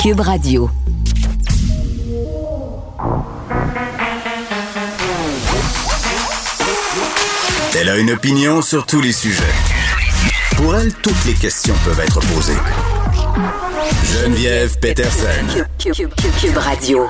Cube Radio. Elle a une opinion sur tous les sujets. Pour elle, toutes les questions peuvent être posées. Geneviève Peterson. Cube Radio.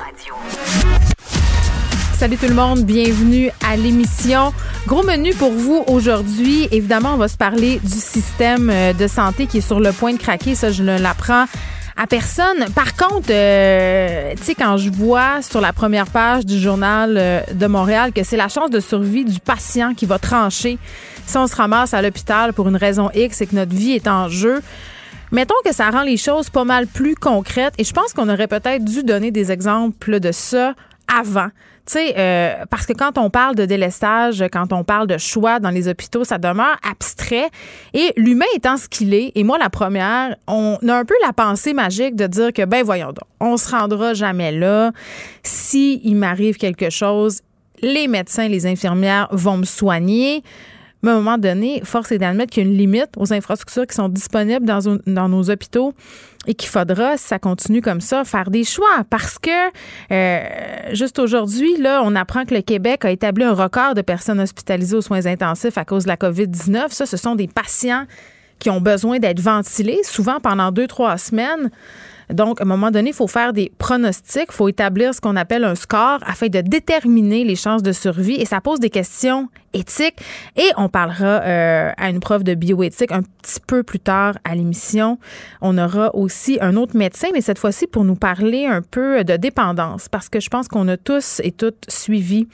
Salut tout le monde, bienvenue à l'émission. Gros menu pour vous aujourd'hui. Évidemment, on va se parler du système de santé qui est sur le point de craquer. Ça, je ne l'apprends à personne. Par contre, tu sais, quand je vois sur la première page du Journal de Montréal que c'est la chance de survie du patient qui va trancher si on se ramasse à l'hôpital pour une raison X et que notre vie est en jeu, mettons que ça rend les choses pas mal plus concrètes et je pense qu'on aurait peut-être dû donner des exemples de ça avant. Tu sais, parce que quand on parle de délestage, quand on parle de choix dans les hôpitaux, ça demeure abstrait. Et l'humain étant ce qu'il est, et moi la première, on a un peu la pensée magique de dire que, ben voyons donc, on se rendra jamais là. Si il m'arrive quelque chose, les médecins, les infirmières vont me soigner. Mais à un moment donné, force est d'admettre qu'il y a une limite aux infrastructures qui sont disponibles dans nos hôpitaux et qu'il faudra, si ça continue comme ça, faire des choix. Parce que, juste aujourd'hui, là, on apprend que le Québec a établi un record de personnes hospitalisées aux soins intensifs à cause de la COVID-19. Ça, ce sont des patients qui ont besoin d'être ventilés, souvent pendant 2-3 semaines. Donc, à un moment donné, il faut faire des pronostics, il faut établir ce qu'on appelle un score afin de déterminer les chances de survie et ça pose des questions éthiques. Et on parlera à une prof de bioéthique un petit peu plus tard à l'émission. On aura aussi un autre médecin, mais cette fois-ci pour nous parler un peu de dépendance parce que je pense qu'on a tous et toutes suivi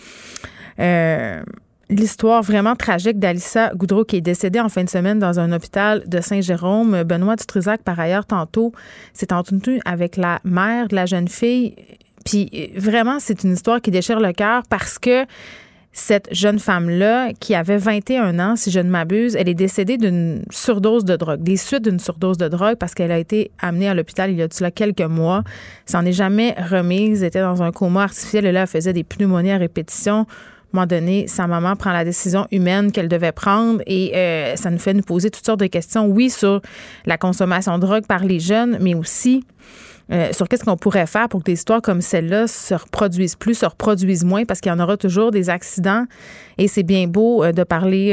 l'histoire vraiment tragique d'Alissa Goudreau qui est décédée en fin de semaine dans un hôpital de Saint-Jérôme. Benoît Dutrisac, par ailleurs, tantôt, s'est entretenu avec la mère de la jeune fille. Puis vraiment, c'est une histoire qui déchire le cœur parce que cette jeune femme-là, qui avait 21 ans, si je ne m'abuse, elle est décédée d'une surdose de drogue, des suites d'une surdose de drogue parce qu'elle a été amenée à l'hôpital il y a de cela quelques mois. Ça n'en est jamais remise. Elle était dans un coma artificiel et là, elle faisait des pneumonies à répétition. À un moment donné, sa maman prend la décision humaine qu'elle devait prendre et ça nous fait nous poser toutes sortes de questions, oui, sur la consommation de drogue par les jeunes, mais aussi sur qu'est-ce qu'on pourrait faire pour que des histoires comme celle-là se reproduisent plus, se reproduisent moins, parce qu'il y en aura toujours des accidents et c'est bien beau de parler,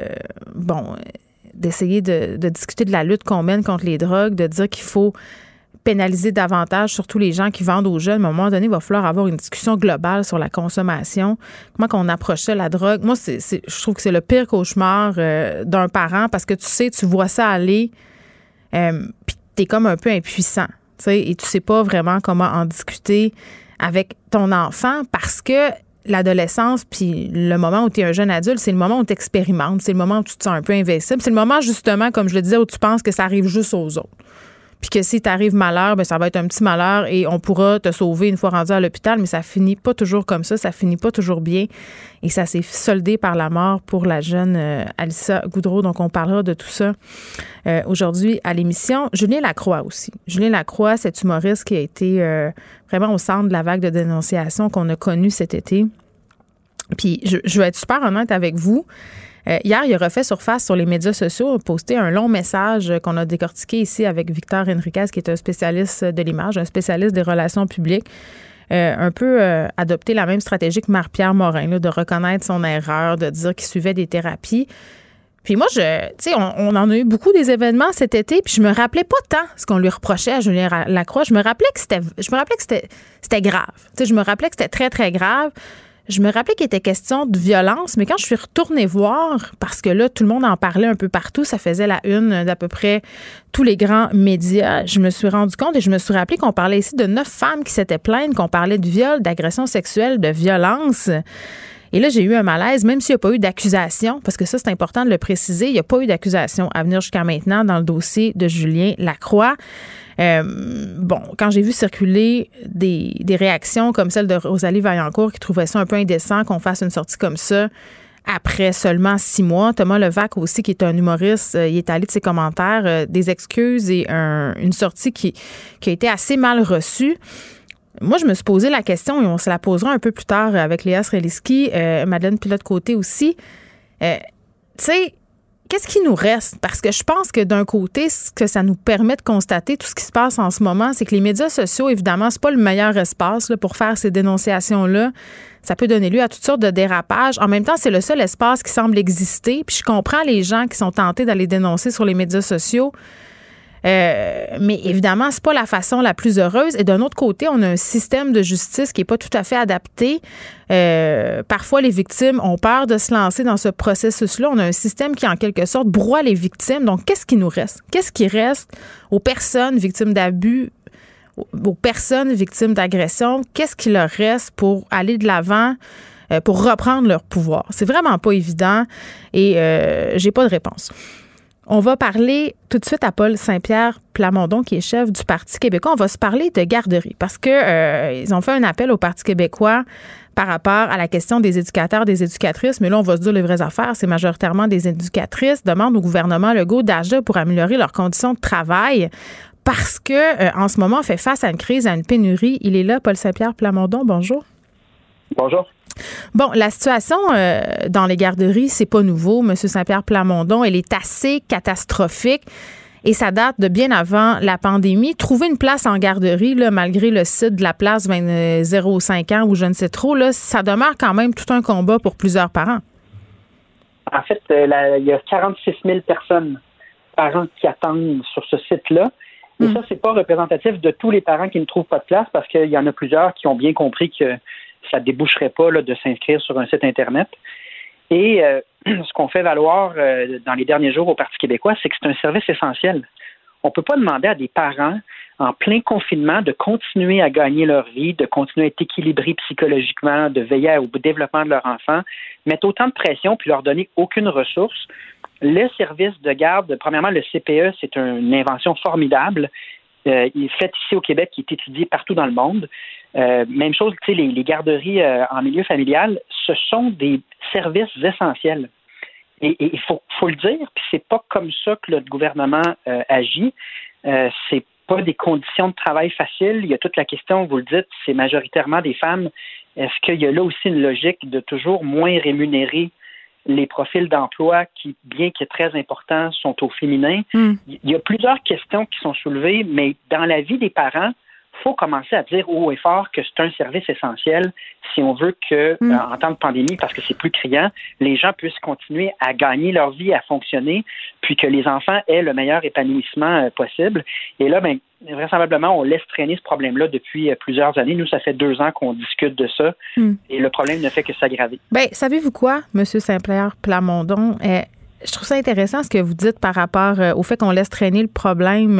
d'essayer de discuter de la lutte qu'on mène contre les drogues, de dire qu'il faut pénaliser davantage, surtout les gens qui vendent aux jeunes. Mais à un moment donné, il va falloir avoir une discussion globale sur la consommation. Comment qu'on approchait la drogue. Moi, je trouve que c'est le pire cauchemar d'un parent parce que tu vois ça aller puis t'es comme un peu impuissant. Et tu sais pas vraiment comment en discuter avec ton enfant parce que l'adolescence puis le moment où tu es un jeune adulte, c'est le moment où tu expérimentes, c'est le moment où tu te sens un peu invincible. C'est le moment, justement, comme je le disais, où tu penses que ça arrive juste aux autres. Puis que si t'arrives malheur, ben ça va être un petit malheur et on pourra te sauver une fois rendu à l'hôpital, mais ça finit pas toujours comme ça finit pas toujours bien. Et ça s'est soldé par la mort pour la jeune Alissa Goudreau. Donc, on parlera de tout ça aujourd'hui à l'émission. Julien Lacroix aussi. Julien Lacroix, cet humoriste qui a été vraiment au centre de la vague de dénonciation qu'on a connue cet été. Puis, je vais être super honnête avec vous. Hier, il a refait surface sur les médias sociaux, a posté un long message qu'on a décortiqué ici avec Victor Henriquez, qui est un spécialiste de l'image, un spécialiste des relations publiques. Un peu adopté la même stratégie que Marie-Pierre Morin, là, de reconnaître son erreur, de dire qu'il suivait des thérapies. Puis moi, tu sais, on en a eu beaucoup des événements cet été, puis je me rappelais pas tant ce qu'on lui reprochait à Julien Lacroix. Je me rappelais que c'était grave. Tu sais, je me rappelais que c'était très, très grave. Je me rappelais qu'il était question de violence, mais quand je suis retournée voir, parce que là, tout le monde en parlait un peu partout, ça faisait la une d'à peu près tous les grands médias, je me suis rendu compte et je me suis rappelé qu'on parlait ici de 9 femmes qui s'étaient plaintes, qu'on parlait de viol, d'agression sexuelle, de violence. Et là, j'ai eu un malaise, même s'il n'y a pas eu d'accusation, parce que ça, c'est important de le préciser, il n'y a pas eu d'accusation à venir jusqu'à maintenant dans le dossier de Julien Lacroix. Quand j'ai vu circuler des réactions comme celle de Rosalie Vaillancourt qui trouvait ça un peu indécent qu'on fasse une sortie comme ça après seulement 6 mois. Thomas Levac aussi, qui est un humoriste, il est allé de ses commentaires, des excuses et une sortie qui a été assez mal reçue. Moi, je me suis posé la question et on se la posera un peu plus tard avec Léa Sreliski, Madeleine Pilote-Côté aussi. Tu sais, qu'est-ce qui nous reste? Parce que je pense que d'un côté, ce que ça nous permet de constater, tout ce qui se passe en ce moment, c'est que les médias sociaux, évidemment, c'est pas le meilleur espace là, pour faire ces dénonciations-là. Ça peut donner lieu à toutes sortes de dérapages. En même temps, c'est le seul espace qui semble exister. Puis je comprends les gens qui sont tentés d'aller dénoncer sur les médias sociaux. Mais évidemment, c'est pas la façon la plus heureuse. Et d'un autre côté, on a un système de justice qui est pas tout à fait adapté. Parfois, les victimes ont peur de se lancer dans ce processus-là. On a un système qui, en quelque sorte, broie les victimes. Donc, qu'est-ce qui nous reste? Qu'est-ce qui reste aux personnes victimes d'abus, aux personnes victimes d'agression? Qu'est-ce qui leur reste pour aller de l'avant, pour reprendre leur pouvoir? C'est vraiment pas évident et j'ai pas de réponse. On va parler tout de suite à Paul Saint-Pierre Plamondon, qui est chef du Parti québécois. On va se parler de garderie parce que ils ont fait un appel au Parti québécois par rapport à la question des éducateurs, des éducatrices. Mais là, on va se dire les vraies affaires. C'est majoritairement des éducatrices. Demandent au gouvernement Legault d'agir pour améliorer leurs conditions de travail parce que en ce moment, on fait face à une crise, à une pénurie. Il est là, Paul Saint-Pierre Plamondon. Bonjour. Bonjour. Bon, la situation dans les garderies, c'est pas nouveau, M. Saint-Pierre Plamondon. Elle est assez catastrophique et ça date de bien avant la pandémie. Trouver une place en garderie, là, malgré le site de la place 0-5 ans ou je ne sais trop, là, ça demeure quand même tout un combat pour plusieurs parents. En fait, il y a 46 000 parents qui attendent sur ce site-là. Et ça, c'est pas représentatif de tous les parents qui ne trouvent pas de place parce qu'il y en a plusieurs qui ont bien compris que ça déboucherait pas là, de s'inscrire sur un site Internet. Et ce qu'on fait valoir dans les derniers jours au Parti québécois, c'est que c'est un service essentiel. On ne peut pas demander à des parents en plein confinement de continuer à gagner leur vie, de continuer à être équilibrés psychologiquement, de veiller au développement de leur enfant, mettre autant de pression puis leur donner aucune ressource. Le service de garde, premièrement, le CPE, c'est une invention formidable. Il est fait ici au Québec, qui est étudié partout dans le monde. Même chose, tu sais, les garderies en milieu familial, ce sont des services essentiels. Et il faut le dire, puis c'est pas comme ça que le gouvernement agit. C'est pas des conditions de travail faciles. Il y a toute la question, vous le dites, c'est majoritairement des femmes. Est-ce qu'il y a là aussi une logique de toujours moins rémunérer les profils d'emploi qui, bien que très importants, sont au féminin? Il y a plusieurs questions qui sont soulevées, mais dans la vie des parents, il faut commencer à dire haut et fort que c'est un service essentiel si on veut que, en temps de pandémie, parce que c'est plus criant, les gens puissent continuer à gagner leur vie, à fonctionner, puis que les enfants aient le meilleur épanouissement possible. Et là, ben, vraisemblablement, on laisse traîner ce problème-là depuis plusieurs années. Nous, ça fait 2 ans qu'on discute de ça et le problème ne fait que s'aggraver. Bien, savez-vous quoi, M. Saint-Pierre Plamondon? Je trouve ça intéressant ce que vous dites par rapport au fait qu'on laisse traîner le problème.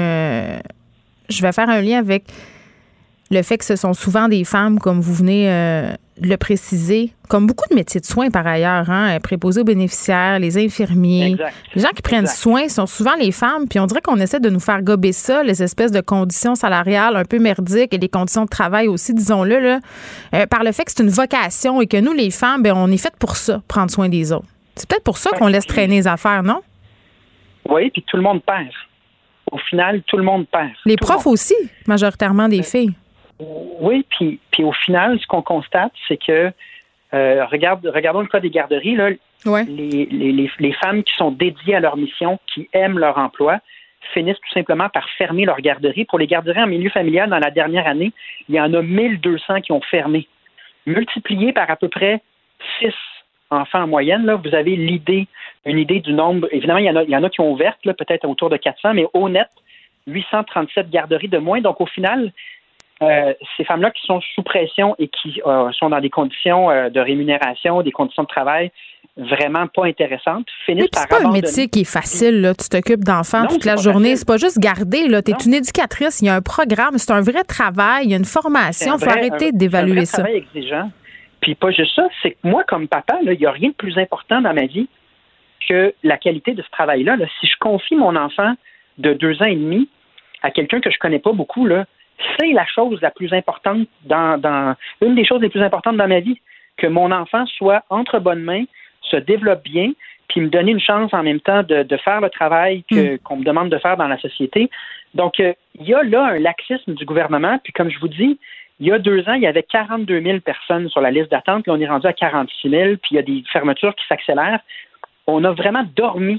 Je vais faire un lien avec le fait que ce sont souvent des femmes, comme vous venez de le préciser, comme beaucoup de métiers de soins par ailleurs, hein, préposés aux bénéficiaires, les infirmiers. Exact. Les gens qui prennent soin sont souvent les femmes, puis on dirait qu'on essaie de nous faire gober ça, les espèces de conditions salariales un peu merdiques et des conditions de travail aussi, disons-le, là, par le fait que c'est une vocation et que nous, les femmes, ben, on est faites pour ça, prendre soin des autres. C'est peut-être pour ça qu'on laisse traîner les affaires, non? Oui, puis tout le monde perd. Au final, tout le monde perd. Les profs aussi, majoritairement des filles. Oui, puis au final, ce qu'on constate, c'est que regardons le cas des garderies, là, ouais. les femmes qui sont dédiées à leur mission, qui aiment leur emploi, finissent tout simplement par fermer leur garderie. Pour les garderies en milieu familial, dans la dernière année, il y en a 1200 qui ont fermé. Multiplié par à peu près 6 enfants en moyenne, là, vous avez une idée du nombre. Évidemment, il y en a qui ont ouvert, là, peut-être autour de 400, mais au net, 837 garderies de moins. Donc, au final, ces femmes-là qui sont sous pression et qui sont dans des conditions de rémunération, des conditions de travail vraiment pas intéressantes, finissent par abandonner. C'est pas un métier qui est facile, là. Tu t'occupes d'enfants toute la journée. C'est pas juste garder, là. T'es une éducatrice, il y a un programme, c'est un vrai travail, il y a une formation. Il faut arrêter d'évaluer ça. C'est un vrai travail exigeant. Puis pas juste ça, c'est que moi, comme papa, il n'y a rien de plus important dans ma vie que la qualité de ce travail-là. Là. Si je confie mon enfant de 2 ans et demi à quelqu'un que je connais pas beaucoup, là, c'est la chose la plus importante une des choses les plus importantes dans ma vie, que mon enfant soit entre bonnes mains, se développe bien, puis me donner une chance en même temps de faire le travail qu'on me demande de faire dans la société. Donc, il y a là un laxisme du gouvernement, puis comme je vous dis, il y a 2 ans, il y avait 42 000 personnes sur la liste d'attente, puis on est rendu à 46 000, puis il y a des fermetures qui s'accélèrent. On a vraiment dormi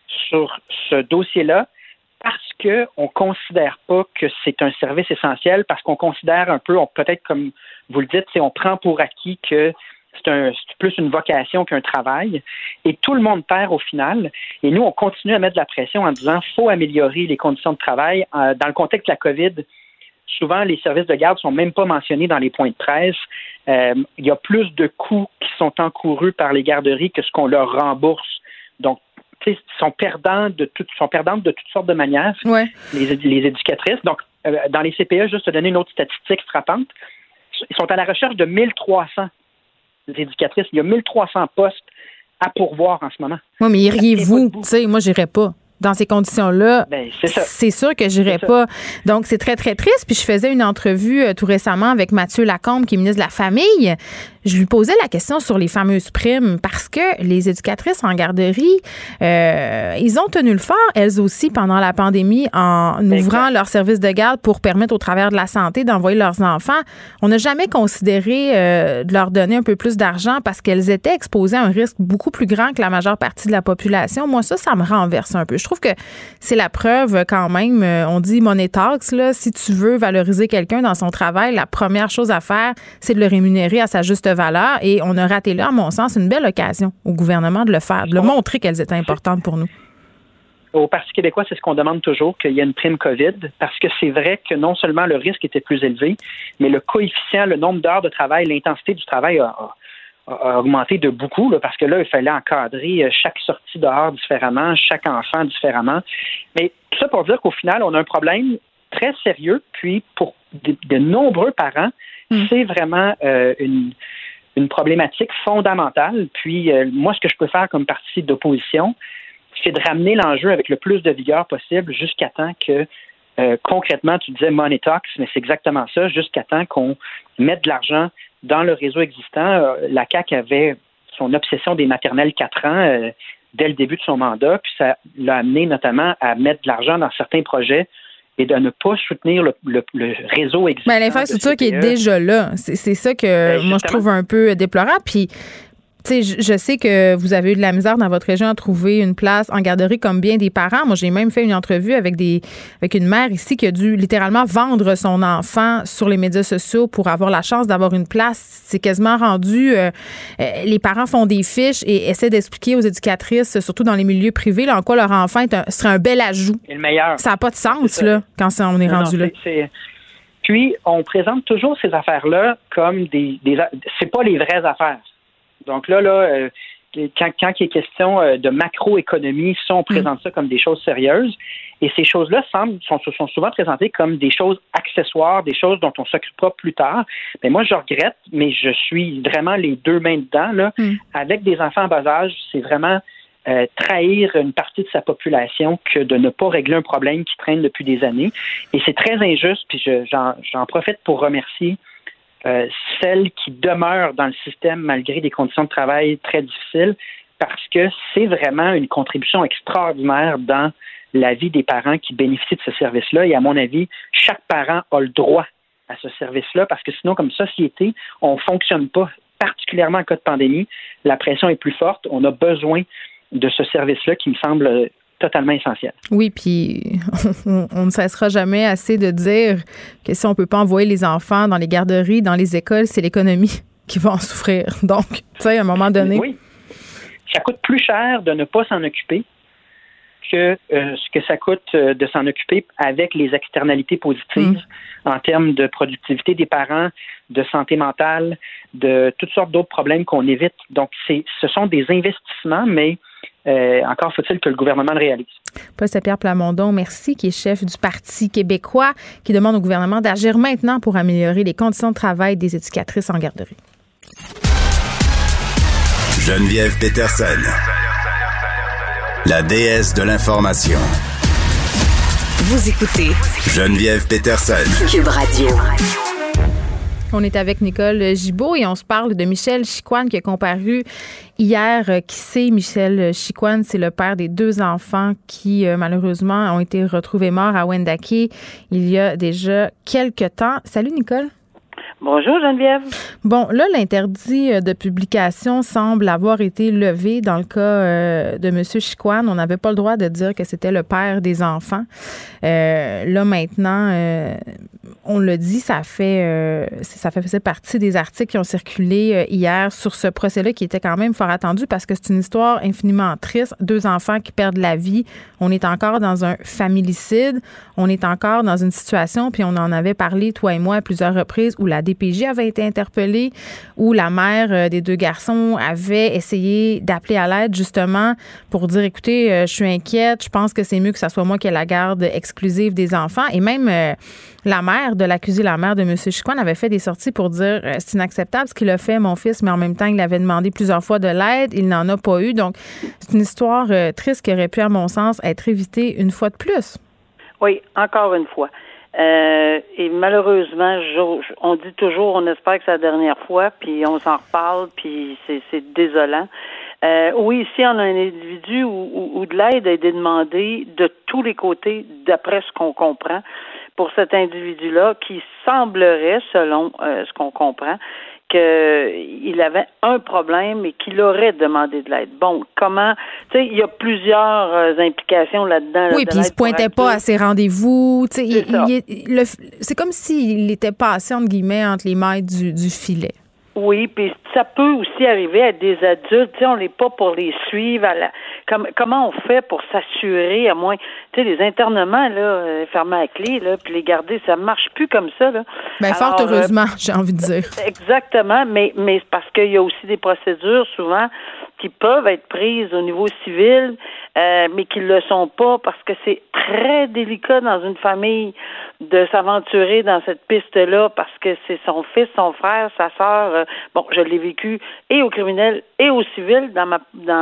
sur ce dossier-là parce qu'on ne considère pas que c'est un service essentiel, parce qu'on considère un peu, peut-être comme vous le dites, on prend pour acquis que c'est plus une vocation qu'un travail, et tout le monde perd au final. Et nous, on continue à mettre de la pression en disant qu'il faut améliorer les conditions de travail. Dans le contexte de la COVID, souvent, les services de garde ne sont même pas mentionnés dans les points de presse. Il y a plus de coûts qui sont encourus par les garderies que ce qu'on leur rembourse. Donc, ils sont perdantes de toutes sortes de manières, les éducatrices. Donc, dans les CPE, juste te donner une autre statistique frappante, ils sont à la recherche de 1300 éducatrices. Il y a 1300 postes à pourvoir en ce moment. Oui, mais iriez-vous? Tu sais, moi, j'irais pas. Dans ces conditions-là, c'est sûr que j'irais pas. Donc, c'est très, très triste. Puis, je faisais une entrevue tout récemment avec Mathieu Lacombe, qui est ministre de la Famille. Je lui posais la question sur les fameuses primes parce que les éducatrices en garderie, ils ont tenu le fort, elles aussi, pendant la pandémie, en ouvrant leur service de garde pour permettre aux travailleurs de la santé d'envoyer leurs enfants. On n'a jamais considéré de leur donner un peu plus d'argent parce qu'elles étaient exposées à un risque beaucoup plus grand que la majeure partie de la population. Moi, ça me renverse un peu. Je trouve que c'est la preuve quand même. On dit money talks, là. Si tu veux valoriser quelqu'un dans son travail, la première chose à faire, c'est de le rémunérer à sa juste valeur. Et on a raté là, à mon sens, une belle occasion au gouvernement de le faire, de le montrer qu'elles étaient importantes pour nous. Au Parti québécois, c'est ce qu'on demande toujours, qu'il y ait une prime COVID, parce que c'est vrai que non seulement le risque était plus élevé, mais le coefficient, le nombre d'heures de travail, l'intensité du travail a augmenté de beaucoup, là, parce que là, il fallait encadrer chaque sortie dehors différemment, chaque enfant différemment. Mais tout ça pour dire qu'au final, on a un problème très sérieux, puis pour de nombreux parents, c'est vraiment une problématique fondamentale. Puis moi, ce que je peux faire comme parti d'opposition, c'est de ramener l'enjeu avec le plus de vigueur possible jusqu'à temps que, concrètement, tu disais money talks, mais c'est exactement ça, jusqu'à temps qu'on mette de l'argent dans le réseau existant. La CAQ avait son obsession des maternelles 4 ans dès le début de son mandat, puis ça l'a amené notamment à mettre de l'argent dans certains projets et de ne pas soutenir le réseau existant. Mais l'infrastructure qui est déjà là, c'est ça que moi je trouve un peu déplorable. Puis, tu sais, je sais que vous avez eu de la misère dans votre région à trouver une place en garderie comme bien des parents. Moi, j'ai même fait une entrevue avec une mère ici qui a dû littéralement vendre son enfant sur les médias sociaux pour avoir la chance d'avoir une place. C'est quasiment rendu... les parents font des fiches et essaient d'expliquer aux éducatrices, surtout dans les milieux privés, là, en quoi leur enfant serait un bel ajout. Et le meilleur. Ça n'a pas de sens, là, quand on est rendu là. Puis, on présente toujours ces affaires-là comme c'est pas les vraies affaires. Donc là, quand il est question de macroéconomie, on présente ça comme des choses sérieuses. Et ces choses-là sont souvent présentées comme des choses accessoires, des choses dont on s'occupera plus tard. Mais moi, je regrette, mais je suis vraiment les deux mains dedans. Là. Avec des enfants en bas âge, c'est vraiment trahir une partie de sa population que de ne pas régler un problème qui traîne depuis des années. Et c'est très injuste, puis j'en profite pour remercier celles qui demeurent dans le système malgré des conditions de travail très difficiles, parce que c'est vraiment une contribution extraordinaire dans la vie des parents qui bénéficient de ce service-là. Et à mon avis, chaque parent a le droit à ce service-là, parce que sinon, comme société, on ne fonctionne pas, particulièrement en cas de pandémie. La pression est plus forte. On a besoin de ce service-là qui me semble totalement essentiel. Oui, puis on ne cessera jamais assez de dire que si on ne peut pas envoyer les enfants dans les garderies, dans les écoles, c'est l'économie qui va en souffrir. Donc, tu sais, à un moment donné... Oui. Ça coûte plus cher de ne pas s'en occuper que ce que ça coûte de s'en occuper avec les externalités positives en termes de productivité des parents, de santé mentale, de toutes sortes d'autres problèmes qu'on évite. Donc, ce sont des investissements, mais encore faut-il que le gouvernement le réalise. Paul Saint-Pierre Plamondon, merci, qui est chef du Parti québécois, qui demande au gouvernement d'agir maintenant pour améliorer les conditions de travail des éducatrices en garderie. Geneviève Peterson, la déesse de l'information. Vous écoutez Geneviève Peterson, Cube Radio. On est avec Nicole Gibault et on se parle de Michel Chicoine qui a comparu hier. Qui c'est Michel Chicoine? C'est le père des 2 enfants qui, malheureusement, ont été retrouvés morts à Wendake il y a déjà quelques temps. Salut, Nicole. Bonjour Geneviève. Bon, là, l'interdit de publication semble avoir été levé dans le cas de M. Chicoine. On n'avait pas le droit de dire que c'était le père des enfants. Là, maintenant, on le dit, ça faisait partie des articles qui ont circulé hier sur ce procès-là qui était quand même fort attendu parce que c'est une histoire infiniment triste. 2 enfants qui perdent la vie. On est encore dans un familicide. On est encore dans une situation, puis on en avait parlé, toi et moi, à plusieurs reprises, où la DPJ avait été interpellée, où la mère des 2 garçons avait essayé d'appeler à l'aide, justement, pour dire, écoutez, je suis inquiète, je pense que c'est mieux que ça soit moi qui ai la garde exclusive des enfants. Et même la mère de l'accusé, la mère de M. Chicoine, avait fait des sorties pour dire c'est inacceptable ce qu'il a fait, mon fils, mais en même temps, il avait demandé plusieurs fois de l'aide, il n'en a pas eu. Donc, c'est une histoire triste qui aurait pu, à mon sens, être évitée une fois de plus. Oui, encore une fois. Et malheureusement, on dit toujours, on espère que c'est la dernière fois, puis on s'en reparle, puis c'est désolant. Oui, ici, on a un individu où de l'aide a été demandée de tous les côtés, d'après ce qu'on comprend, pour cet individu-là, qui semblerait, selon ce qu'on comprend, qu'il avait un problème et qu'il aurait demandé de l'aide. Bon, comment... Tu sais, il y a plusieurs implications là-dedans. Oui, puis il se pointait pas à ses rendez-vous. Tu sais, c'est comme s'il était passé, entre guillemets, entre les mailles du filet. Oui, puis ça peut aussi arriver à des adultes, tu sais, on n'est pas pour les suivre comment on fait pour s'assurer, à moins, tu sais, les internements, là, fermés à clé, là, puis les garder, ça marche plus comme ça, là. Ben, fort heureusement, j'ai envie de dire. Exactement, mais c'est parce qu'il y a aussi des procédures, souvent, qui peuvent être prises au niveau civil, mais qui ne le sont pas parce que c'est très délicat dans une famille de s'aventurer dans cette piste-là parce que c'est son fils, son frère, sa sœur. Bon, je l'ai vécu et au criminel et au civil dans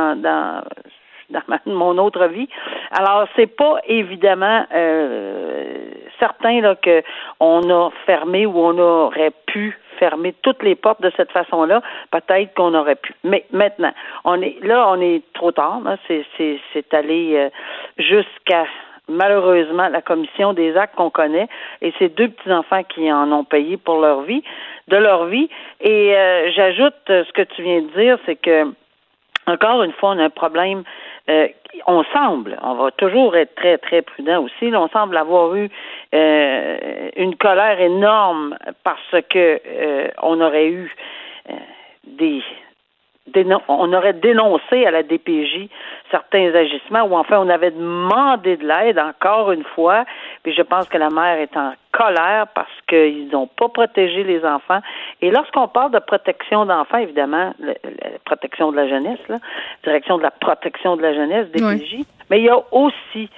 mon autre vie. Alors, c'est pas évidemment certain là que on a fermé ou on aurait pu fermer toutes les portes de cette façon-là. Peut-être qu'on aurait pu. Mais maintenant, on est trop tard. Là. C'est allé jusqu'à malheureusement la commission des actes qu'on connaît, et ces 2 petits-enfants qui en ont payé pour leur vie. Et j'ajoute ce que tu viens de dire, c'est que encore une fois, on a un problème. On va toujours être très, très prudent aussi. Là, on semble avoir eu une colère énorme parce que on aurait eu on aurait dénoncé à la DPJ certains agissements ou enfin on avait demandé de l'aide encore une fois, puis je pense que la mère est en colère parce qu'ils n'ont pas protégé les enfants. Et lorsqu'on parle de protection d'enfants, évidemment, la protection de la jeunesse, là, direction de la protection de la jeunesse, DPJ, oui. Mais il y a aussi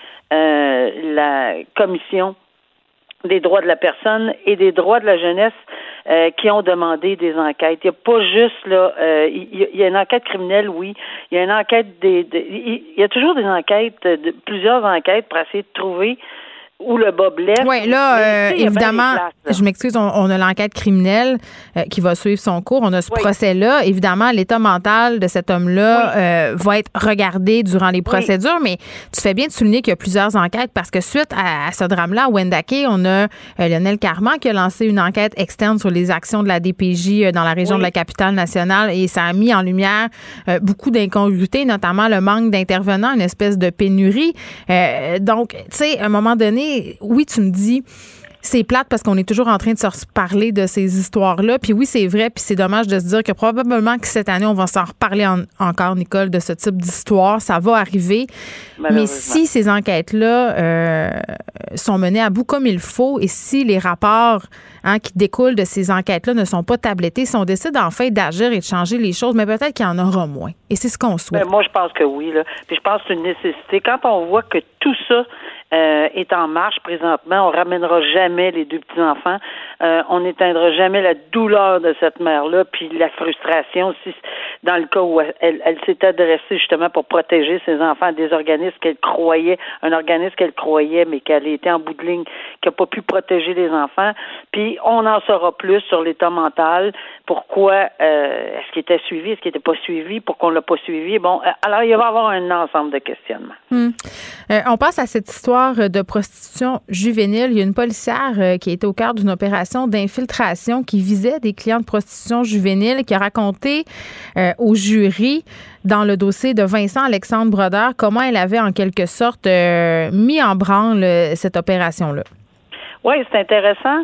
la commission des droits de la personne et des droits de la jeunesse qui ont demandé des enquêtes. Il n'y a pas juste là, il y a une enquête criminelle, oui. Il y a une enquête il y a toujours des enquêtes, plusieurs enquêtes pour essayer de trouver où le bas blesse. Oui, là, évidemment, je m'excuse, on a l'enquête criminelle qui va suivre son cours. On a ce procès-là. Évidemment, l'état mental de cet homme-là va être regardé durant les procédures, mais tu fais bien de souligner qu'il y a plusieurs enquêtes parce que suite à ce drame-là, à Wendake, on a Lionel Carman qui a lancé une enquête externe sur les actions de la DPJ dans la région de la Capitale-Nationale et ça a mis en lumière beaucoup d'incongruités, notamment le manque d'intervenants, une espèce de pénurie. Donc, tu sais, à un moment donné, oui, tu me dis, c'est plate parce qu'on est toujours en train de se reparler de ces histoires-là. Puis oui, c'est vrai, puis c'est dommage de se dire que probablement que cette année, on va s'en reparler encore, Nicole, de ce type d'histoire. Ça va arriver. Mais si ces enquêtes-là sont menées à bout comme il faut et si les rapports qui découlent de ces enquêtes-là ne sont pas tablettés, si on décide enfin d'agir et de changer les choses, mais peut-être qu'il y en aura moins. Et c'est ce qu'on souhaite. Moi, je pense que oui. Là. Puis je pense que c'est une nécessité. Quand on voit que tout ça est en marche présentement, on ramènera jamais les 2 petits-enfants, on n'éteindra jamais la douleur de cette mère-là, puis la frustration, si dans le cas où elle s'est adressée justement pour protéger ses enfants à des organismes qu'elle croyait, un organisme qu'elle croyait, mais qu'elle était en bout de ligne, qui n'a pas pu protéger les enfants, puis on en saura plus sur l'état mental, pourquoi est-ce qu'il était suivi, est-ce qu'il n'était pas suivi, pourquoi on l'a pas suivi, bon, alors il va y avoir un ensemble de questionnements. On passe à cette histoire histoire de prostitution juvénile. Il y a une policière qui a été au cœur d'une opération d'infiltration qui visait des clients de prostitution juvénile, qui a raconté au jury dans le dossier de Vincent Alexandre Brodeur comment elle avait en quelque sorte mis en branle cette opération-là. Oui, c'est intéressant.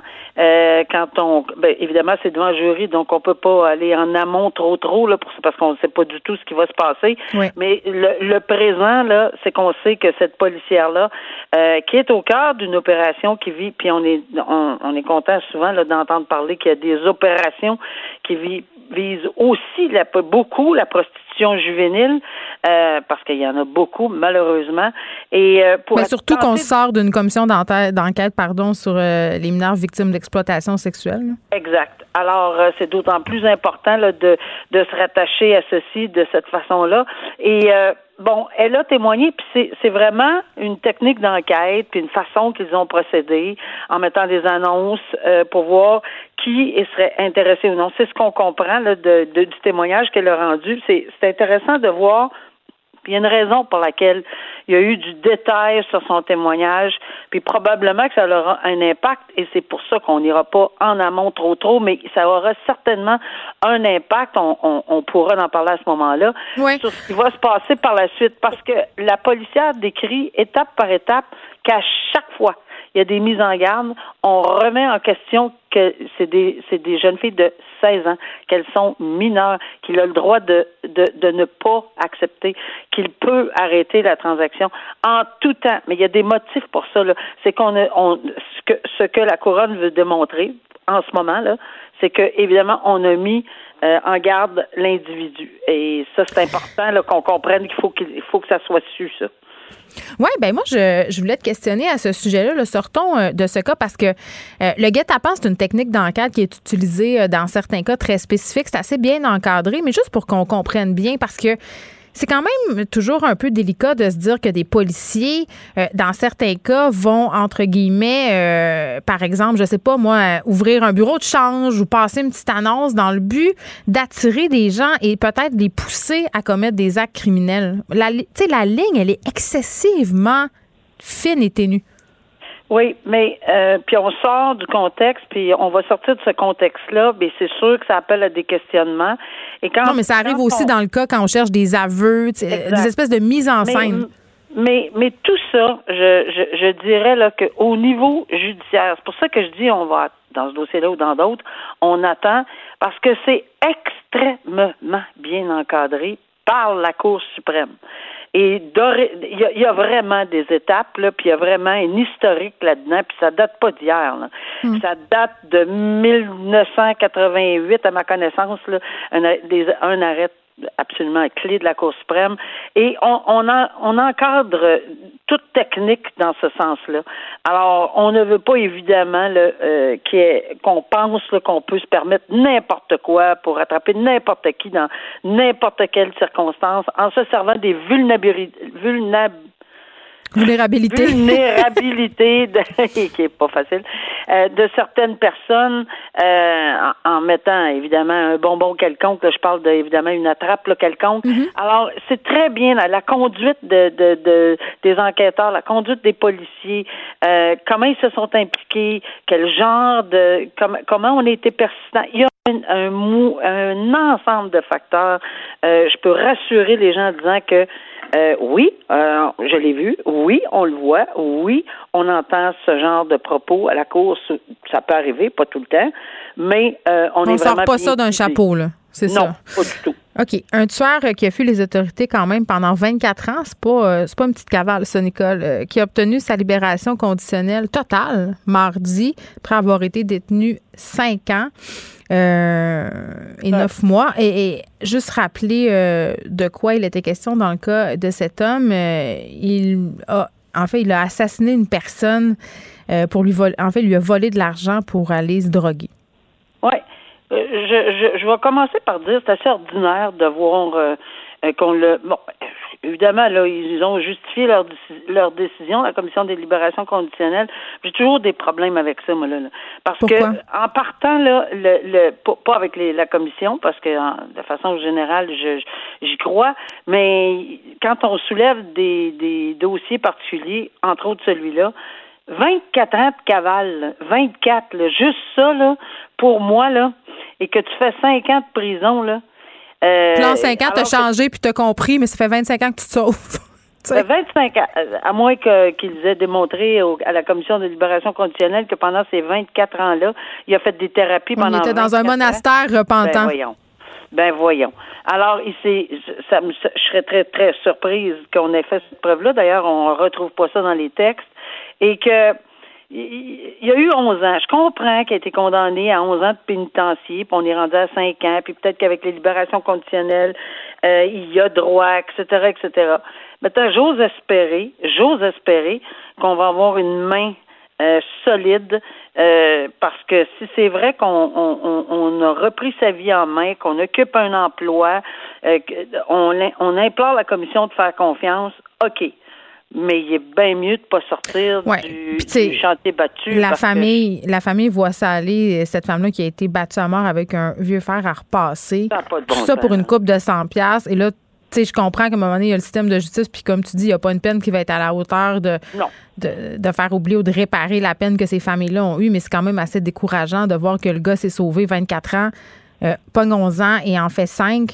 Évidemment, c'est devant un jury, donc on peut pas aller en amont trop là, parce qu'on ne sait pas du tout ce qui va se passer. Oui. Mais le présent là, c'est qu'on sait que cette policière-là, qui est au cœur d'une opération qui vit, puis on est content souvent là d'entendre parler qu'il y a des opérations qui visent aussi beaucoup la prostitution juvénile, parce qu'il y en a beaucoup, malheureusement. Mais surtout qu'on sort d'une commission d'enquête sur les mineurs victimes d'exploitation sexuelle. Là. Exact. Alors, c'est d'autant plus important là, de se rattacher à ceci de cette façon-là. Et elle a témoigné, puis c'est vraiment une technique d'enquête, puis une façon qu'ils ont procédé en mettant des annonces pour voir qui serait intéressé ou non. C'est ce qu'on comprend là, du témoignage qu'elle a rendu. C'est intéressant de voir. Puis il y a une raison pour laquelle il y a eu du détail sur son témoignage, puis probablement que ça aura un impact, et c'est pour ça qu'on n'ira pas en amont trop, mais ça aura certainement un impact, on pourra en parler à ce moment-là, sur ce qui va se passer par la suite, parce que la policière décrit étape par étape qu'à chaque fois il y a des mises en garde, on remet en question que c'est des jeunes filles de 16 ans, qu'elles sont mineures, qu'il a le droit de ne pas accepter, qu'il peut arrêter la transaction en tout temps. Mais il y a des motifs pour ça, là. C'est ce que la couronne veut démontrer en ce moment, là, c'est que, évidemment, on a mis en garde l'individu. Et ça, c'est important là, qu'on comprenne qu'il faut que ça soit su, ça. Oui, ben moi, je voulais te questionner à ce sujet-là. Là, sortons de ce cas parce que le guet-apens, c'est une technique d'enquête qui est utilisée dans certains cas très spécifiques. C'est assez bien encadré, mais juste pour qu'on comprenne bien, parce que c'est quand même toujours un peu délicat de se dire que des policiers, dans certains cas, vont, entre guillemets, par exemple, je sais pas moi, ouvrir un bureau de change ou passer une petite annonce dans le but d'attirer des gens et peut-être les pousser à commettre des actes criminels. La ligne, elle est excessivement fine et ténue. Oui, mais puis on sort du contexte, puis on va sortir de ce contexte-là, mais c'est sûr que ça appelle à des questionnements. Et non, mais ça arrive aussi dans le cas quand on cherche des aveux, des espèces de mise en scène. Mais tout ça, je dirais là qu'au niveau judiciaire, c'est pour ça que je dis on va dans ce dossier-là ou dans d'autres, on attend parce que c'est extrêmement bien encadré par la Cour suprême. Et il y a vraiment des étapes, là, puis il y a vraiment un historique là-dedans, puis ça date pas d'hier, là. Ça date de 1988, à ma connaissance, là, un arrêt absolument clé de la Cour suprême. Et on encadre toute technique dans ce sens-là. Alors, on ne veut pas évidemment qu'on pense là, qu'on peut se permettre n'importe quoi pour attraper n'importe qui dans n'importe quelle circonstance en se servant des vulnérabilité qui est pas facile de certaines personnes en mettant évidemment un bonbon quelconque, là, je parle évidemment une attrape là, quelconque. Alors c'est très bien la conduite des enquêteurs, la conduite des policiers, comment ils se sont impliqués, quel genre comment on a été persistant. Il y a un ensemble de facteurs. Je peux rassurer les gens en disant que oui, je l'ai vu. Oui, on le voit. Oui, on entend ce genre de propos à la cour. Ça peut arriver, pas tout le temps, mais on est vraiment sort pas ça d'un chapeau, là. C'est ça. Non, pas du tout. OK. Un tueur qui a fui les autorités quand même pendant 24 ans, c'est pas une petite cavale, ça, Nicole, qui a obtenu sa libération conditionnelle totale mardi, après avoir été détenu 5 ans. Et 9 mois. Et juste rappeler de quoi il était question dans le cas de cet homme. Il a assassiné une personne pour lui voler. En fait, il lui a volé de l'argent pour aller se droguer. Oui. Je vais commencer par dire, c'est assez ordinaire de voir qu'on le... Bon, évidemment, là, ils ont justifié leur décision, la commission des libérations conditionnelles. J'ai toujours des problèmes avec ça, moi, là. Parce Pourquoi? que, en partant, là, pas avec la commission, parce que, de façon générale, j'y crois, mais quand on soulève des dossiers particuliers, entre autres celui-là, 24 ans de cavale, 24, là, juste ça, là, pour moi, là, et que tu fais 5 ans de prison, là. Plan 5 ans, t'as changé puis t'as compris, mais ça fait 25 ans que tu te sauves. 25 ans, à moins qu'ils aient démontré à la commission de libération conditionnelle que pendant ces 24 ans-là, il a fait des thérapies pendant 24 ans. Il était dans un monastère repentant. Ben voyons. Alors, je serais très, très surprise qu'on ait fait cette preuve-là. D'ailleurs, on ne retrouve pas ça dans les textes. Et que il y a eu 11 ans. Je comprends qu'il a été condamné à 11 ans de pénitencier, puis on est rendu à 5 ans, puis peut-être qu'avec les libérations conditionnelles, il y a droit, etc., etc. Maintenant, j'ose espérer qu'on va avoir une main solide, parce que si c'est vrai qu'on a repris sa vie en main, qu'on occupe un emploi, on implore la commission de faire confiance, OK. Mais il est bien mieux de ne pas sortir du chantier battu. La famille voit ça aller, cette femme-là qui a été battue à mort avec un vieux fer à repasser. Tout ça pour une coupe de 100$. Et là, tu sais, je comprends qu'à un moment donné, il y a le système de justice, puis comme tu dis, il n'y a pas une peine qui va être à la hauteur de faire oublier ou de réparer la peine que ces familles-là ont eue, mais c'est quand même assez décourageant de voir que le gars s'est sauvé 24 ans, pogne 11 ans et en fait 5.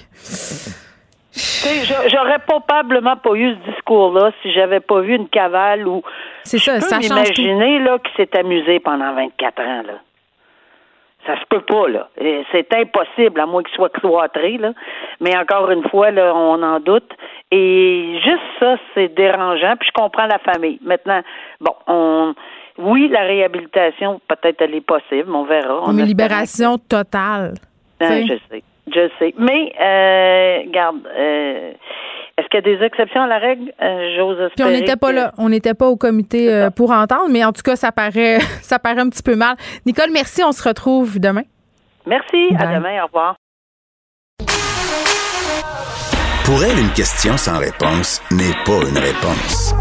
J'aurais probablement pas eu ce discours-là si j'avais pas vu une cavale où c'est ça, ça change tout. Imaginez là qu'il s'est amusé pendant 24 ans là. Ça se peut pas là. C'est impossible à moins qu'il soit cloîtré là. Mais encore une fois là, on en doute. Et juste ça, c'est dérangeant. Puis je comprends la famille. Maintenant, oui, la réhabilitation peut-être elle est possible, on verra. Mais libération totale. Je sais. Mais, regarde, est-ce qu'il y a des exceptions à la règle? J'ose espérer. Puis on n'était pas là. On n'était pas au comité pour entendre, mais en tout cas, ça paraît un petit peu mal. Nicole, merci. On se retrouve demain. Merci. Bye. À demain. Au revoir. Pour elle, une question sans réponse n'est pas une réponse.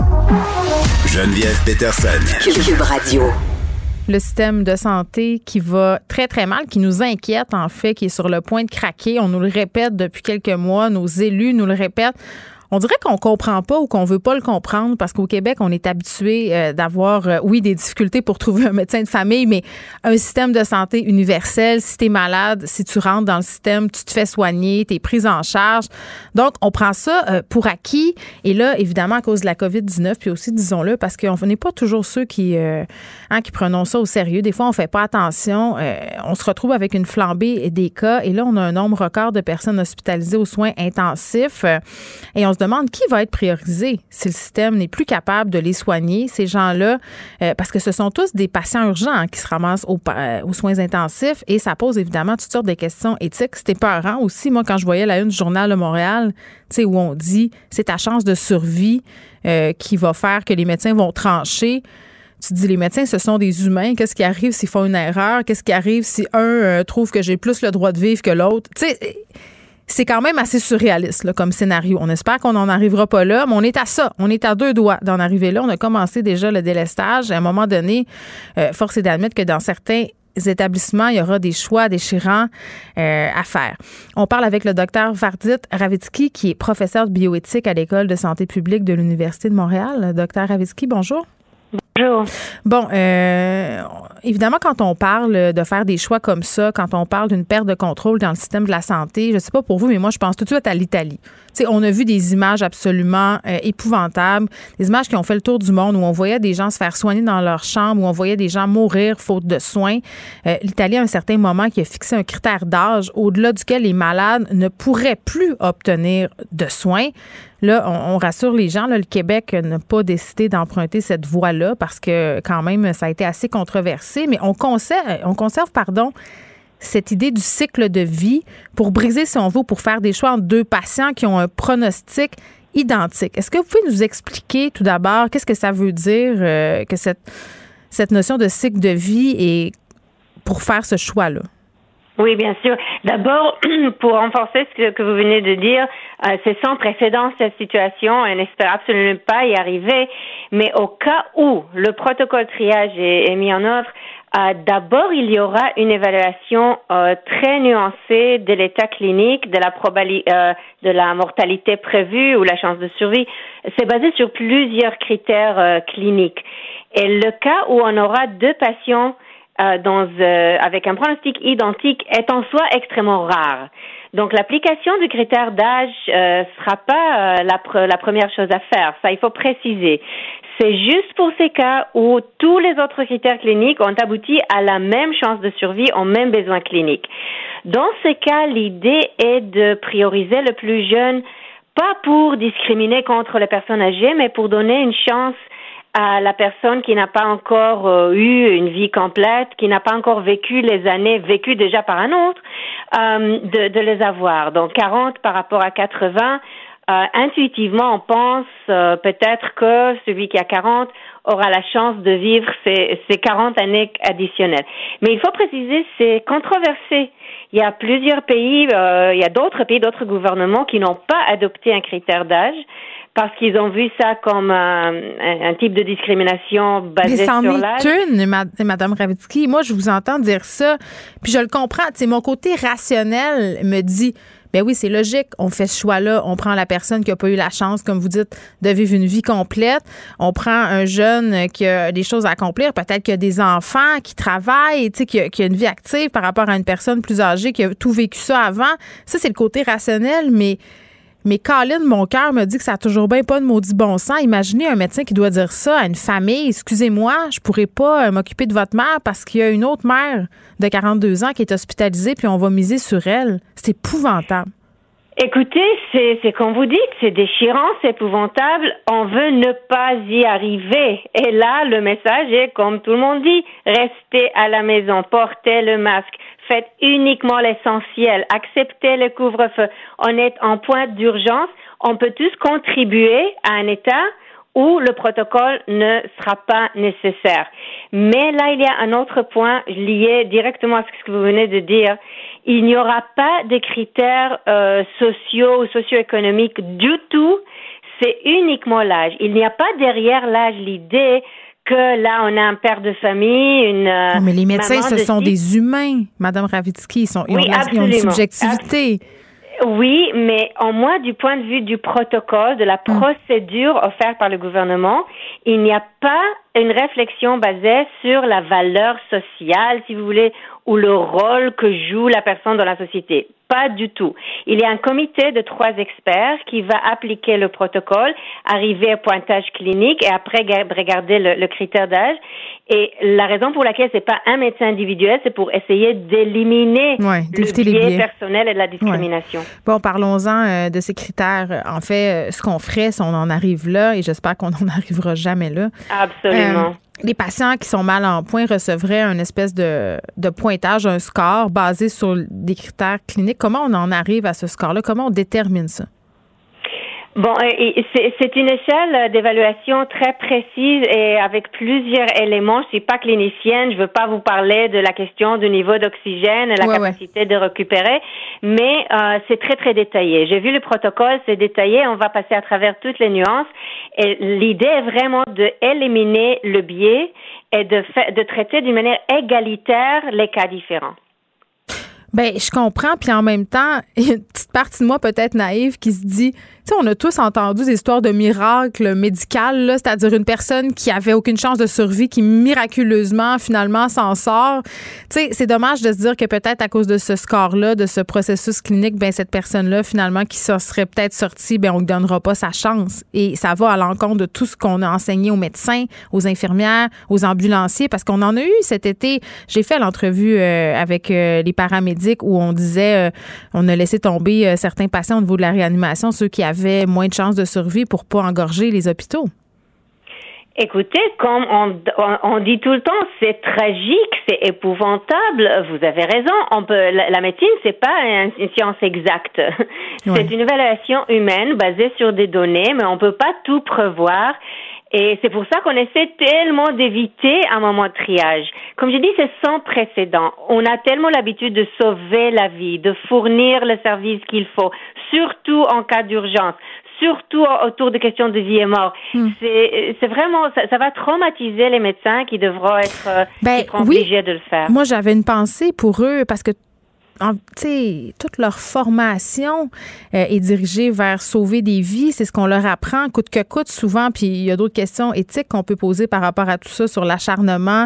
Geneviève Peterson. Cube Radio. Le système de santé qui va très, très mal, qui nous inquiète, en fait, qui est sur le point de craquer. On nous le répète depuis quelques mois. Nos élus nous le répètent. On dirait qu'on comprend pas ou qu'on veut pas le comprendre parce qu'au Québec, on est habitué d'avoir, des difficultés pour trouver un médecin de famille, mais un système de santé universel. Si tu es malade, si tu rentres dans le système, tu te fais soigner, tu es prise en charge. Donc, on prend ça pour acquis. Et là, évidemment, à cause de la COVID-19, puis aussi, disons-le, parce qu'on n'est pas toujours ceux qui prenons ça au sérieux. Des fois, on fait pas attention. On se retrouve avec une flambée des cas. Et là, on a un nombre record de personnes hospitalisées aux soins intensifs. Et on se demande qui va être priorisé si le système n'est plus capable de les soigner, ces gens-là, parce que ce sont tous des patients urgents qui se ramassent aux soins intensifs et ça pose évidemment toutes sortes de questions éthiques. C'était peurant aussi, moi, quand je voyais la une du Journal de Montréal, tu sais, où on dit c'est ta chance de survie qui va faire que les médecins vont trancher. Tu te dis, les médecins, ce sont des humains. Qu'est-ce qui arrive s'ils font une erreur? Qu'est-ce qui arrive si un trouve que j'ai plus le droit de vivre que l'autre? Tu sais, c'est quand même assez surréaliste là, comme scénario. On espère qu'on n'en arrivera pas là, mais on est à ça. On est à 2 doigts d'en arriver là. On a commencé déjà le délestage. À un moment donné, force est d'admettre que dans certains établissements, il y aura des choix déchirants à faire. On parle avec le docteur Vardit Ravitsky, qui est professeur de bioéthique à l'École de santé publique de l'Université de Montréal. Docteur Ravitsky, bonjour. Bonjour. Bon, évidemment, quand on parle de faire des choix comme ça, quand on parle d'une perte de contrôle dans le système de la santé, je sais pas pour vous, mais moi, je pense tout de suite à l'Italie. Tu sais, on a vu des images absolument épouvantables, des images qui ont fait le tour du monde, où on voyait des gens se faire soigner dans leur chambre, où on voyait des gens mourir faute de soins. L'Italie, à un certain moment, qui a fixé un critère d'âge au-delà duquel les malades ne pourraient plus obtenir de soins. Là, on rassure les gens, là, le Québec n'a pas décidé d'emprunter cette voie-là parce que quand même, ça a été assez controversé, mais on conserve, cette idée du cycle de vie pour briser, si on veut, pour faire des choix entre 2 patients qui ont un pronostic identique. Est-ce que vous pouvez nous expliquer tout d'abord qu'est-ce que ça veut dire que cette notion de cycle de vie est pour faire ce choix-là? Oui, bien sûr. D'abord, pour renforcer ce que vous venez de dire, c'est sans précédent cette situation. On n'espère absolument pas y arriver. Mais au cas où le protocole triage est mis en œuvre, d'abord, il y aura une évaluation très nuancée de l'état clinique, de la mortalité prévue ou la chance de survie. C'est basé sur plusieurs critères cliniques. Et le cas où on aura 2 patients avec un pronostic identique est en soi extrêmement rare. Donc, l'application du critère d'âge sera pas la première chose à faire. Ça, il faut préciser. C'est juste pour ces cas où tous les autres critères cliniques ont abouti à la même chance de survie, aux mêmes besoins cliniques. Dans ces cas, l'idée est de prioriser le plus jeune, pas pour discriminer contre les personnes âgées, mais pour donner une chance à la personne qui n'a pas encore eu une vie complète, qui n'a pas encore vécu les années vécues déjà par un autre, de les avoir. Donc 40 par rapport à 80, intuitivement on pense peut-être que celui qui a 40 aura la chance de vivre ces 40 années additionnelles. Mais il faut préciser, c'est controversé. Il y a plusieurs pays, il y a d'autres pays, d'autres gouvernements qui n'ont pas adopté un critère d'âge, parce qu'ils ont vu ça comme un type de discrimination basée sur l'âge. Mais c'en est une, Mme Ravitsky. Moi, je vous entends dire ça, puis je le comprends. Tu sais, mon côté rationnel me dit, ben oui, c'est logique, on fait ce choix-là, on prend la personne qui n'a pas eu la chance, comme vous dites, de vivre une vie complète. On prend un jeune qui a des choses à accomplir, peut-être qu'il y a des enfants, qui travaillent, tu sais, qui a une vie active par rapport à une personne plus âgée qui a tout vécu ça avant. Ça, c'est le côté rationnel, mais Colin, mon cœur me dit que ça n'a toujours bien pas de maudit bon sens. Imaginez un médecin qui doit dire ça à une famille. Excusez-moi, je pourrais pas m'occuper de votre mère parce qu'il y a une autre mère de 42 ans qui est hospitalisée puis on va miser sur elle. C'est épouvantable. Écoutez, c'est comme vous dites, c'est déchirant, c'est épouvantable. On veut ne pas y arriver. Et là, le message est, comme tout le monde dit, restez à la maison, portez le masque. Faites uniquement l'essentiel. Acceptez le couvre-feu. On est en point d'urgence. On peut tous contribuer à un état où le protocole ne sera pas nécessaire. Mais là, il y a un autre point lié directement à ce que vous venez de dire. Il n'y aura pas de critères sociaux ou socio-économiques du tout. C'est uniquement l'âge. Il n'y a pas derrière l'âge l'idée que là, on a un père de famille, non, mais les médecins, ce sont des humains, Mme Ravitsky. Ils ont une subjectivité. Oui, mais en moi, du point de vue du protocole, de la procédure offerte par le gouvernement, il n'y a pas une réflexion basée sur la valeur sociale, si vous voulez, ou le rôle que joue la personne dans la société. Pas du tout. Il y a un comité de 3 experts qui va appliquer le protocole, arriver au pointage clinique et après regarder le critère d'âge. Et la raison pour laquelle c'est pas un médecin individuel, c'est pour essayer d'éliminer le biais personnel et de la discrimination. Ouais. Bon, parlons-en de ces critères. En fait, ce qu'on ferait si on en arrive là, et j'espère qu'on n'en arrivera jamais là. Absolument. Les patients qui sont mal en point recevraient une espèce de pointage, un score basé sur des critères cliniques. Comment on en arrive à ce score-là? Comment on détermine ça? Bon, c'est une échelle d'évaluation très précise et avec plusieurs éléments. Je suis pas clinicienne, je veux pas vous parler de la question du niveau d'oxygène et la capacité de récupérer, mais c'est très très détaillé. J'ai vu le protocole, c'est détaillé, on va passer à travers toutes les nuances et l'idée est vraiment de éliminer le biais et de traiter d'une manière égalitaire les cas différents. Ben, je comprends, puis en même temps, il y a une petite partie de moi peut-être naïve qui se dit, tu sais, on a tous entendu des histoires de miracles médicaux, là, c'est-à-dire une personne qui avait aucune chance de survie, qui miraculeusement, finalement, s'en sort. Tu sais, c'est dommage de se dire que peut-être à cause de ce score-là, de ce processus clinique, ben cette personne-là, finalement, qui serait peut-être sortie, ben on ne donnera pas sa chance. Et ça va à l'encontre de tout ce qu'on a enseigné aux médecins, aux infirmières, aux ambulanciers, parce qu'on en a eu cet été. J'ai fait l'entrevue avec les paramédicaux où on disait on a laissé tomber certains patients au niveau de la réanimation, ceux qui avaient moins de chances de survie pour pas engorger les hôpitaux. Écoutez, comme on dit tout le temps, c'est tragique, c'est épouvantable. Vous avez raison. La médecine, c'est pas une science exacte. C'est une évaluation humaine basée sur des données, mais on peut pas tout prévoir. Et c'est pour ça qu'on essaie tellement d'éviter un moment de triage. Comme je dis, c'est sans précédent. On a tellement l'habitude de sauver la vie, de fournir le service qu'il faut, surtout en cas d'urgence, surtout autour de questions de vie et mort. C'est vraiment, ça va traumatiser les médecins qui devront être obligés de le faire. Moi, j'avais une pensée pour eux parce que toute leur formation est dirigée vers sauver des vies. C'est ce qu'on leur apprend coûte que coûte souvent. Puis il y a d'autres questions éthiques qu'on peut poser par rapport à tout ça sur l'acharnement.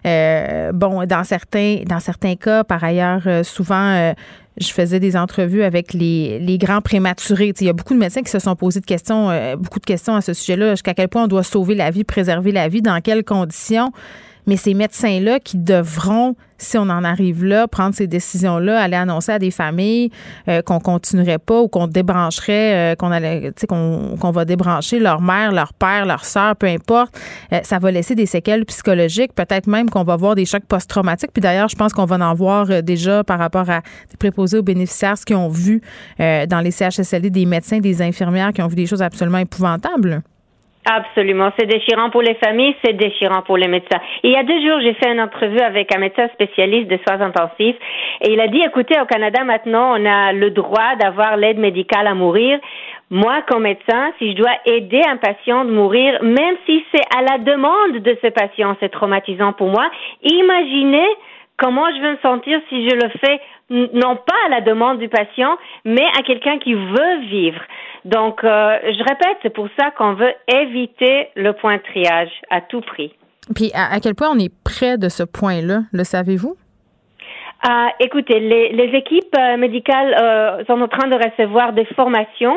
Dans certains cas, par ailleurs, souvent, je faisais des entrevues avec les grands prématurés. Il y a beaucoup de médecins qui se sont posés beaucoup de questions à ce sujet-là. Jusqu'à quel point on doit sauver la vie, préserver la vie, dans quelles conditions. Mais ces médecins-là qui devront, si on en arrive là, prendre ces décisions-là, aller annoncer à des familles qu'on continuerait pas ou qu'on débrancherait, qu'on va débrancher leur mère, leur père, leur sœur, peu importe, ça va laisser des séquelles psychologiques, peut-être même qu'on va voir des chocs post-traumatiques. Puis d'ailleurs, je pense qu'on va en voir déjà par rapport à des préposés aux bénéficiaires, ce qu'ils ont vu dans les CHSLD, des médecins, des infirmières qui ont vu des choses absolument épouvantables. Absolument. C'est déchirant pour les familles, c'est déchirant pour les médecins. Et il y a 2 jours, j'ai fait une entrevue avec un médecin spécialiste de soins intensifs et il a dit, écoutez, au Canada, maintenant, on a le droit d'avoir l'aide médicale à mourir. Moi, comme médecin, si je dois aider un patient de mourir, même si c'est à la demande de ce patient, c'est traumatisant pour moi. Imaginez comment je vais me sentir si je le fais non pas à la demande du patient, mais à quelqu'un qui veut vivre. Donc, je répète, c'est pour ça qu'on veut éviter le point de triage à tout prix. Puis, à quel point on est près de ce point-là, le savez-vous? Écoutez, les équipes médicales sont en train de recevoir des formations,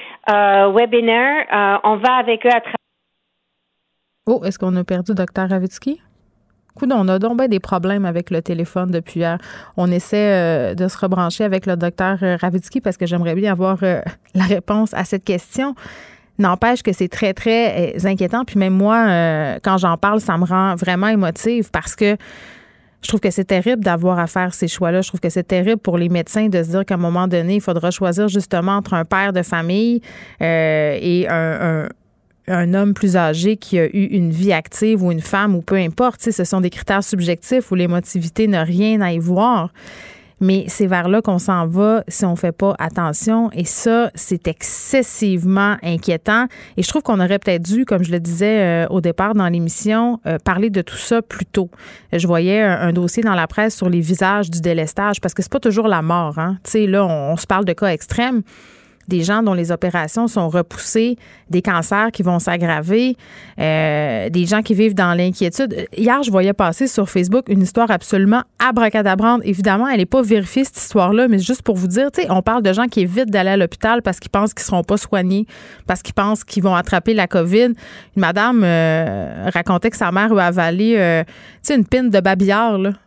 webinaires. On va avec eux à travers. Oh, est-ce qu'on a perdu Dr. Ravitsky? On a donc bien des problèmes avec le téléphone depuis hier. On essaie de se rebrancher avec le docteur Ravitsky parce que j'aimerais bien avoir la réponse à cette question. N'empêche que c'est très, très inquiétant. Puis même moi, quand j'en parle, ça me rend vraiment émotive parce que je trouve que c'est terrible d'avoir à faire ces choix-là. Je trouve que c'est terrible pour les médecins de se dire qu'à un moment donné, il faudra choisir justement entre un père de famille et un homme plus âgé qui a eu une vie active ou une femme ou peu importe. Ce sont des critères subjectifs où l'émotivité n'a rien à y voir. Mais c'est vers là qu'on s'en va si on ne fait pas attention. Et ça, c'est excessivement inquiétant. Et je trouve qu'on aurait peut-être dû, comme je le disais au départ dans l'émission, parler de tout ça plus tôt. Je voyais un dossier dans la presse sur les visages du délestage parce que c'est pas toujours la mort. Hein? Tu sais, là, on se parle de cas extrêmes. Des gens dont les opérations sont repoussées, des cancers qui vont s'aggraver, des gens qui vivent dans l'inquiétude. Hier, je voyais passer sur Facebook une histoire absolument abracadabrante. Évidemment, elle n'est pas vérifiée, cette histoire-là, mais juste pour vous dire, tu sais, on parle de gens qui évitent d'aller à l'hôpital parce qu'ils pensent qu'ils ne seront pas soignés, parce qu'ils pensent qu'ils vont attraper la COVID. Une madame racontait que sa mère lui a avalé, tu sais, une pine de babillard, là.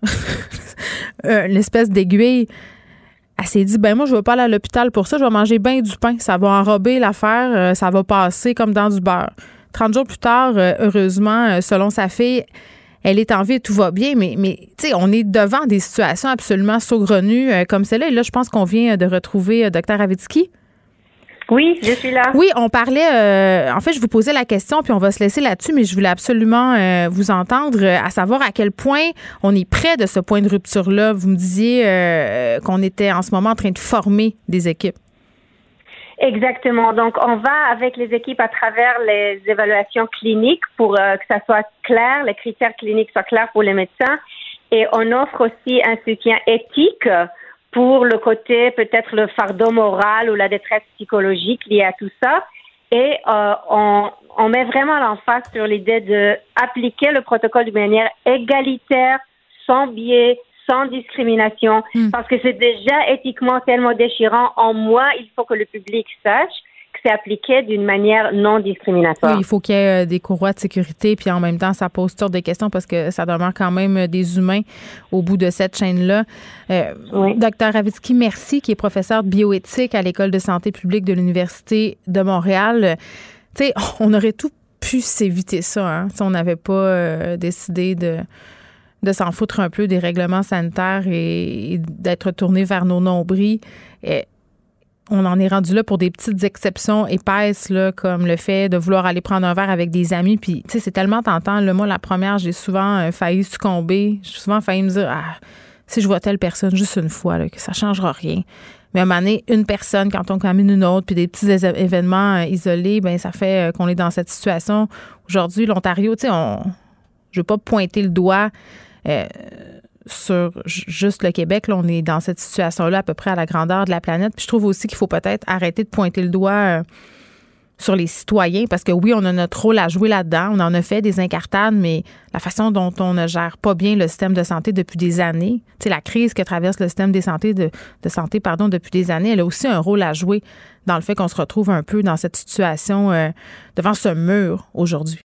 Une espèce d'aiguille. Elle s'est dit, moi, je ne vais pas aller à l'hôpital pour ça. Je vais manger bien du pain. Ça va enrober l'affaire. Ça va passer comme dans du beurre. 30 jours plus tard, heureusement, selon sa fille, elle est en vie et tout va bien. Mais tu sais, on est devant des situations absolument saugrenues comme celle-là. Et là, je pense qu'on vient de retrouver Dr. Ravitsky. Oui, je suis là. Oui, on parlait, en fait, je vous posais la question, puis on va se laisser là-dessus, mais je voulais absolument vous entendre, à savoir à quel point on est près de ce point de rupture-là. Vous me disiez qu'on était en ce moment en train de former des équipes. Exactement. Donc, on va avec les équipes à travers les évaluations cliniques pour que ça soit clair, les critères cliniques soient clairs pour les médecins. Et on offre aussi un soutien éthique pour le côté, peut-être le fardeau moral ou la détresse psychologique liée à tout ça. Et on met vraiment l'emphase sur l'idée d'appliquer le protocole de manière égalitaire, sans biais, sans discrimination, parce que c'est déjà éthiquement tellement déchirant. En moi, il faut que le public sache que c'est appliqué d'une manière non discriminatoire. Oui, il faut qu'il y ait des courroies de sécurité, puis en même temps, ça pose toutes des questions parce que ça demeure quand même des humains au bout de cette chaîne-là. Oui. Dr. Ravitsky, merci, qui est professeur de bioéthique à l'École de santé publique de l'Université de Montréal. Tu sais, on aurait tout pu s'éviter ça, hein, si on n'avait pas décidé de s'en foutre un peu des règlements sanitaires et d'être tourné vers nos nombrils. on en est rendu là pour des petites exceptions épaisses, là, comme le fait de vouloir aller prendre un verre avec des amis. Puis, tu sais, c'est tellement tentant. Là, moi, la première, j'ai souvent failli succomber. J'ai souvent failli me dire, si je vois telle personne juste une fois, là, que ça changera rien. Mais à un moment donné, une personne, quand on commune une autre, puis des petits événements isolés, ben ça fait qu'on est dans cette situation. Aujourd'hui, l'Ontario, tu sais, je veux pas pointer le doigt sur juste le Québec. Là, on est dans cette situation-là à peu près à la grandeur de la planète. Puis je trouve aussi qu'il faut peut-être arrêter de pointer le doigt sur les citoyens, parce que oui, on a notre rôle à jouer là-dedans. On en a fait des incartades, mais la façon dont on ne gère pas bien le système de santé depuis des années, tu sais, la crise que traverse le système de santé depuis des années, elle a aussi un rôle à jouer dans le fait qu'on se retrouve un peu dans cette situation devant ce mur aujourd'hui.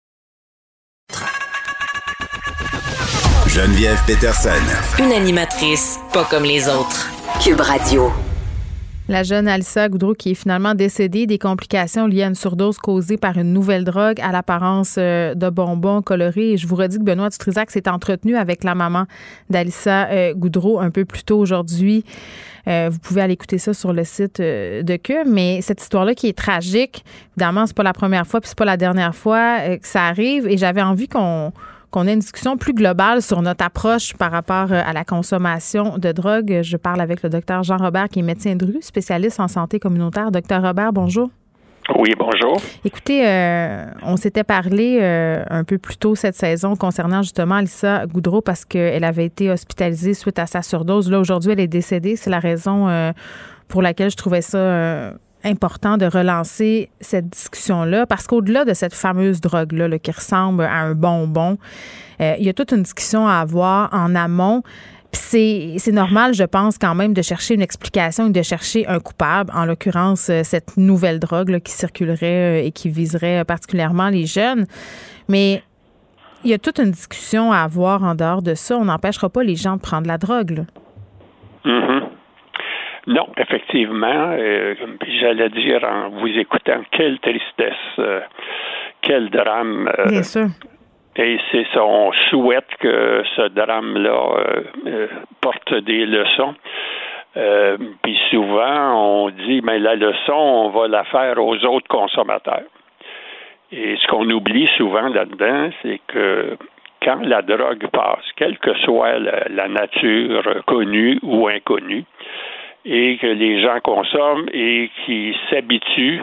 Geneviève Peterson. Une animatrice pas comme les autres. Cube Radio. La jeune Alyssa Goudreau qui est finalement décédée des complications liées à une surdose causée par une nouvelle drogue à l'apparence de bonbons colorés. Et je vous redis que Benoît Dutrisac s'est entretenu avec la maman d'Alyssa Goudreau un peu plus tôt aujourd'hui. Vous pouvez aller écouter ça sur le site de Cube. Mais cette histoire-là qui est tragique, évidemment, c'est pas la première fois puis c'est pas la dernière fois que ça arrive. Et j'avais envie qu'on ait une discussion plus globale sur notre approche par rapport à la consommation de drogue. Je parle avec le docteur Jean Robert, qui est médecin de rue, spécialiste en santé communautaire. Docteur Robert, bonjour. Oui, bonjour. Écoutez, on s'était parlé un peu plus tôt cette saison concernant justement Alyssa Goudreau parce qu'elle avait été hospitalisée suite à sa surdose. Là, aujourd'hui, elle est décédée. C'est la raison pour laquelle je trouvais ça important de relancer cette discussion-là, parce qu'au-delà de cette fameuse drogue-là là, qui ressemble à un bonbon, il y a toute une discussion à avoir en amont. Puis c'est normal, je pense, quand même, de chercher une explication et de chercher un coupable, en l'occurrence, cette nouvelle drogue là, qui circulerait et qui viserait particulièrement les jeunes. Mais il y a toute une discussion à avoir en dehors de ça. On n'empêchera pas les gens de prendre la drogue, là. Mm-hmm. Non, effectivement, j'allais dire en vous écoutant, quelle tristesse, quel drame. Bien sûr. Et c'est ça, on souhaite que ce drame-là porte des leçons. Puis souvent, on dit, mais la leçon, on va la faire aux autres consommateurs. Et ce qu'on oublie souvent là-dedans, c'est que quand la drogue passe, quelle que soit la nature connue ou inconnue, et que les gens consomment et qui s'habituent,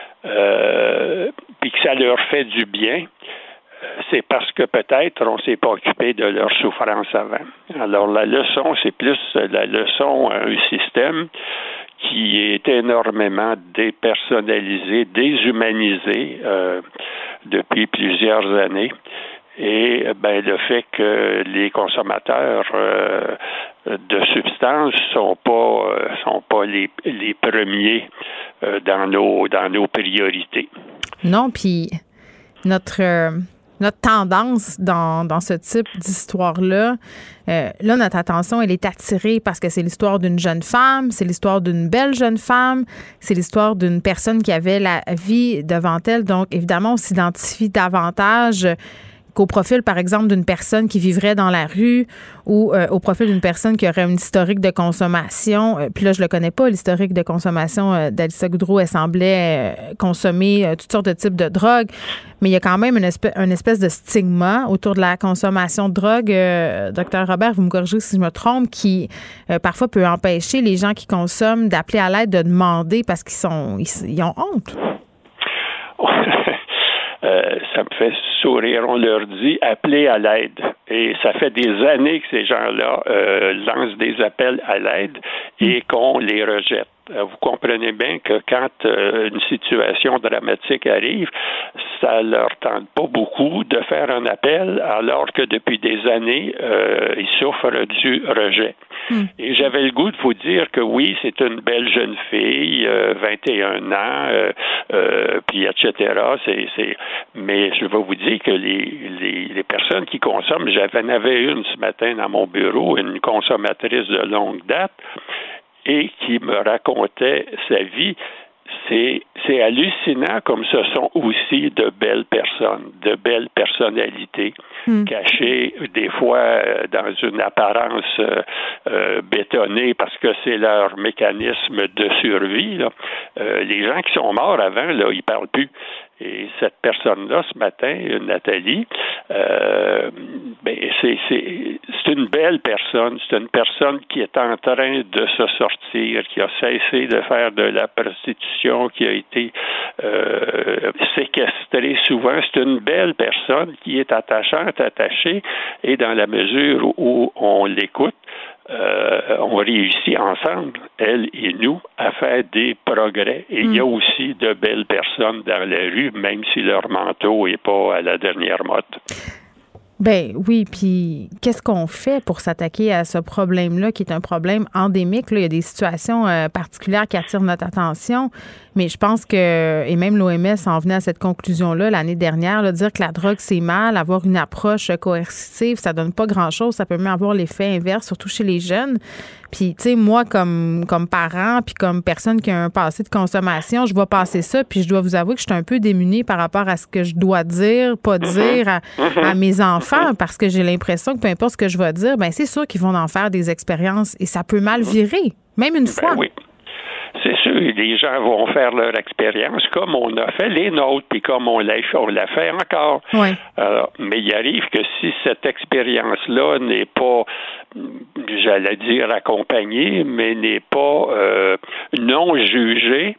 puis que ça leur fait du bien, c'est parce que peut-être on ne s'est pas occupé de leur souffrance avant. Alors la leçon, c'est plus la leçon à un système qui est énormément dépersonnalisé, déshumanisé depuis plusieurs années. Et le fait que les consommateurs de substances sont pas les premiers dans nos priorités. Non, puis notre tendance dans ce type d'histoire-là, là, notre attention, elle est attirée parce que c'est l'histoire d'une jeune femme, c'est l'histoire d'une belle jeune femme, c'est l'histoire d'une personne qui avait la vie devant elle. Donc, évidemment, on s'identifie davantage qu'au profil, par exemple, d'une personne qui vivrait dans la rue ou au profil d'une personne qui aurait une historique de consommation. Puis là, je le connais pas, l'historique de consommation d'Alyssa Goudreau. Elle semblait consommer toutes sortes de types de drogues. Mais il y a quand même une espèce de stigma autour de la consommation de drogue. Docteur Robert, vous me corrigez si je me trompe, qui parfois peut empêcher les gens qui consomment d'appeler à l'aide, de demander parce qu'ils ont honte. Ça me fait sourire. On leur dit appelez à l'aide. Et ça fait des années que ces gens-là lancent des appels à l'aide et qu'on les rejette. Vous comprenez bien que quand une situation dramatique arrive, ça leur tente pas beaucoup de faire un appel, alors que depuis des années, ils souffrent du rejet. Et j'avais le goût de vous dire que oui, c'est une belle jeune fille, 21 ans, puis etc. Mais je vais vous dire que les personnes qui consomment, j'en avais une ce matin dans mon bureau, une consommatrice de longue date, et qui me racontait sa vie. C'est hallucinant comme ce sont aussi de belles personnes, de belles personnalités cachées des fois dans une apparence bétonnée parce que c'est leur mécanisme de survie. Là. Les gens qui sont morts avant, là, ils parlent plus. Et cette personne-là, ce matin, Nathalie, c'est une belle personne. C'est une personne qui est en train de se sortir, qui a cessé de faire de la prostitution, qui a été séquestrée souvent. C'est une belle personne qui est attachée, et dans la mesure où on l'écoute, on réussit ensemble, elle et nous, à faire des progrès. Et il y a aussi de belles personnes dans la rue, même si leur manteau n'est pas à la dernière mode. Ben oui, puis qu'est-ce qu'on fait pour s'attaquer à ce problème-là, qui est un problème endémique? Là, il y a des situations particulières qui attirent notre attention, mais je pense que, et même l'OMS en venait à cette conclusion-là l'année dernière, là, dire que la drogue, c'est mal, avoir une approche coercitive, ça donne pas grand-chose, ça peut même avoir l'effet inverse, surtout chez les jeunes. Puis, tu sais, moi, comme parent, puis comme personne qui a un passé de consommation, je vois passer ça, puis je dois vous avouer que je suis un peu démunie par rapport à ce que je dois dire, pas dire à mes enfants, parce que j'ai l'impression que peu importe ce que je vais dire, ben c'est sûr qu'ils vont en faire des expériences et ça peut mal virer, même une fois. Oui. C'est sûr, les gens vont faire leur expérience comme on a fait les nôtres, puis comme on l'a fait encore. Oui. Mais il arrive que si cette expérience-là n'est pas, j'allais dire accompagnée, mais n'est pas non jugée,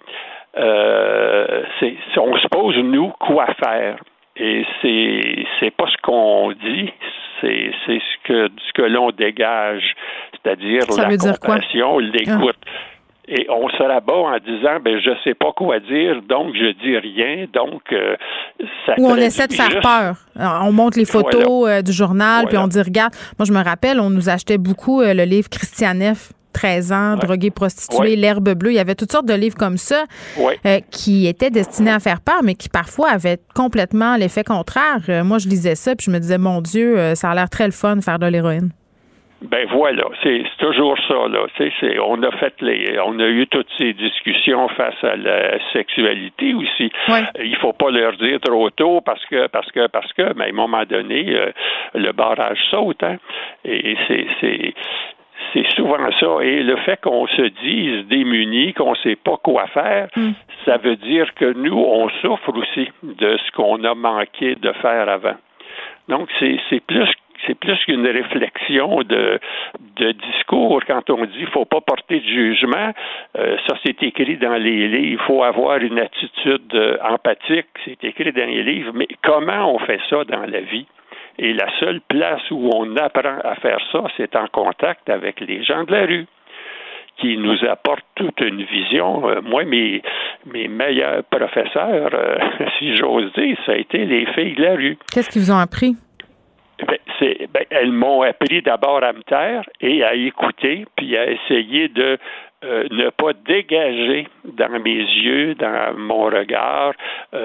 on se pose, nous, quoi faire. Et c'est pas ce qu'on dit, c'est ce que l'on dégage, c'est-à-dire la compassion, l'écoute. Et on se rabat en disant, je sais pas quoi dire, donc je dis rien, donc ça. Ou on essaie de faire peur. On montre les photos du journal, puis on dit, regarde, moi je me rappelle, on nous achetait beaucoup le livre Christianeff. 13 ans, drogué, prostitué, l'herbe bleue. Il y avait toutes sortes de livres comme ça qui étaient destinés à faire peur, mais qui parfois avaient complètement l'effet contraire. Moi, je lisais ça, puis je me disais, mon Dieu, ça a l'air très le fun de faire de l'héroïne. Ben voilà, c'est toujours ça là. On a eu toutes ces discussions face à la sexualité aussi. Il faut pas leur dire trop tôt parce que, mais à un moment donné, le barrage saute. Hein? Et c'est souvent ça. Et le fait qu'on se dise démunis, qu'on ne sait pas quoi faire, ça veut dire que nous, on souffre aussi de ce qu'on a manqué de faire avant. Donc, c'est plus qu'une réflexion de discours quand on dit qu'il ne faut pas porter de jugement. Ça, c'est écrit dans les livres. Il faut avoir une attitude empathique. C'est écrit dans les livres. Mais comment on fait ça dans la vie? Et la seule place où on apprend à faire ça, c'est en contact avec les gens de la rue qui nous apportent toute une vision. Moi, mes meilleurs professeurs, si j'ose dire, ça a été les filles de la rue. Qu'est-ce qu'ils vous ont appris? Elles m'ont appris d'abord à me taire et à écouter, puis à essayer de ne pas dégager dans mes yeux, dans mon regard,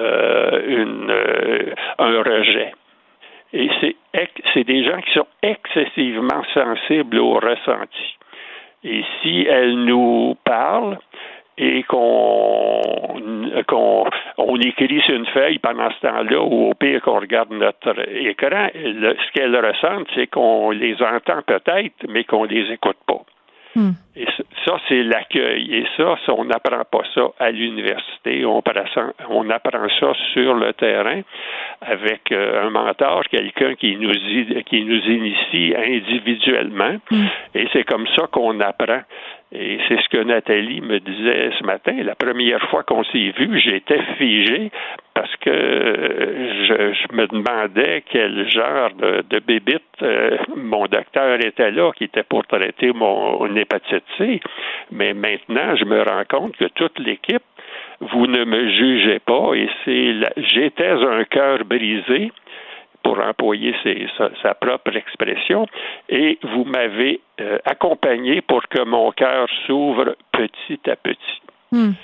un rejet. Et c'est des gens qui sont excessivement sensibles au ressenti. Et si elles nous parlent et qu'on écrit sur une feuille pendant ce temps-là, ou au pire qu'on regarde notre écran, ce qu'elles ressentent, c'est qu'on les entend peut-être, mais qu'on les écoute pas. Et ça, c'est l'accueil. Et ça, on n'apprend pas ça à l'université. On apprend ça sur le terrain avec un mentor, quelqu'un qui nous initie individuellement. Et c'est comme ça qu'on apprend. Et c'est ce que Nathalie me disait ce matin. La première fois qu'on s'est vu, j'étais figé parce que je me demandais quel genre de bébite mon docteur était là, qui était pour traiter mon hépatite C. Mais maintenant, je me rends compte que toute l'équipe, vous ne me jugez pas et j'étais un cœur brisé, pour employer sa propre expression, et vous m'avez accompagné pour que mon cœur s'ouvre petit à petit.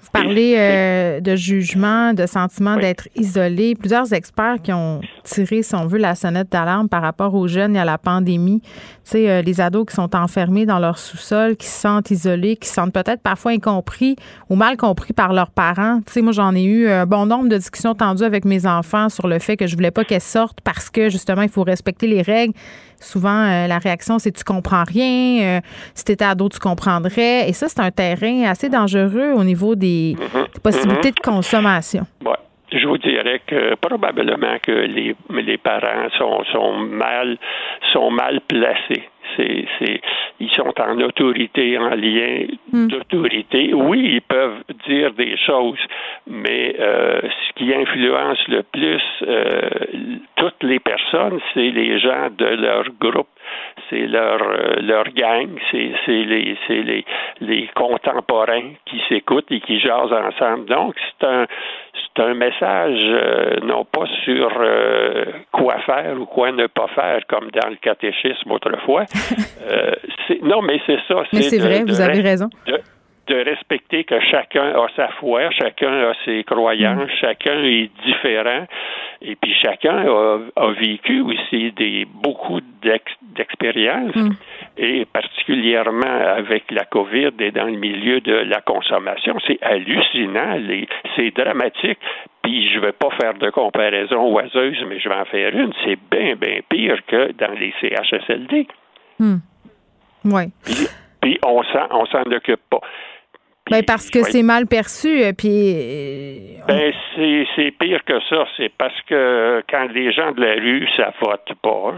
Vous parlez de jugement, de sentiment d'être isolé. Plusieurs experts qui ont tiré, si on veut, la sonnette d'alarme par rapport aux jeunes et à la pandémie. Tu sais, les ados qui sont enfermés dans leur sous-sol, qui se sentent isolés, qui se sentent peut-être parfois incompris ou mal compris par leurs parents. Tu sais, moi, j'en ai eu un bon nombre de discussions tendues avec mes enfants sur le fait que je voulais pas qu'elles sortent parce que, justement, il faut respecter les règles. Souvent, la réaction, c'est « tu comprends rien si tu étais ado, tu comprendrais ». Et ça, c'est un terrain assez dangereux au niveau des possibilités de consommation. Ouais. Je vous dirais que probablement que les parents sont mal placés. Ils sont en autorité, en lien d'autorité. Oui, ils peuvent dire des choses, mais ce qui influence le plus toutes les personnes, c'est les gens de leur groupe, c'est leur gang, c'est les contemporains qui s'écoutent et qui jasent ensemble. Donc, c'est un message non pas sur quoi faire ou quoi ne pas faire, comme dans le catéchisme autrefois. Non, mais c'est ça. Mais c'est vrai, vous avez raison. De respecter que chacun a sa foi, chacun a ses croyances, chacun est différent, et puis chacun a vécu aussi beaucoup d'expériences, et particulièrement avec la COVID et dans le milieu de la consommation, c'est hallucinant, c'est dramatique. Puis je ne vais pas faire de comparaison oiseuse, mais je vais en faire une. C'est bien, bien pire que dans les CHSLD. Oui. Puis on s'en occupe pas. Ben parce que c'est mal perçu, puis... Ben c'est pire que ça. C'est parce que quand les gens de la rue, ça vote pas.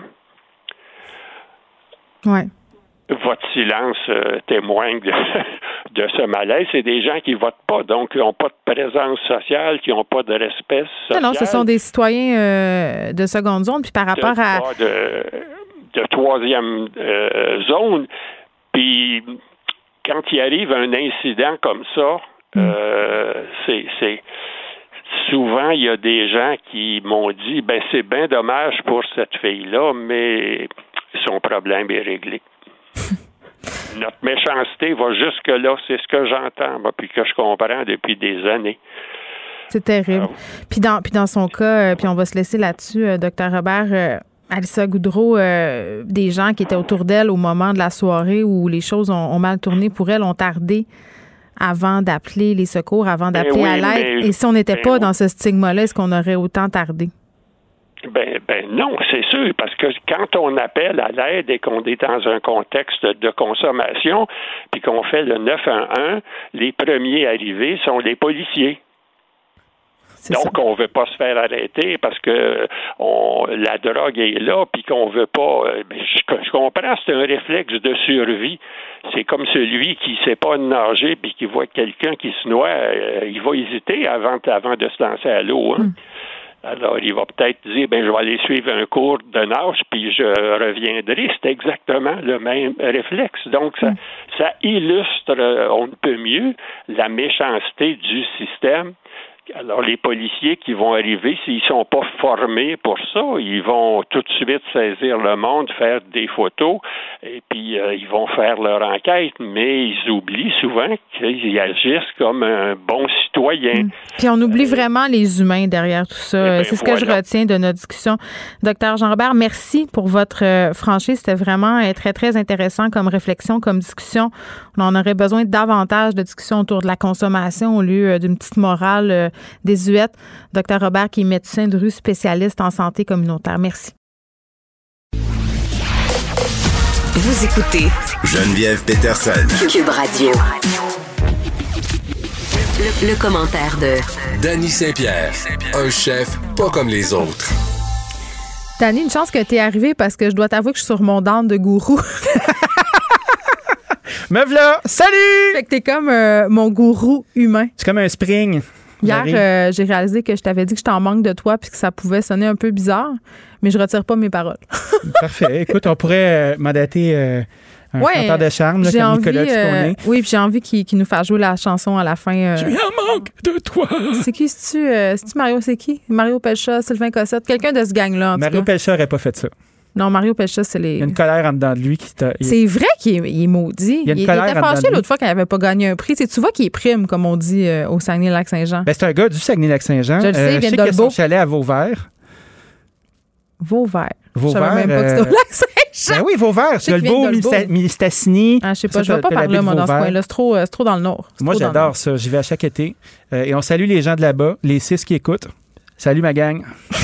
Oui. Votre silence témoigne de ce malaise. C'est des gens qui votent pas, donc qui n'ont pas de présence sociale, qui n'ont pas de respect social. Non, ce sont des citoyens de seconde zone, puis par rapport à... De troisième zone. Puis, quand il arrive un incident comme ça, c'est souvent, il y a des gens qui m'ont dit, ben c'est bien dommage pour cette fille-là, mais son problème est réglé. Notre méchanceté va jusque-là, c'est ce que j'entends, moi, puis que je comprends depuis des années. C'est terrible. Puis dans son cas, puis on va se laisser là-dessus, Dr Robert... Alissa Goudreau, des gens qui étaient autour d'elle au moment de la soirée où les choses ont mal tourné pour elle, ont tardé avant d'appeler les secours, avant d'appeler à l'aide. Et si on n'était pas dans ce stigma-là, est-ce qu'on aurait autant tardé? Ben non, c'est sûr, parce que quand on appelle à l'aide et qu'on est dans un contexte de consommation, puis qu'on fait le 911, les premiers arrivés sont les policiers. Donc, on ne veut pas se faire arrêter parce que la drogue est là, puis qu'on ne veut pas... je comprends, c'est un réflexe de survie. C'est comme celui qui ne sait pas nager puis qui voit quelqu'un qui se noie, il va hésiter avant de se lancer à l'eau. Hein. Alors, il va peut-être dire, je vais aller suivre un cours de nage, puis je reviendrai. C'est exactement le même réflexe. Donc, ça illustre, on ne peut mieux, la méchanceté du système. Alors, les policiers qui vont arriver, s'ils ne sont pas formés pour ça, ils vont tout de suite saisir le monde, faire des photos, et puis ils vont faire leur enquête, mais ils oublient souvent qu'ils agissent comme un bon citoyen. Puis on oublie vraiment les humains derrière tout ça. C'est ce que je retiens de notre discussion. Docteur Jean-Robert, merci pour votre franchise. C'était vraiment très, très intéressant comme réflexion, comme discussion. On en aurait besoin davantage de discussions autour de la consommation au lieu d'une petite morale désuète. Dr Robert, qui est médecin de rue spécialiste en santé communautaire. Merci. Vous écoutez Geneviève Peterson. Cube Radio. Le commentaire de Danny Saint-Pierre, un chef pas comme les autres. Danny, une chance que t'es arrivé parce que je dois t'avouer que je suis sur mon dente de gourou. Me v'là! Salut! Fait que t'es comme mon gourou humain. C'est comme un spring. Hier, j'ai réalisé que je t'avais dit que j'étais en manque de toi puis que ça pouvait sonner un peu bizarre, mais je retire pas mes paroles. Parfait. Écoute, on pourrait mandater un chanteur de charme là, comme Nicolas Dupont-Aignan. Oui, puis j'ai envie qu'il nous fasse jouer la chanson à la fin. Je suis en manque de toi. C'est qui? C'est-tu Mario? C'est qui? Mario Pelcha, Sylvain Cossette, quelqu'un de ce gang-là. Mario Pelcha n'aurait pas fait ça. Non, Mario Pelcha, c'est les... Il y a une colère en dedans de lui qui t'a... C'est vrai qu'il est maudit. Il était fâché l'autre fois qu'il n'avait pas gagné un prix. Tu vois qu'il est prime, comme on dit au Saguenay-Lac-Saint-Jean. Ben, c'est un gars du Saguenay-Lac-Saint-Jean. Je le sais, il vient de Dolbeau. Je sais qu'il a son chalet à Vauvert. Vauvert. Je savais même pas que c'était au Lac-Saint-Jean. Ben oui, Vauvert. Dolbeau, Mistassini. Je sais pas, je ne vais pas par là, moi, dans ce coin-là. C'est trop dans le nord. Moi, j'adore ça. J'y vais à chaque été. Et on salue les gens de là-bas, les 6 qui écoutent. Salut, ma gang.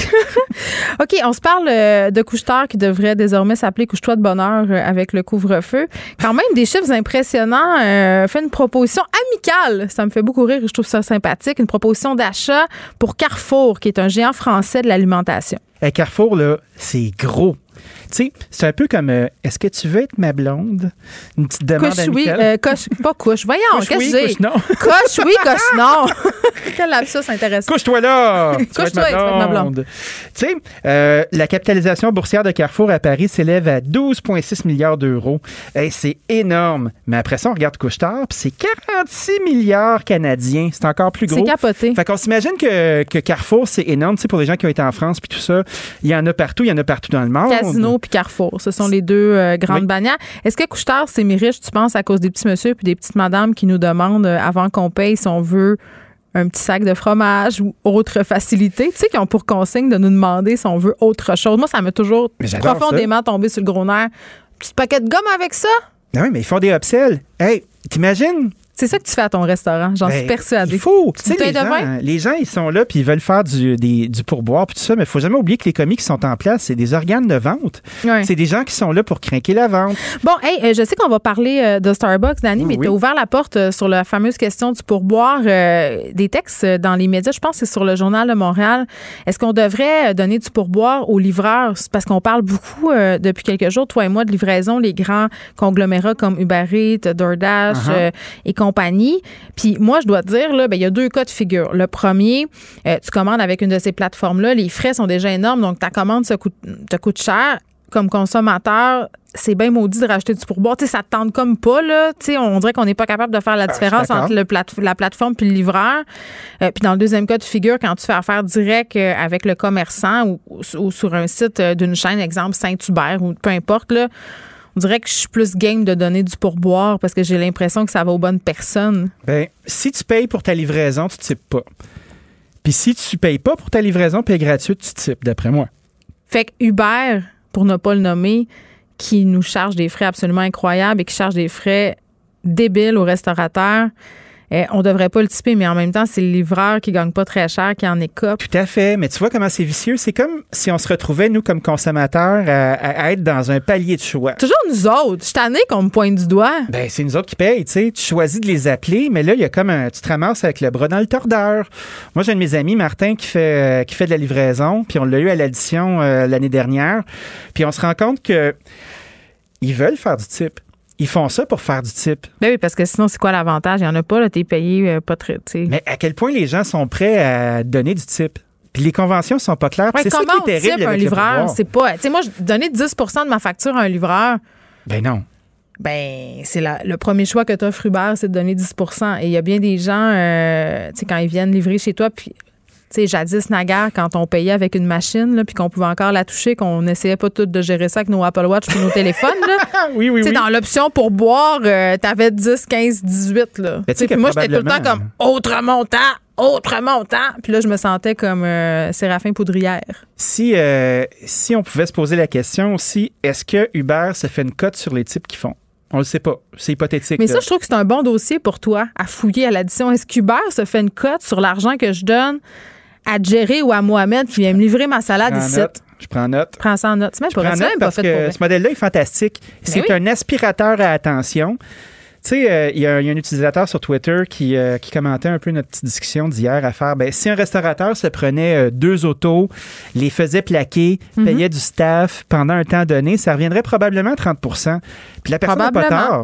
OK, on se parle de couche-tard qui devrait désormais s'appeler couche-toi de bonheur avec le couvre-feu. Quand même, des chiffres impressionnants. Fait une proposition amicale. Ça me fait beaucoup rire. Je trouve ça sympathique. Une proposition d'achat pour Carrefour, qui est un géant français de l'alimentation. Carrefour, là, c'est gros. Tu sais, c'est un peu comme est-ce que tu veux être ma blonde? Une petite demande amicale. Pas couche. Voyons, qu'est-ce que j'ai? Couche non. Couche oui, couche non. Quel lapsus intéressant. Couche-toi là! Couche-toi, tu vas être ma blonde. Tu sais, la capitalisation boursière de Carrefour à Paris s'élève à 12,6 milliards d'euros. C'est énorme. Mais après ça, on regarde Couche-Tard, puis c'est 46 milliards canadiens. C'est encore plus gros. C'est capoté. Fait qu'on s'imagine que Carrefour, c'est énorme. Tu sais, pour les gens qui ont été en France puis tout ça, il y en a partout dans le monde. Casino puis Carrefour, ce sont les deux grandes bannières. Est-ce que Couche-Tard, c'est mi-riche, tu penses, à cause des petits messieurs puis des petites madames qui nous demandent, avant qu'on paye, si on veut un petit sac de fromage ou autre facilité, tu sais, qui ont pour consigne de nous demander si on veut autre chose. Moi, ça m'a toujours profondément tombé sur le gros nerf. Petit paquet de gomme avec ça? Non, oui, mais ils font des upsells. Hey, t'imagines? C'est ça que tu fais à ton restaurant, j'en suis persuadée. Il faut. Tu sais, les gens, ils sont là puis ils veulent faire du pourboire puis tout ça, mais il faut jamais oublier que les commis qui sont en place, c'est des organes de vente. Ouais. C'est des gens qui sont là pour craquer la vente. Bon, hey, je sais qu'on va parler de Starbucks, Dani, mais tu as ouvert la porte sur la fameuse question du pourboire. Des textes dans les médias, je pense que c'est sur le Journal de Montréal. Est-ce qu'on devrait donner du pourboire aux livreurs? C'est parce qu'on parle beaucoup depuis quelques jours, toi et moi, de livraison, les grands conglomérats comme Uber Eats, DoorDash et compagnie. Puis moi, je dois te dire, là, il y a 2 cas de figure. Le premier, tu commandes avec une de ces plateformes-là, les frais sont déjà énormes, donc ta commande te coûte cher. Comme consommateur, c'est bien maudit de racheter du pourboire. Tu sais, ça te tente comme pas, là. Tu sais, on dirait qu'on n'est pas capable de faire la différence entre la plateforme puis le livreur. Puis dans le deuxième cas de figure, quand tu fais affaire direct avec le commerçant ou sur un site d'une chaîne, exemple Saint-Hubert ou peu importe, là, on dirait que je suis plus game de donner du pourboire parce que j'ai l'impression que ça va aux bonnes personnes. Bien, si tu payes pour ta livraison, tu ne types pas. Puis si tu payes pas pour ta livraison puis elle est gratuite, tu types, d'après moi. Fait que Uber, pour ne pas le nommer, qui nous charge des frais absolument incroyables et qui charge des frais débiles aux restaurateurs, on devrait pas le typer, mais en même temps, c'est le livreur qui gagne pas très cher qui en écope. Tout à fait. Mais tu vois comment c'est vicieux? C'est comme si on se retrouvait, nous, comme consommateurs, à être dans un palier de choix. Toujours nous autres. Je suis tannée qu'on me pointe du doigt. Ben, c'est nous autres qui payent, tu sais. Tu choisis de les appeler, mais là, il y a comme tu te ramasses avec le bras dans le tordeur. Moi, j'ai un de mes amis, Martin, qui fait de la livraison, puis on l'a eu à l'addition l'année dernière. Puis on se rend compte que ils veulent faire du type. Ils font ça pour faire du type. Ben oui, parce que sinon, c'est quoi l'avantage? Il n'y en a pas, là, t'es payé pas très, tu sais. Mais à quel point les gens sont prêts à donner du type? Puis les conventions sont pas claires. Ouais, c'est ça qui est terrible avec un livreur, c'est pas... Tu sais, moi, donner 10 de ma facture à un livreur... Ben non. Ben, c'est le premier choix que t'offre Uber, c'est de donner 10 Et il y a bien des gens, tu sais, quand ils viennent livrer chez toi, puis... Tu sais, jadis, naguère, quand on payait avec une machine, là, puis qu'on pouvait encore la toucher, qu'on n'essayait pas tout de gérer ça avec nos Apple Watch puis nos téléphones, là. Oui. Tu sais, dans l'option pour boire, t'avais 10, 15, 18, là. Puis moi, j'étais tout le temps comme autre montant. Puis là, je me sentais comme Séraphin Poudrière. Si on pouvait se poser la question aussi, est-ce que Uber se fait une cote sur les types qu'ils font? On le sait pas. C'est hypothétique. Mais ça, je trouve que c'est un bon dossier pour toi à fouiller à l'addition. Est-ce qu'Uber se fait une cote sur l'argent que je donne à Jerry ou à Mohamed qui vient me livrer ma salade ici? Je prends note. Prends ça en note. C'est même pas vrai. Parce que ce modèle-là est fantastique. C'est un aspirateur à attention. Tu sais, il y a un utilisateur sur Twitter qui commentait un peu notre petite discussion d'hier à faire, ben, si un restaurateur se prenait 2 autos, les faisait plaquer, payait du staff pendant un temps donné, ça reviendrait probablement à 30 %. Puis la personne n'a pas tort.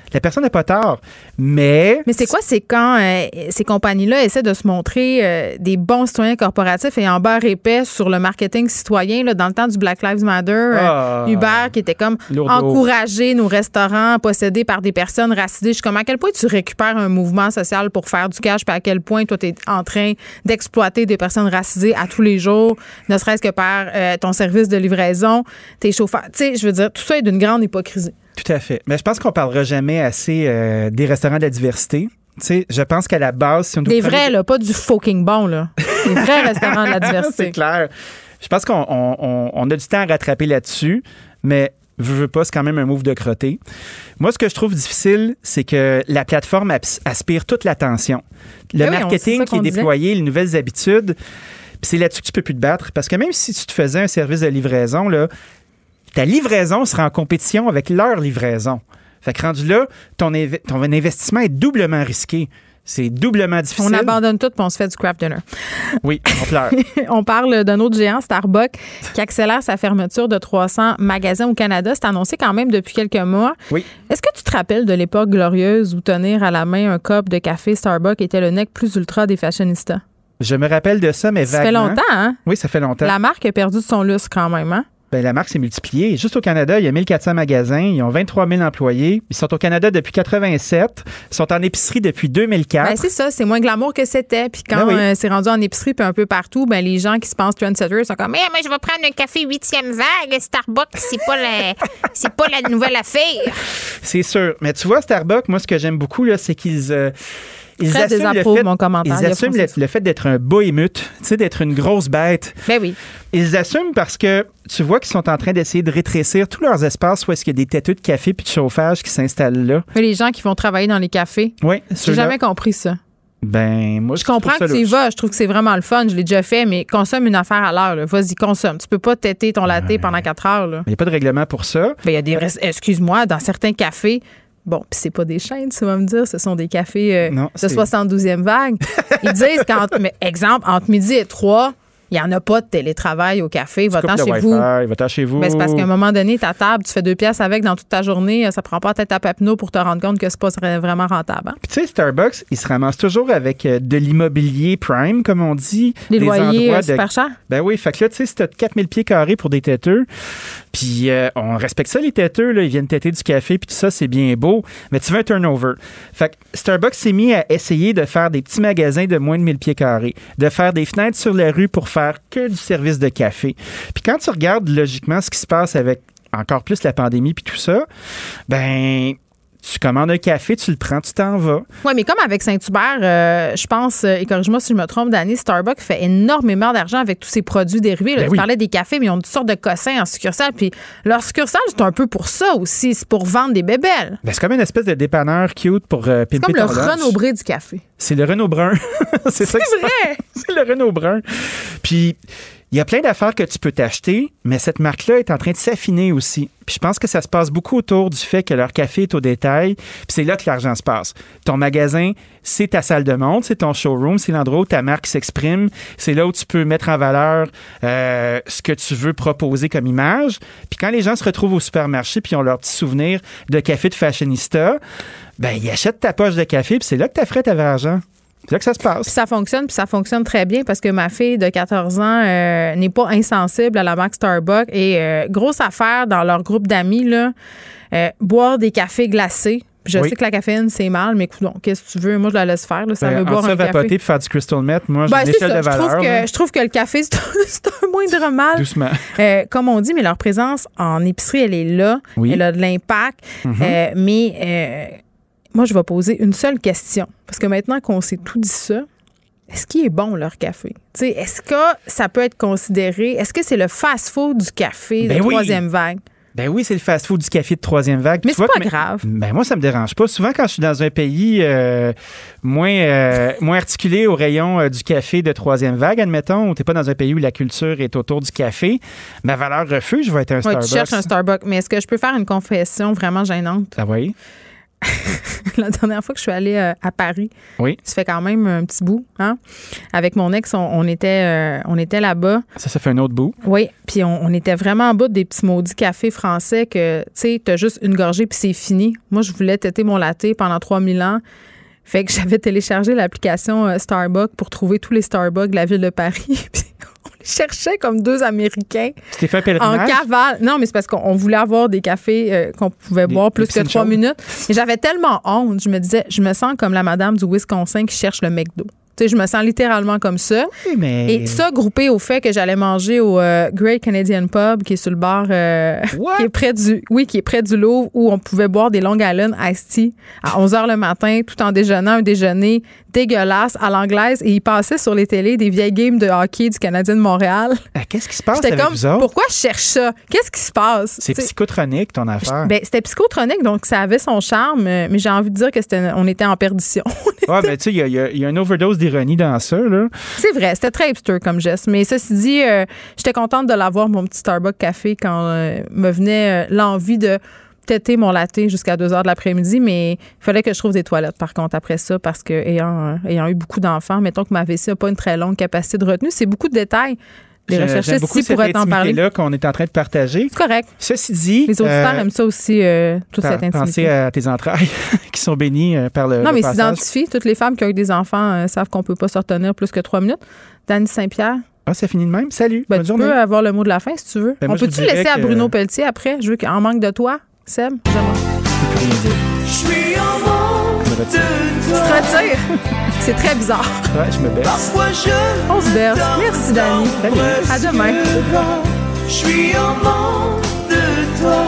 La personne n'a pas tort. Mais c'est quoi? C'est quand ces compagnies-là essaient de se montrer des bons citoyens corporatifs et en beurre épais sur le marketing citoyen. Là, dans le temps du Black Lives Matter, Uber qui était comme encourager nos restaurants possédés par des personnes racisées. Je suis comme, à quel point tu récupères un mouvement social pour faire du cash, puis à quel point toi, tu es en train d'exploiter des personnes racisées à tous les jours, ne serait-ce que par ton service de livraison, tes chauffeurs. Tu sais, je veux dire, tout ça est d'une grande hypocrisie. Tout à fait. Mais je pense qu'on parlera jamais assez des restaurants de la diversité. Tu sais, je pense qu'à la base, si on des vrais, là, pas du fucking bon, là. Des vrais restaurants de la diversité. C'est clair. Je pense qu'on a du temps à rattraper là-dessus, mais veux pas, c'est quand même un move de crotté. Moi, ce que je trouve difficile, c'est que la plateforme aspire toute l'attention. Le marketing qui est déployé, les nouvelles habitudes, c'est là-dessus que tu peux plus te battre. Parce que même si tu te faisais un service de livraison, là, ta livraison sera en compétition avec leur livraison. Fait que rendu là, ton investissement est doublement risqué. C'est doublement difficile. On abandonne tout puis on se fait du craft dinner. Oui, on pleure. On parle d'un autre géant, Starbucks, qui accélère sa fermeture de 300 magasins au Canada. C'est annoncé quand même depuis quelques mois. Oui. Est-ce que tu te rappelles de l'époque glorieuse où tenir à la main un cup de café Starbucks était le nec plus ultra des fashionistas? Je me rappelle de ça, mais vaguement. Ça fait longtemps, hein? Oui, ça fait longtemps. La marque a perdu de son lustre quand même, hein? Ben, la marque s'est multipliée. Juste au Canada, il y a 1400 magasins. Ils ont 23 000 employés. Ils sont au Canada depuis 87. Ils sont en épicerie depuis 2004. Ben, c'est ça. C'est moins glamour que c'était. Puis quand c'est rendu en épicerie puis un peu partout, ben, les gens qui se pensent trendsetters sont comme, mais moi, je vais prendre un café 8e vague. Starbucks, c'est pas la nouvelle affaire. C'est sûr. Mais tu vois, Starbucks, moi, ce que j'aime beaucoup, là, c'est qu'ils assument le fait d'être un bohémut, tu sais, d'être une grosse bête. Ben oui. Ils assument parce que tu vois qu'ils sont en train d'essayer de rétrécir tous leurs espaces où est-ce qu'il y a des têteux de café puis de chauffage qui s'installent là. Mais les gens qui vont travailler dans les cafés. Oui, j'ai jamais compris ça. Ben, moi, je comprends que tu y vas. Je trouve que c'est vraiment le fun. Je l'ai déjà fait, mais consomme une affaire à l'heure. Là. Vas-y, consomme. Tu peux pas têter ton latte pendant 4 heures. Là. Il n'y a pas de règlement pour ça. Ben, il y a des... Excuse-moi, dans certains cafés, bon, puis c'est pas des chaînes, tu vas me dire, ce sont des cafés de 72e vague. Ils disent exemple, entre midi et 3, il n'y en a pas de télétravail au café. Va-t'en chez vous. Va-t'en chez vous. Ben, c'est parce qu'à un moment donné, ta table, tu fais 2 piastres avec dans toute ta journée. Ça prend pas tête à Papineau pour te rendre compte que c'est pas vraiment rentable. Hein? Puis tu sais, Starbucks, ils se ramassent toujours avec de l'immobilier prime, comme on dit. Des loyers super chers. Ben oui, fait que là, tu sais, si t'as 4000 pieds carrés pour des têteux, puis on respecte ça, les têteux, là, ils viennent têter du café, puis tout ça, c'est bien beau, mais tu veux un turnover. Fait que Starbucks s'est mis à essayer de faire des petits magasins de moins de 1000 pieds carrés, de faire des fenêtres sur la rue pour faire que du service de café. Puis quand tu regardes logiquement ce qui se passe avec encore plus la pandémie puis tout ça, ben tu commandes un café, tu le prends, tu t'en vas. Oui, mais comme avec Saint-Hubert, je pense, et corrige-moi si je me trompe, Dani, Starbucks fait énormément d'argent avec tous ses produits dérivés. Là, tu parlais des cafés, mais ils ont toutes sortes de cossins en succursale. Puis leur succursale, c'est un peu pour ça aussi. C'est pour vendre des bébelles. Ben, c'est comme une espèce de dépanneur cute pour pimper ton lunch. C'est comme le Renaud Bré du café. C'est le Renaud Brun. c'est ça vrai! C'est le Renaud Brun. Puis il y a plein d'affaires que tu peux t'acheter, mais cette marque-là est en train de s'affiner aussi. Puis je pense que ça se passe beaucoup autour du fait que leur café est au détail, puis c'est là que l'argent se passe. Ton magasin, c'est ta salle de montre, c'est ton showroom, c'est l'endroit où ta marque s'exprime, c'est là où tu peux mettre en valeur ce que tu veux proposer comme image. Puis quand les gens se retrouvent au supermarché puis ils ont leur petit souvenir de café de fashionista, ben ils achètent ta poche de café, puis c'est là que tu as ta argent. C'est là que ça se passe. Puis ça fonctionne très bien parce que ma fille de 14 ans n'est pas insensible à la marque Starbucks. Et grosse affaire dans leur groupe d'amis, là, boire des cafés glacés. Je sais que la caféine, c'est mal, mais écoute, qu'est-ce que tu veux? Moi, je la laisse faire. Là, ça veut boire un café. Vapoter puis faire du crystal meth, moi, j'ai une échelle de valeur. Je trouve que le café, c'est un moindre mal. Doucement. Comme on dit, mais leur présence en épicerie, elle est là. Oui. Elle a de l'impact. Mais... moi, je vais poser une seule question. Parce que maintenant qu'on s'est tout dit ça, est-ce qu'il est bon, leur café? T'sais, est-ce que ça peut être considéré... Est-ce que c'est le fast-food du café de troisième vague? Ben oui, c'est le fast-food du café de troisième vague. Mais c'est pas grave. Ben moi, ça me dérange pas. Souvent, quand je suis dans un pays moins articulé au rayon du café de troisième vague, admettons, où t'es pas dans un pays où la culture est autour du café, ma valeur refuge va être un Starbucks. Tu cherches un Starbucks. Mais est-ce que je peux faire une confession vraiment gênante? Ah oui? la dernière fois que je suis allée à Paris, oui. Ça fait quand même un petit bout, hein? Avec mon ex, on était là-bas. Ça fait un autre bout. Oui, puis on était vraiment en bas des petits maudits cafés français que, tu sais, t'as juste une gorgée puis c'est fini. Moi, je voulais têter mon latte pendant 3000 ans. Fait que j'avais téléchargé l'application Starbucks pour trouver tous les Starbucks de la ville de Paris. Puis on les cherchait comme deux Américains. Tu t'es fait un pèlerinage? En cavale. Non, mais c'est parce qu'on voulait avoir des cafés qu'on pouvait boire plus que 3 minutes. Et j'avais tellement honte. Je me disais, je me sens comme la madame du Wisconsin qui cherche le McDo. Tu sais, je me sens littéralement comme ça. Oui, mais... Et ça, groupé au fait que j'allais manger au Great Canadian Pub, qui est sur le bar, qui est près du Louvre, où on pouvait boire des Long Island Iced Tea à 11h le matin, tout en déjeunant un déjeuner dégueulasse à l'anglaise. Et il passait sur les télés des vieilles games de hockey du Canadien de Montréal. Qu'est-ce qui se passe J'étais avec comme, vous autres? pourquoi je cherche ça? Qu'est-ce qui se passe? C'est psychotronique, ton affaire. Ben, c'était psychotronique, donc ça avait son charme, mais j'ai envie de dire que on était en perdition. Ouais, ben, tu sais, il y a une overdose d'ironie dans ça, là. C'est vrai, c'était très hipster comme geste. Mais ceci dit, j'étais contente de l'avoir, mon petit Starbucks café, quand me venait l'envie de têter mon latte jusqu'à 2h de l'après-midi, mais il fallait que je trouve des toilettes, par contre, après ça, parce que ayant eu beaucoup d'enfants, mettons que ma vessie n'a pas une très longue capacité de retenue, c'est beaucoup de détails. Les recherchistes ici pourraient t'en parler. C'est là qu'on est en train de partager. C'est correct. Ceci dit... Les auditeurs aiment ça aussi, toute cette intimité. Pensez à tes entrailles qui sont bénies par le Non, mais passage. s'identifient. Toutes les femmes qui ont eu des enfants savent qu'on ne peut pas se retenir plus que 3 minutes. Dany Saint-Pierre. Ah, ça finit de même? Salut. Ben, bonne tu journée. peux avoir le mot de la fin, si tu veux. Ben, on peut-tu laisser à Bruno Pelletier après? Je veux qu'en manque de toi, Seb, j'aimerais. Je suis en manque de toi. Tu te retires? C'est très bizarre. Ouais, je me baisse. Parfois On se berce. Merci, Dany. À demain. Je suis en manque de toi.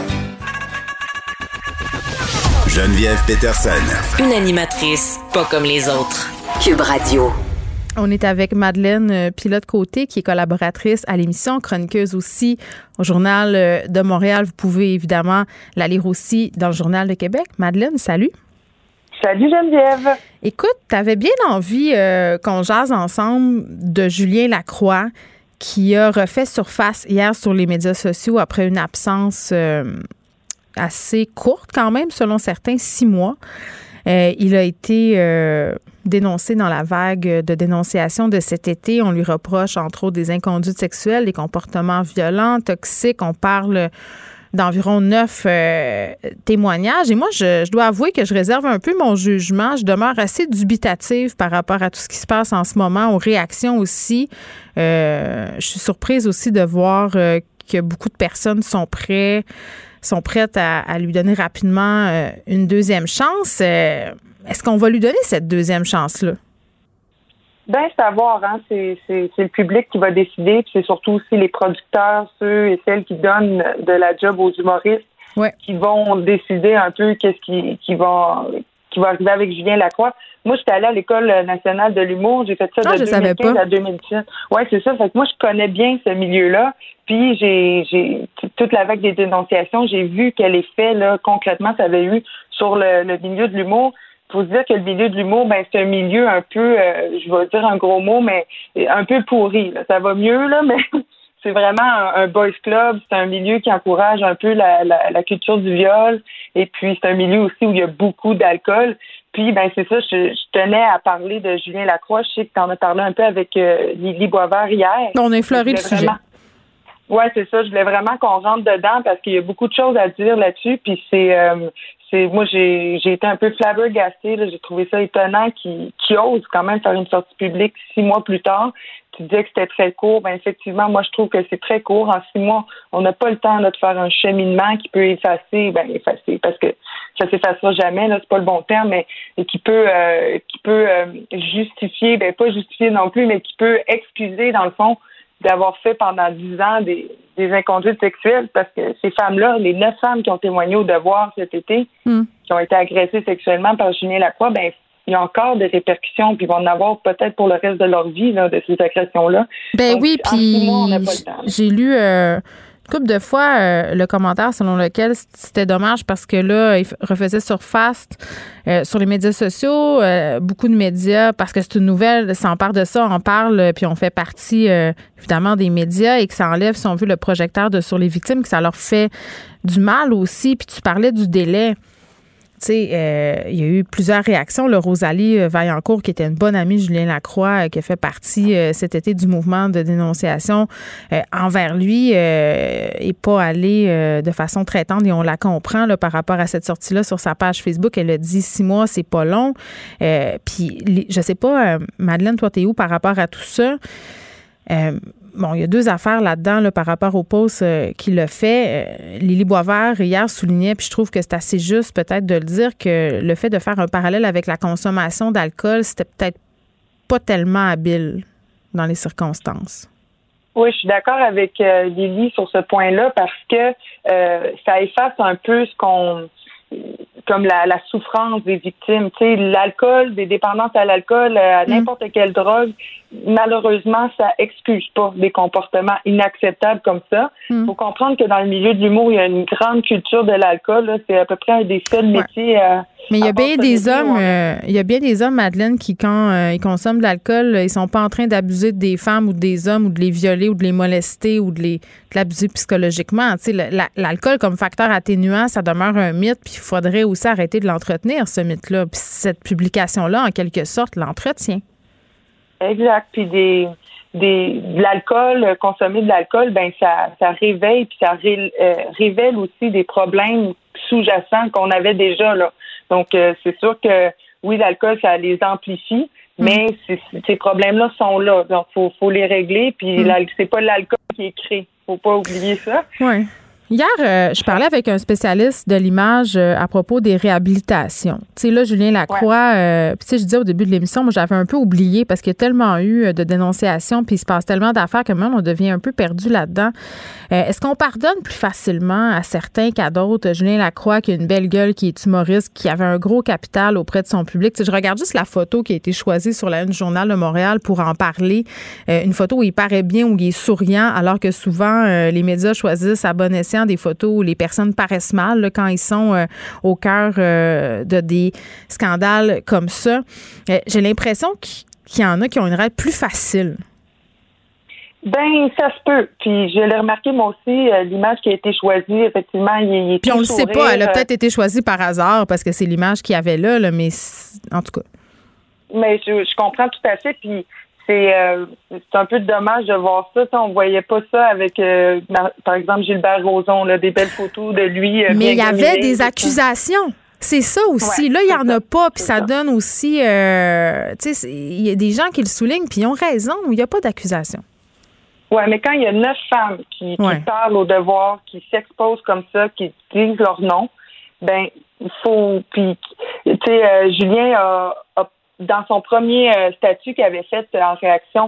Geneviève Peterson. Une animatrice pas comme les autres. Cube Radio. On est avec Madeleine Pilote-Côté, qui est collaboratrice à l'émission, chroniqueuse aussi au Journal de Montréal. Vous pouvez évidemment la lire aussi dans le Journal de Québec. Madeleine, salut. Salut Geneviève. Écoute, t'avais bien envie qu'on jase ensemble de Julien Lacroix, qui a refait surface hier sur les médias sociaux après une absence assez courte quand même, selon certains, 6 mois. Il a été dénoncé dans la vague de dénonciation de cet été. On lui reproche, entre autres, des inconduites sexuelles, des comportements violents, toxiques. On parle d'environ 9 témoignages. Et moi, je dois avouer que je réserve un peu mon jugement. Je demeure assez dubitative par rapport à tout ce qui se passe en ce moment, aux réactions aussi. Je suis surprise aussi de voir que beaucoup de personnes sont prêtes à lui donner rapidement une deuxième chance. Est-ce qu'on va lui donner cette deuxième chance-là? Ben, c'est à voir, hein. C'est le public qui va décider, puis c'est surtout aussi les producteurs, ceux et celles qui donnent de la job aux humoristes, qui vont décider un peu qu'est-ce qui va arriver avec Julien Lacroix. Moi, j'étais allée à l'École nationale de l'humour. J'ai fait ça de 2015 à 2017. Ouais, c'est ça. Fait que moi, je connais bien ce milieu-là. Puis, j'ai toute la vague des dénonciations, j'ai vu quel effet, là, concrètement, ça avait eu sur le milieu de l'humour. Il faut se dire que le milieu de l'humour, ben, c'est un milieu un peu, je vais dire un gros mot, mais un peu pourri, là. Ça va mieux, là, mais c'est vraiment un boys club. C'est un milieu qui encourage un peu la culture du viol. Et puis, c'est un milieu aussi où il y a beaucoup d'alcool. Puis, ben c'est ça, je tenais à parler de Julien Lacroix. Je sais que tu en as parlé un peu avec Lily Boisvert hier. On a effleuré le sujet. Oui, c'est ça. Je voulais vraiment qu'on rentre dedans parce qu'il y a beaucoup de choses à dire là-dessus. Puis moi, j'ai été un peu flabbergastée. J'ai trouvé ça étonnant qu'il ose quand même faire une sortie publique 6 mois plus tard. Tu disais que c'était très court. Ben effectivement, moi, je trouve que c'est très court. En 6 mois, on n'a pas le temps là, de faire un cheminement qui peut effacer parce que ça s'effacera jamais, là, c'est pas le bon terme, mais qui peut justifier, ben pas justifier non plus, mais qui peut excuser, dans le fond, d'avoir fait pendant 10 ans des inconduites sexuelles, parce que ces femmes-là, les 9 femmes qui ont témoigné au Devoir cet été, qui ont été agressées sexuellement par Julien Lacroix, ben il y a encore des répercussions, puis ils vont en avoir peut-être pour le reste de leur vie, là, de ces agressions-là. Ben donc, oui, puis j'ai lu une couple de fois le commentaire selon lequel c'était dommage parce que là, il refaisait surface sur les médias sociaux, beaucoup de médias, parce que c'est une nouvelle, s'empare de ça, on parle, puis on fait partie, évidemment, des médias et que ça enlève, si on veut, le projecteur sur les victimes, que ça leur fait du mal aussi. Puis tu parlais du délai. Tu tu sais, il y a eu plusieurs réactions. Le Rosalie Vaillancourt, qui était une bonne amie de Julien Lacroix, qui a fait partie cet été du mouvement de dénonciation envers lui, est pas allée de façon très tendre, et on la comprend là, par rapport à cette sortie-là sur sa page Facebook. Elle a dit 6 mois, c'est pas long. Puis, je sais pas, Madeleine, toi, t'es où par rapport à tout ça? Bon, il y a 2 affaires là-dedans là, par rapport au post qu'il a fait. Lily Boisvert, hier, soulignait, puis je trouve que c'est assez juste peut-être de le dire, que le fait de faire un parallèle avec la consommation d'alcool, c'était peut-être pas tellement habile dans les circonstances. Oui, je suis d'accord avec Lily sur ce point-là parce que ça efface un peu comme la souffrance des victimes. Tu sais, l'alcool, des dépendances à l'alcool, à n'importe quelle drogue, malheureusement, ça excuse pas des comportements inacceptables comme ça. Il faut comprendre que dans le milieu de l'humour, il y a une grande culture de l'alcool. Là. C'est à peu près un des seuls métiers mais il y a bien des hommes, Madeleine, qui, quand ils consomment de l'alcool, ils sont pas en train d'abuser des femmes ou des hommes ou de les violer ou de les molester ou de l'abuser psychologiquement. Tu sais, l'alcool comme facteur atténuant, ça demeure un mythe, puis il faudrait aussi arrêter de l'entretenir, ce mythe-là. Puis cette publication-là, en quelque sorte, l'entretient. Exact. Puis de l'alcool, consommer de l'alcool, ben ça réveille, puis ça révèle aussi des problèmes sous-jacents qu'on avait déjà là. Donc c'est sûr que oui, l'alcool ça les amplifie, mais ces problèmes-là sont là. Donc faut les régler. Puis c'est pas l'alcool qui est créé. Faut pas oublier ça. Oui. Hier, je parlais avec un spécialiste de l'image à propos des réhabilitations. Tu sais, là, Julien Lacroix, tu sais, je disais au début de l'émission, moi, j'avais un peu oublié parce qu'il y a tellement eu de dénonciations, puis il se passe tellement d'affaires que même on devient un peu perdu là-dedans. Est-ce qu'on pardonne plus facilement à certains qu'à d'autres? Julien Lacroix, qui a une belle gueule, qui est humoriste, qui avait un gros capital auprès de son public. Tu sais, je regarde juste la photo qui a été choisie sur la Une du Journal de Montréal pour en parler. Une photo où il paraît bien, où il est souriant, alors que souvent, les médias choisissent à bon escient des photos où les personnes paraissent mal là, quand ils sont au cœur de des scandales comme ça. J'ai l'impression qu'il y en a qui ont une règle plus facile. Ben, ça se peut. Puis je l'ai remarqué moi aussi, l'image qui a été choisie, effectivement, il est puis on le sait pas, elle a peut-être été choisie par hasard parce que c'est l'image qu'il y avait là, mais en tout cas. Mais je comprends tout à fait, puis c'est un peu dommage de voir ça. On voyait pas ça avec, par exemple, Gilbert Rozon, là, des belles photos de lui. Mais il y avait des accusations. C'est ça aussi. Là, il n'y en a pas, puis ça donne aussi... tu sais, il y a des gens qui le soulignent, puis ils ont raison, il n'y a pas d'accusation. Oui, mais quand il y a 9 femmes qui parlent au devoir, qui s'exposent comme ça, qui disent leur nom, ben il faut... Puis, tu sais, Julien a dans son premier statut qu'il avait fait en réaction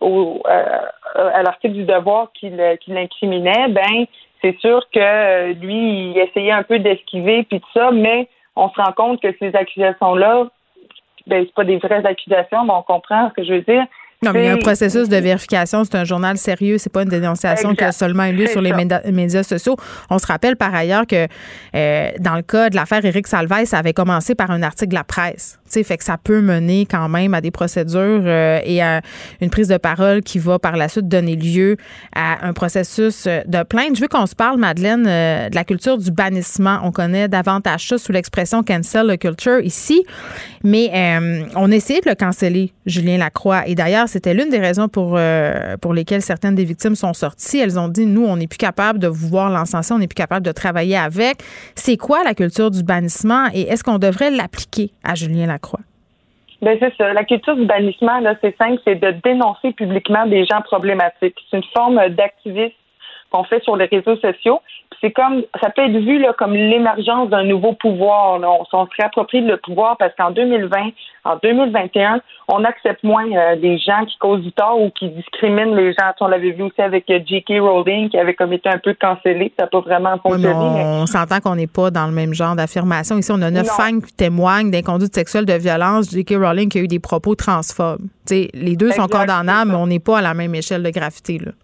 à l'article du Devoir qui l'incriminait, ben c'est sûr que lui, il essayait un peu d'esquiver puis tout ça, mais on se rend compte que ces accusations-là, ben c'est pas des vraies accusations, mais on comprend ce que je veux dire. Non, mais il y a un processus de vérification. C'est un journal sérieux. C'est pas une dénonciation qui a seulement eu lieu sur les médias sociaux. On se rappelle par ailleurs que dans le cas de l'affaire Éric Salvaille, ça avait commencé par un article de la presse. Tu sais, fait que ça peut mener quand même à des procédures et à une prise de parole qui va par la suite donner lieu à un processus de plainte. Je veux qu'on se parle, Madeleine, de la culture du bannissement. On connaît davantage ça sous l'expression cancel culture ici, mais on a essayé de le canceller, Julien Lacroix. Et d'ailleurs, c'était l'une des raisons pour lesquelles certaines des victimes sont sorties. Elles ont dit, nous, on n'est plus capable de vous voir l'encenser, on n'est plus capable de travailler avec. C'est quoi la culture du bannissement et est-ce qu'on devrait l'appliquer à Julien Lacroix? Ben c'est ça. La culture du bannissement, là, c'est simple, c'est de dénoncer publiquement des gens problématiques. C'est une forme d'activisme qu'on fait sur les réseaux sociaux. Puis c'est comme, ça peut être vu là comme l'émergence d'un nouveau pouvoir. Là. On se réapproprie le pouvoir parce qu'en 2020, en 2021, on accepte moins des gens qui causent du tort ou qui discriminent les gens. On l'avait vu aussi avec J.K. Rowling qui avait comme été un peu cancellé. Ça n'a pas vraiment fonctionné. Oui, mais on s'entend qu'on n'est pas dans le même genre d'affirmation. Ici, on a 9 femmes qui témoignent d'inconduite sexuelle de violence. J.K. Rowling qui a eu des propos transphobes. T'sais, les deux sont condamnables, mais on n'est pas à la même échelle de gravité, là.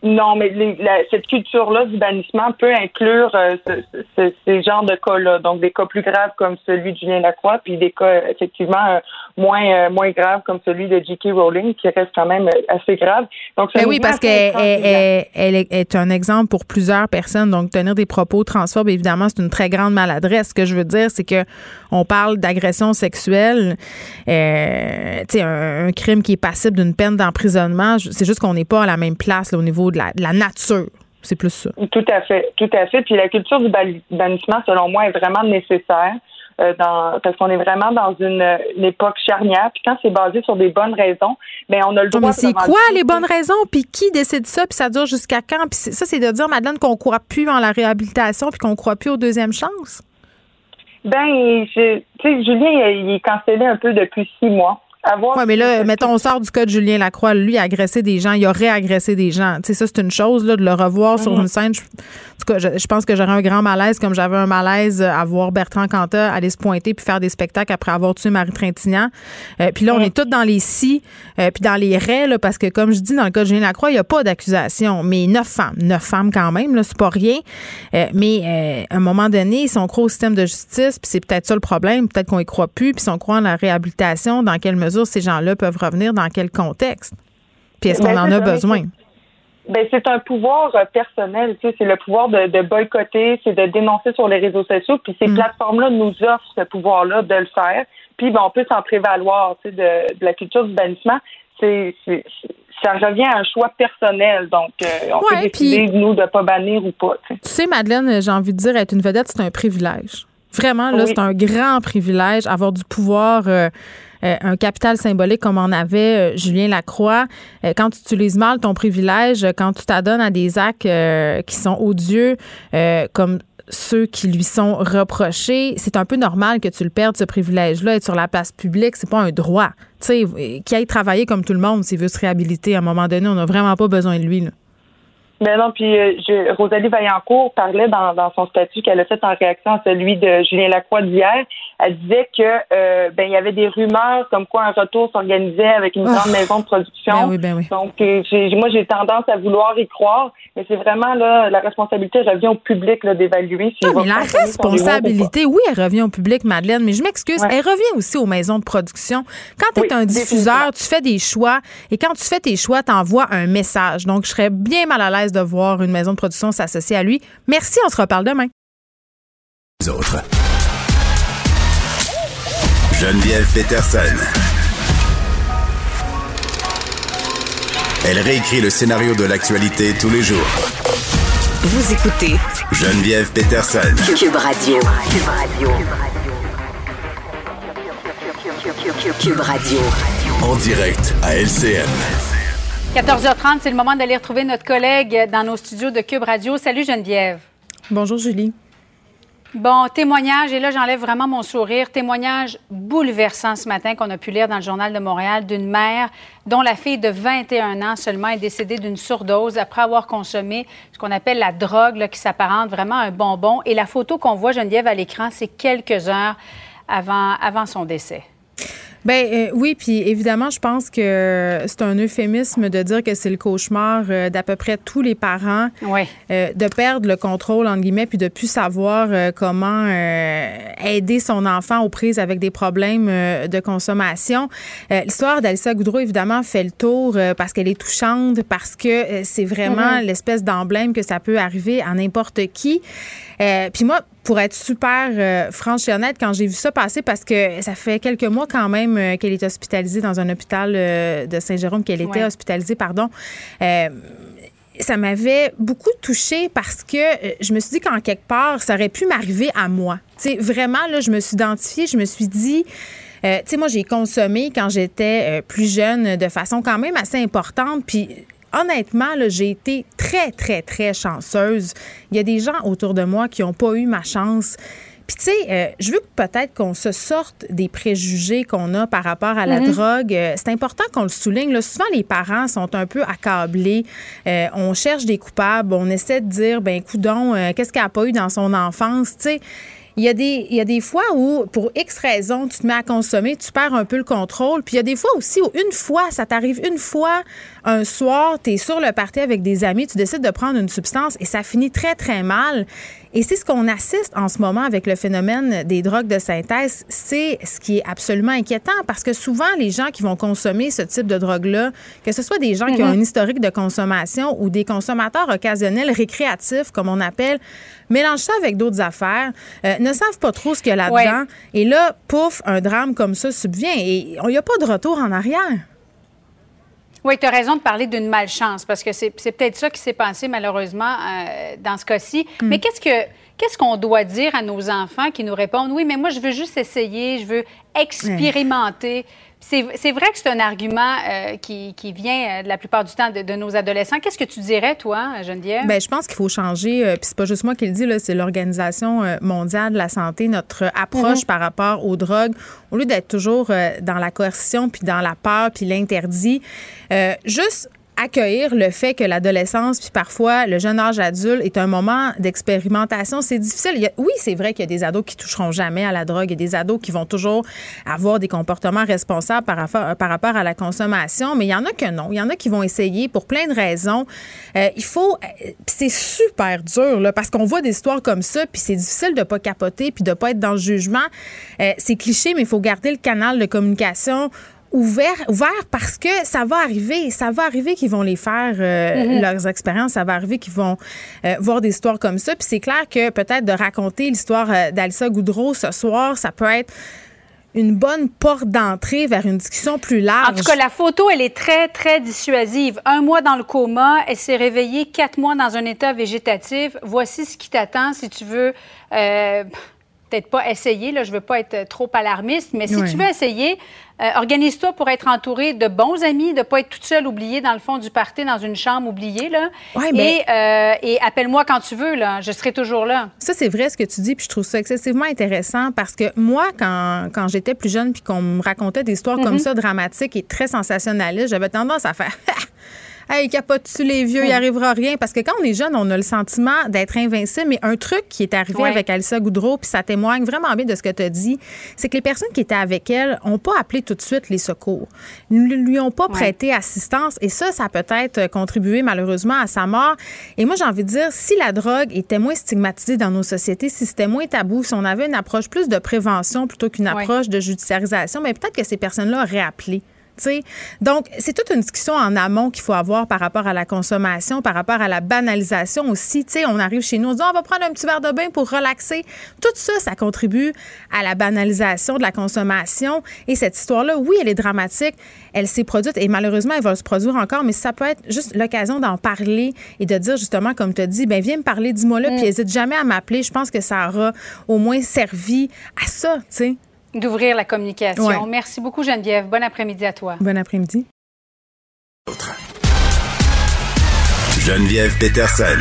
Non, mais cette culture-là du bannissement peut inclure ces genres de cas-là. Donc, des cas plus graves comme celui de Julien Lacroix, puis des cas effectivement moins graves comme celui de J.K. Rowling, qui reste quand même assez grave. Donc, mais oui, parce qu'elle est un exemple pour plusieurs personnes. Donc, tenir des propos transphobes, évidemment, c'est une très grande maladresse. Ce que je veux dire, c'est que on parle d'agression sexuelle, tu sais, un crime qui est passible d'une peine d'emprisonnement. C'est juste qu'on n'est pas à la même place là, au niveau de la nature. C'est plus ça. Tout à fait. Puis la culture du bannissement, selon moi, est vraiment nécessaire parce qu'on est vraiment dans une époque charnière. Puis quand c'est basé sur des bonnes raisons, ben on a le droit. Mais c'est quoi les bonnes raisons? Puis qui décide ça? Puis ça dure jusqu'à quand? Puis ça, c'est de dire, Madeleine, qu'on ne croit plus en la réhabilitation puis qu'on ne croit plus aux deuxièmes chances? Ben, tu sais, Julien, il est cancellé un peu depuis 6 mois. Oui, mais là, mettons, on sort du cas de Julien Lacroix. Lui, il a agressé des gens. Il aurait agressé des gens. Tu sais, ça, c'est une chose, là, de le revoir sur une scène. En tout cas, je pense que j'aurais un grand malaise, comme j'avais un malaise à voir Bertrand Cantat aller se pointer puis faire des spectacles après avoir tué Marie Trintignant. Puis là, on est tous dans les si, puis dans les raies, là, parce que, comme je dis, dans le cas de Julien Lacroix, il n'y a pas d'accusation. Mais 9 femmes quand même, là, c'est pas rien. Mais à un moment donné, si on croit au système de justice, puis c'est peut-être ça le problème, peut-être qu'on y croit plus, puis si on croit en la réhabilitation, dans quelle mesure ces gens-là peuvent revenir, dans quel contexte? Puis est-ce qu'on en a besoin? Ben, c'est un pouvoir personnel, tu sais, c'est le pouvoir de boycotter, c'est de dénoncer sur les réseaux sociaux, puis ces plateformes-là nous offrent ce pouvoir-là de le faire, puis ben, on peut s'en prévaloir, tu sais, de la culture du bannissement. Ça revient à un choix personnel, donc on peut décider, nous, de ne pas bannir ou pas. Tu sais, Madeleine, j'ai envie de dire, être une vedette, c'est un privilège. Vraiment, là, c'est un grand privilège, avoir du pouvoir... un capital symbolique comme en avait Julien Lacroix. Quand tu utilises mal ton privilège, quand tu t'adonnes à des actes qui sont odieux, comme ceux qui lui sont reprochés, c'est un peu normal que tu le perdes, ce privilège-là. Être sur la place publique, c'est pas un droit. Tu sais, qu'il aille travailler comme tout le monde s'il veut se réhabiliter. À un moment donné, on n'a vraiment pas besoin de lui, là. Mais non, puis Rosalie Vaillancourt parlait dans son statut qu'elle a fait en réaction à celui de Julien Lacroix d'hier. Elle disait que il y avait des rumeurs comme quoi un retour s'organisait avec une grande maison de production. Ben oui. Donc moi j'ai tendance à vouloir y croire, mais c'est vraiment là la responsabilité revient au public là, d'évaluer. Non, mais la responsabilité, oui, elle revient au public, Madeleine, mais je m'excuse, elle revient aussi aux maisons de production. Quand tu es un diffuseur, tu fais des choix, et quand tu fais tes choix, tu envoies un message. Donc je serais bien mal à l'aise de voir une maison de production s'associer à lui. Merci, on se reparle demain. Les autres. Geneviève Peterson. Elle réécrit le scénario de l'actualité tous les jours. Vous écoutez Geneviève Peterson. Cube Radio. Cube Radio. En direct à LCN. 14h30, c'est le moment d'aller retrouver notre collègue dans nos studios de Cube Radio. Salut Geneviève. Bonjour Julie. Bon, témoignage, et là j'enlève vraiment mon sourire, témoignage bouleversant ce matin qu'on a pu lire dans le Journal de Montréal d'une mère dont la fille de 21 ans seulement est décédée d'une surdose après avoir consommé ce qu'on appelle la drogue, là, qui s'apparente vraiment à un bonbon. Et la photo qu'on voit, Geneviève, à l'écran, c'est quelques heures avant son décès. Oui, puis évidemment, je pense que c'est un euphémisme de dire que c'est le cauchemar d'à peu près tous les parents de perdre le contrôle, entre guillemets, puis de plus savoir comment aider son enfant aux prises avec des problèmes de consommation. L'histoire d'Alyssa Goudreau, évidemment, fait le tour parce qu'elle est touchante, parce que c'est vraiment l'espèce d'emblème que ça peut arriver à n'importe qui. Puis moi, pour être super franche et honnête, quand j'ai vu ça passer, parce que ça fait quelques mois quand même qu'elle est hospitalisée dans un hôpital de Saint-Jérôme, qu'elle était hospitalisée, ça m'avait beaucoup touchée parce que je me suis dit qu'en quelque part, ça aurait pu m'arriver à moi. Tu sais, vraiment, là, je me suis identifiée, je me suis dit... tu sais, moi, j'ai consommé quand j'étais plus jeune de façon quand même assez importante, puis... Honnêtement, là, j'ai été très, très, très chanceuse. Il y a des gens autour de moi qui n'ont pas eu ma chance. Puis, tu sais, je veux peut-être qu'on se sorte des préjugés qu'on a par rapport à la drogue. C'est important qu'on le souligne. Là, souvent, les parents sont un peu accablés. On cherche des coupables. On essaie de dire, coudonc, qu'est-ce qu'elle n'a pas eu dans son enfance? Tu sais, il y a des fois où, pour X raisons, tu te mets à consommer, tu perds un peu le contrôle. Puis il y a des fois aussi où ça t'arrive une fois, un soir, tu es sur le party avec des amis, tu décides de prendre une substance et ça finit très, très mal. Et c'est ce qu'on assiste en ce moment avec le phénomène des drogues de synthèse. C'est ce qui est absolument inquiétant parce que souvent, les gens qui vont consommer ce type de drogue-là, que ce soit des gens qui ont un historique de consommation ou des consommateurs occasionnels récréatifs, comme on appelle, mélangent ça avec d'autres affaires, ne savent pas trop ce qu'il y a là-dedans. Ouais. Et là, pouf, un drame comme ça subvient et il n'y a pas de retour en arrière. Oui, tu as raison de parler d'une malchance parce que c'est peut-être ça qui s'est passé malheureusement dans ce cas-ci. Mais qu'est-ce qu'on doit dire à nos enfants qui nous répondent « Oui, mais moi, je veux juste essayer, je veux expérimenter ». C'est vrai que c'est un argument qui vient la plupart du temps de nos adolescents. Qu'est-ce que tu dirais, toi, Geneviève? Bien, je pense qu'il faut changer, puis c'est pas juste moi qui le dis, là, c'est l'Organisation mondiale de la santé, notre approche par rapport aux drogues, au lieu d'être toujours dans la coercition, puis dans la peur, puis l'interdit, juste accueillir le fait que l'adolescence, puis parfois le jeune âge adulte est un moment d'expérimentation. C'est difficile. Oui, c'est vrai qu'il y a des ados qui toucheront jamais à la drogue. Il y a des ados qui vont toujours avoir des comportements responsables par rapport à la consommation, mais il y en a que non. Il y en a qui vont essayer pour plein de raisons. C'est super dur, là, parce qu'on voit des histoires comme ça, puis c'est difficile de pas capoter, puis de pas être dans le jugement. C'est cliché, mais il faut garder le canal de communication ouvert parce que ça va arriver qu'ils vont les faire leurs expériences, ça va arriver qu'ils vont voir des histoires comme ça, puis c'est clair que peut-être de raconter l'histoire d'Alyssa Goudreau ce soir, ça peut être une bonne porte d'entrée vers une discussion plus large. En tout cas, la photo, elle est très, très dissuasive. 1 mois dans le coma, elle s'est réveillée 4 mois dans un état végétatif. Voici ce qui t'attend si tu veux peut-être pas essayer, là, je veux pas être trop alarmiste, mais si tu veux essayer, organise-toi pour être entouré de bons amis, de ne pas être toute seule oubliée dans le fond du party, dans une chambre oubliée. Là. Et appelle-moi quand tu veux, là. Je serai toujours là. Ça, c'est vrai ce que tu dis, puis je trouve ça excessivement intéressant parce que moi, quand j'étais plus jeune puis qu'on me racontait des histoires comme ça, dramatiques et très sensationnalistes, j'avais tendance à faire... Hey, capote-tu les vieux, il n'y arrivera rien. Parce que quand on est jeune, on a le sentiment d'être invincible. Mais un truc qui est arrivé avec Alyssa Goudreau, puis ça témoigne vraiment bien de ce que tu as dit, c'est que les personnes qui étaient avec elle n'ont pas appelé tout de suite les secours. Ils ne lui ont pas prêté assistance. Et ça a peut-être contribué malheureusement à sa mort. Et moi, j'ai envie de dire, si la drogue était moins stigmatisée dans nos sociétés, si c'était moins tabou, si on avait une approche plus de prévention plutôt qu'une approche de judiciarisation, mais peut-être que ces personnes-là auraient appelé. T'sais. Donc, c'est toute une discussion en amont qu'il faut avoir par rapport à la consommation, par rapport à la banalisation aussi. T'sais, on arrive chez nous, on dit on va prendre un petit verre de bain pour relaxer. Tout ça, ça contribue à la banalisation de la consommation. Et cette histoire-là, oui, elle est dramatique, elle s'est produite et malheureusement, elle va se produire encore, mais ça peut être juste l'occasion d'en parler et de dire justement, comme tu as dit, viens me parler, dis-moi là, puis n'hésite jamais à m'appeler. Je pense que ça aura au moins servi à ça, tu sais. D'ouvrir la communication. Ouais. Merci beaucoup, Geneviève. Bon après-midi à toi. Bon après-midi. Geneviève Peterson,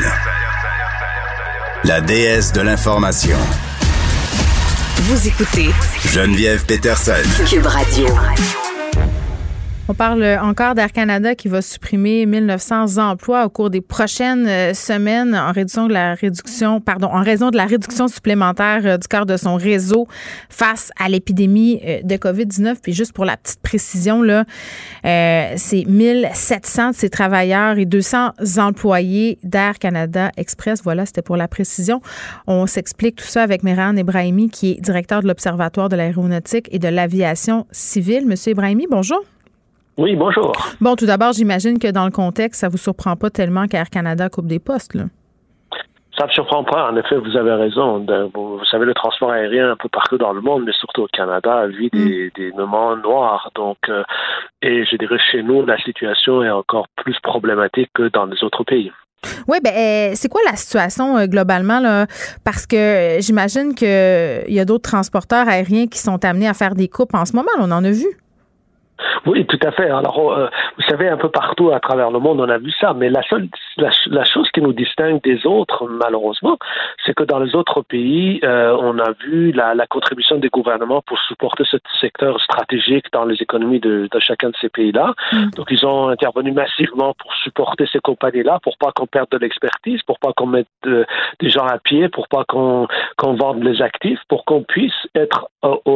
la déesse de l'information. Vous écoutez Geneviève Peterson, Cube Radio. On parle encore d'Air Canada qui va supprimer 1900 emplois au cours des prochaines semaines en raison de la réduction supplémentaire du quart de son réseau face à l'épidémie de COVID-19. Puis juste pour la petite précision, là, c'est 1700 de ces travailleurs et 200 employés d'Air Canada Express. Voilà, c'était pour la précision. On s'explique tout ça avec Mehran Ebrahimi, qui est directeur de l'Observatoire de l'aéronautique et de l'aviation civile. Monsieur Ebrahimi, bonjour. Oui, bonjour. Bon, tout d'abord, j'imagine que dans le contexte, ça ne vous surprend pas tellement qu'Air Canada coupe des postes, là. Ça ne me surprend pas. En effet, vous avez raison. Vous savez, le transport aérien un peu partout dans le monde, mais surtout au Canada, vit des moments noirs. Donc, et je dirais, chez nous, la situation est encore plus problématique que dans les autres pays. Oui, c'est quoi la situation globalement, là? Parce que j'imagine qu'il y a d'autres transporteurs aériens qui sont amenés à faire des coupes en ce moment. Là, on en a vu. Oui, tout à fait. Alors, vous savez, un peu partout à travers le monde, on a vu ça. Mais la chose qui nous distingue des autres, malheureusement, c'est que dans les autres pays, on a vu la contribution des gouvernements pour supporter ce secteur stratégique dans les économies de chacun de ces pays-là. Donc, ils ont intervenu massivement pour supporter ces compagnies-là, pour pas qu'on perde de l'expertise, pour pas qu'on mette des gens à pied, pour pas qu'on vende les actifs, pour qu'on puisse être,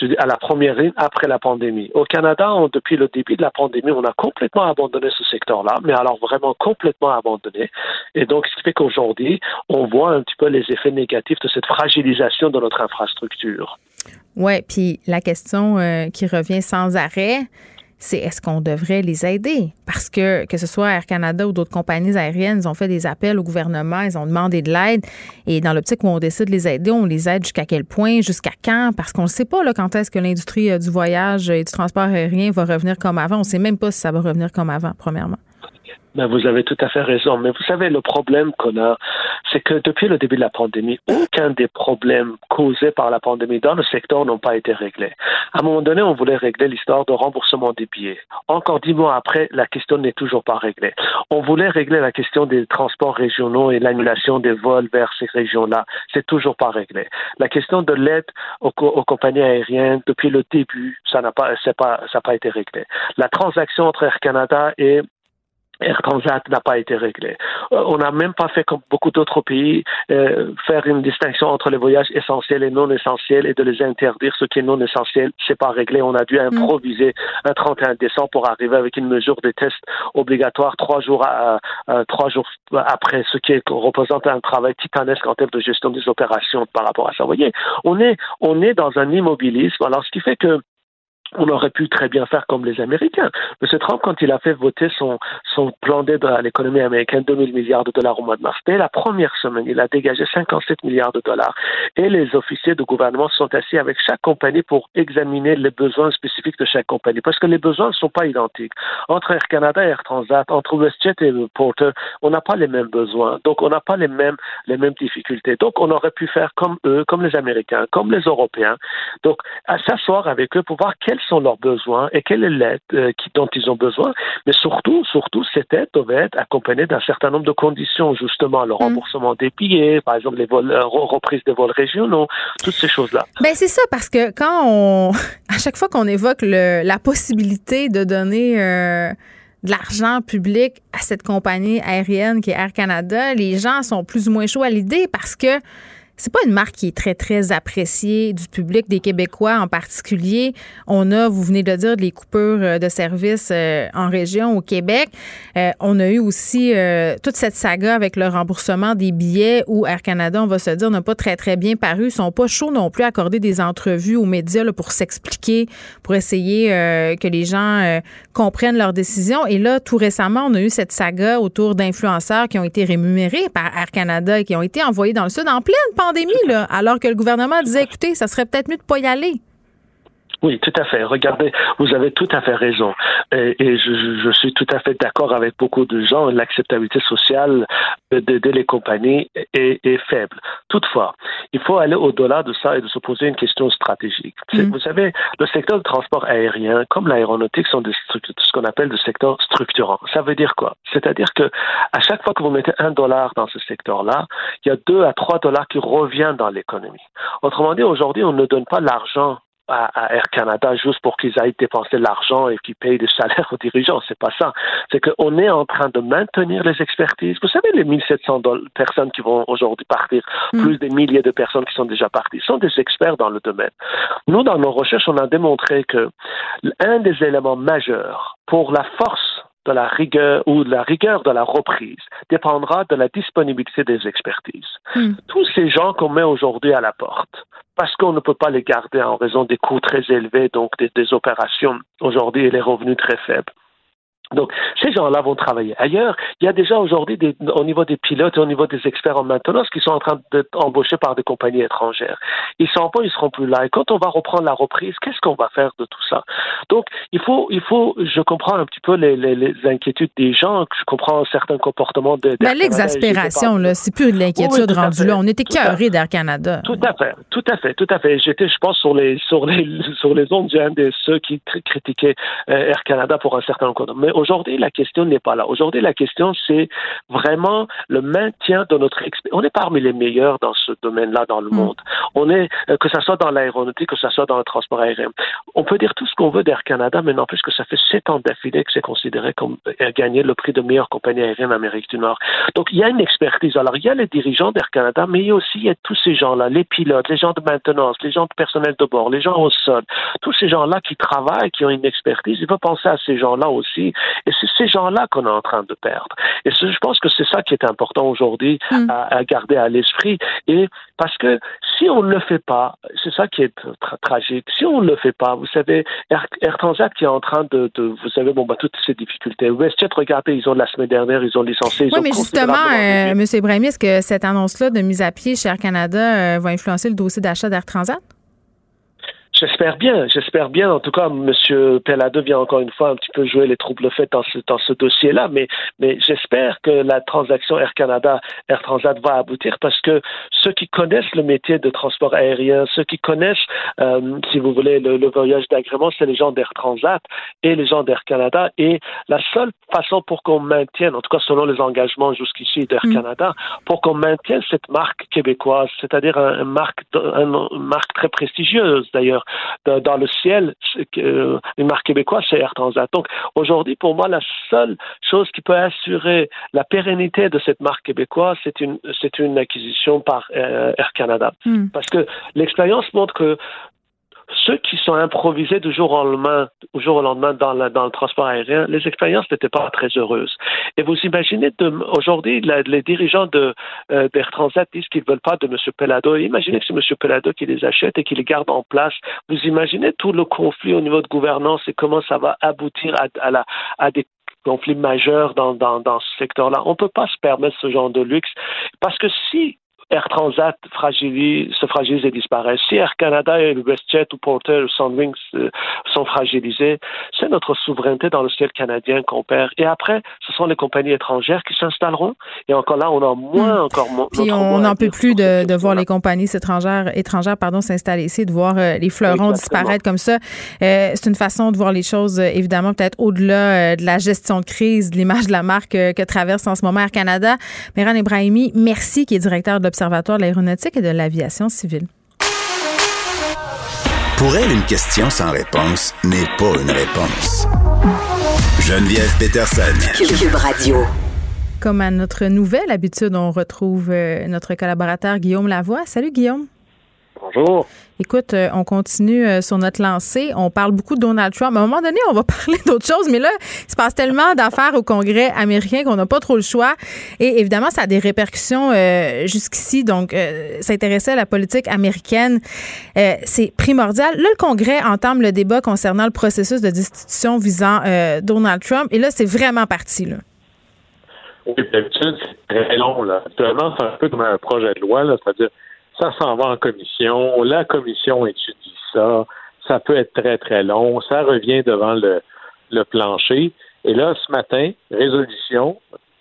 à la première ligne après la pandémie. Au Canada, depuis le début de la pandémie, on a complètement abandonné ce secteur-là, mais alors vraiment complètement abandonné. Et donc, ce qui fait qu'aujourd'hui, on voit un petit peu les effets négatifs de cette fragilisation de notre infrastructure. Oui, puis la question qui revient sans arrêt, c'est est-ce qu'on devrait les aider? Parce que ce soit Air Canada ou d'autres compagnies aériennes, ils ont fait des appels au gouvernement, ils ont demandé de l'aide. Et dans l'optique où on décide de les aider, on les aide jusqu'à quel point, jusqu'à quand? Parce qu'on ne sait pas là, quand est-ce que l'industrie du voyage et du transport aérien va revenir comme avant. On ne sait même pas si ça va revenir comme avant, premièrement. Ben, vous avez tout à fait raison. Mais vous savez, le problème qu'on a, c'est que depuis le début de la pandémie, aucun des problèmes causés par la pandémie dans le secteur n'ont pas été réglés. À un moment donné, on voulait régler l'histoire de remboursement des billets. Encore 10 mois après, la question n'est toujours pas réglée. On voulait régler la question des transports régionaux et l'annulation des vols vers ces régions-là. C'est toujours pas réglé. La question de l'aide aux compagnies aériennes, depuis le début, ça n'a pas été réglé. La transaction entre Air Canada et Air Transat n'a pas été réglé. On n'a même pas fait, comme beaucoup d'autres pays, faire une distinction entre les voyages essentiels et non essentiels et de les interdire. Ce qui est non essentiel, c'est pas réglé. On a dû improviser un 31 décembre pour arriver avec une mesure de test obligatoire 3 jours après, ce qui représente un travail titanesque en termes de gestion des opérations par rapport à ça. Vous voyez, on est dans un immobilisme. Alors, ce qui fait que on aurait pu très bien faire comme les Américains. M. Trump, quand il a fait voter son plan d'aide à l'économie américaine, 2000 milliards de dollars au mois de mars, dès la première semaine, il a dégagé 57 milliards de dollars. Et les officiers de gouvernement sont assis avec chaque compagnie pour examiner les besoins spécifiques de chaque compagnie. Parce que les besoins ne sont pas identiques. Entre Air Canada et Air Transat, entre WestJet et Porter, on n'a pas les mêmes besoins. Donc, on n'a pas les mêmes difficultés. Donc, on aurait pu faire comme eux, comme les Américains, comme les Européens. Donc, à s'asseoir avec eux pour voir quels sont leurs besoins et quelle est l'aide dont ils ont besoin. Mais surtout, cette aide devait être accompagnée d'un certain nombre de conditions, justement, le remboursement des billets, par exemple, les vols, reprise des vols régionaux, toutes ces choses-là. Ben c'est ça, parce que à chaque fois qu'on évoque la possibilité de donner de l'argent public à cette compagnie aérienne qui est Air Canada, les gens sont plus ou moins chauds à l'idée parce que c'est pas une marque qui est très, très appréciée du public, des Québécois en particulier. On a, vous venez de le dire, les coupures de services en région au Québec. On a eu aussi toute cette saga avec le remboursement des billets où Air Canada, on va se dire, n'a pas très, très bien paru. Ils sont pas chauds non plus à accorder des entrevues aux médias là, pour s'expliquer, pour essayer que les gens comprennent leurs décisions. Et là, tout récemment, on a eu cette saga autour d'influenceurs qui ont été rémunérés par Air Canada et qui ont été envoyés dans le Sud en pleine pandémie, là, alors que le gouvernement disait, écoutez, ça serait peut-être mieux de ne pas y aller. Oui, tout à fait. Regardez, vous avez tout à fait raison. Et je suis tout à fait d'accord avec beaucoup de gens. L'acceptabilité sociale d'aider les compagnies est faible. Toutefois, il faut aller au-delà de ça et de se poser une question stratégique. Vous savez, le secteur du transport aérien, comme l'aéronautique, sont ce qu'on appelle des secteurs structurants. Ça veut dire quoi? C'est-à-dire que à chaque fois que vous mettez $1 dans ce secteur-là, il y a 2 à 3 dollars qui reviennent dans l'économie. Autrement dit, aujourd'hui, on ne donne pas l'argent à Air Canada juste pour qu'ils aillent dépenser l'argent et qu'ils payent des salaires aux dirigeants. C'est pas ça. C'est qu'on est en train de maintenir les expertises. Vous savez, les 1700 personnes qui vont aujourd'hui partir, plus des milliers de personnes qui sont déjà parties, sont des experts dans le domaine. Nous, dans nos recherches, on a démontré que un des éléments majeurs pour la force de la rigueur ou de la rigueur de la reprise dépendra de la disponibilité des expertises. Tous ces gens qu'on met aujourd'hui à la porte, parce qu'on ne peut pas les garder en raison des coûts très élevés, donc des opérations aujourd'hui et les revenus très faibles. Donc, ces gens-là vont travailler ailleurs. Il y a déjà aujourd'hui, au niveau des pilotes et au niveau des experts en maintenance, qui sont en train d'être embauchés par des compagnies étrangères. Ils seront plus là. Et quand on va reprendre la reprise, qu'est-ce qu'on va faire de tout ça? Donc, il faut, je comprends un petit peu les inquiétudes des gens, je comprends certains comportements Ben, l'exaspération, là, c'est plus de l'inquiétude rendue là. On était écœurés d'Air Canada. Tout à fait. J'étais, je pense, sur les ondes du ceux qui critiquaient Air Canada pour un certain nombre. Mais aujourd'hui, la question n'est pas là. Aujourd'hui, la question, c'est vraiment le maintien de notre on est parmi les meilleurs dans ce domaine-là dans le monde. On est, que ça soit dans l'aéronautique, que ça soit dans le transport aérien. On peut dire tout ce qu'on veut d'Air Canada, mais n'empêche que ça fait 7 ans d'affilée que c'est considéré comme gagner le prix de meilleure compagnie aérienne d'Amérique du Nord. Donc, il y a une expertise. Alors, il y a les dirigeants d'Air Canada, mais il y a tous ces gens-là, les pilotes, les gens de maintenance, les gens de personnel de bord, les gens au sol, tous ces gens-là qui travaillent, qui ont une expertise. Il faut penser à ces gens-là aussi. Et c'est ces gens-là qu'on est en train de perdre. Et je pense que c'est ça qui est important aujourd'hui à garder à l'esprit. Et parce que si on ne le fait pas, c'est ça qui est tragique. Si on ne le fait pas, vous savez, Air Transat qui est en train de vous savez, toutes ces difficultés. WestJet, regardez, la semaine dernière, ils ont licencié. Oui, mais justement, M. Brahimi, est-ce que cette annonce-là de mise à pied chez Air Canada va influencer le dossier d'achat d'Air Transat? J'espère bien. En tout cas, M. Pellado vient encore une fois un petit peu jouer les troubles faits dans ce dossier-là, mais j'espère que la transaction Air Canada, Air Transat va aboutir parce que ceux qui connaissent le métier de transport aérien, ceux qui connaissent, si vous voulez, le voyage d'agrément, c'est les gens d'Air Transat et les gens d'Air Canada. Et la seule façon pour qu'on maintienne, en tout cas selon les engagements jusqu'ici d'Air Canada, pour qu'on maintienne cette marque québécoise, c'est-à-dire une marque très prestigieuse d'ailleurs, dans le ciel, une marque québécoise, c'est Air Transat. Donc, aujourd'hui, pour moi, la seule chose qui peut assurer la pérennité de cette marque québécoise, c'est une acquisition par Air Canada. Parce que l'expérience montre que ceux qui sont improvisés du jour au lendemain dans le transport aérien, les expériences n'étaient pas très heureuses. Et vous imaginez, aujourd'hui, les dirigeants d'Air Transat disent qu'ils ne veulent pas de M. Pellado. Imaginez que c'est M. Pellado qui les achète et qui les garde en place. Vous imaginez tout le conflit au niveau de gouvernance et comment ça va aboutir à des conflits majeurs dans ce secteur-là. On ne peut pas se permettre ce genre de luxe parce que si Air Transat se fragilise et disparaît. Si Air Canada et WestJet ou Porter ou Sunwings sont fragilisés, c'est notre souveraineté dans le ciel canadien qu'on perd. Et après, ce sont les compagnies étrangères qui s'installeront. Et encore là, on a moins Puis on n'en peut plus de voir les compagnies étrangères s'installer ici, de voir les fleurons disparaître comme ça. C'est une façon de voir les choses, évidemment, peut-être au-delà de la gestion de crise, de l'image de la marque que traverse en ce moment Air Canada. Mehran Ebrahimi, merci, qui est directeur de l'Observatoire de l'aéronautique et de l'aviation civile. Pour elle, une question sans réponse n'est pas une réponse. Geneviève Peterson. Cube Radio. Comme à notre nouvelle habitude, on retrouve notre collaborateur Guillaume Lavoie. Salut Guillaume. Bonjour. Écoute, on continue sur notre lancée. On parle beaucoup de Donald Trump. À un moment donné, on va parler d'autre chose, mais là, il se passe tellement d'affaires au Congrès américain qu'on n'a pas trop le choix. Et évidemment, ça a des répercussions jusqu'ici. Donc, s'intéresser à la politique américaine, c'est primordial. Là, le Congrès entame le débat concernant le processus de destitution visant Donald Trump. Et là, c'est vraiment parti, là. Oui, d'habitude, c'est très long, là. Actuellement, c'est un peu comme un projet de loi, là. C'est-à-dire, ça s'en va en commission, la commission étudie ça, ça peut être très, très long, ça revient devant le plancher. Et là, ce matin, résolution,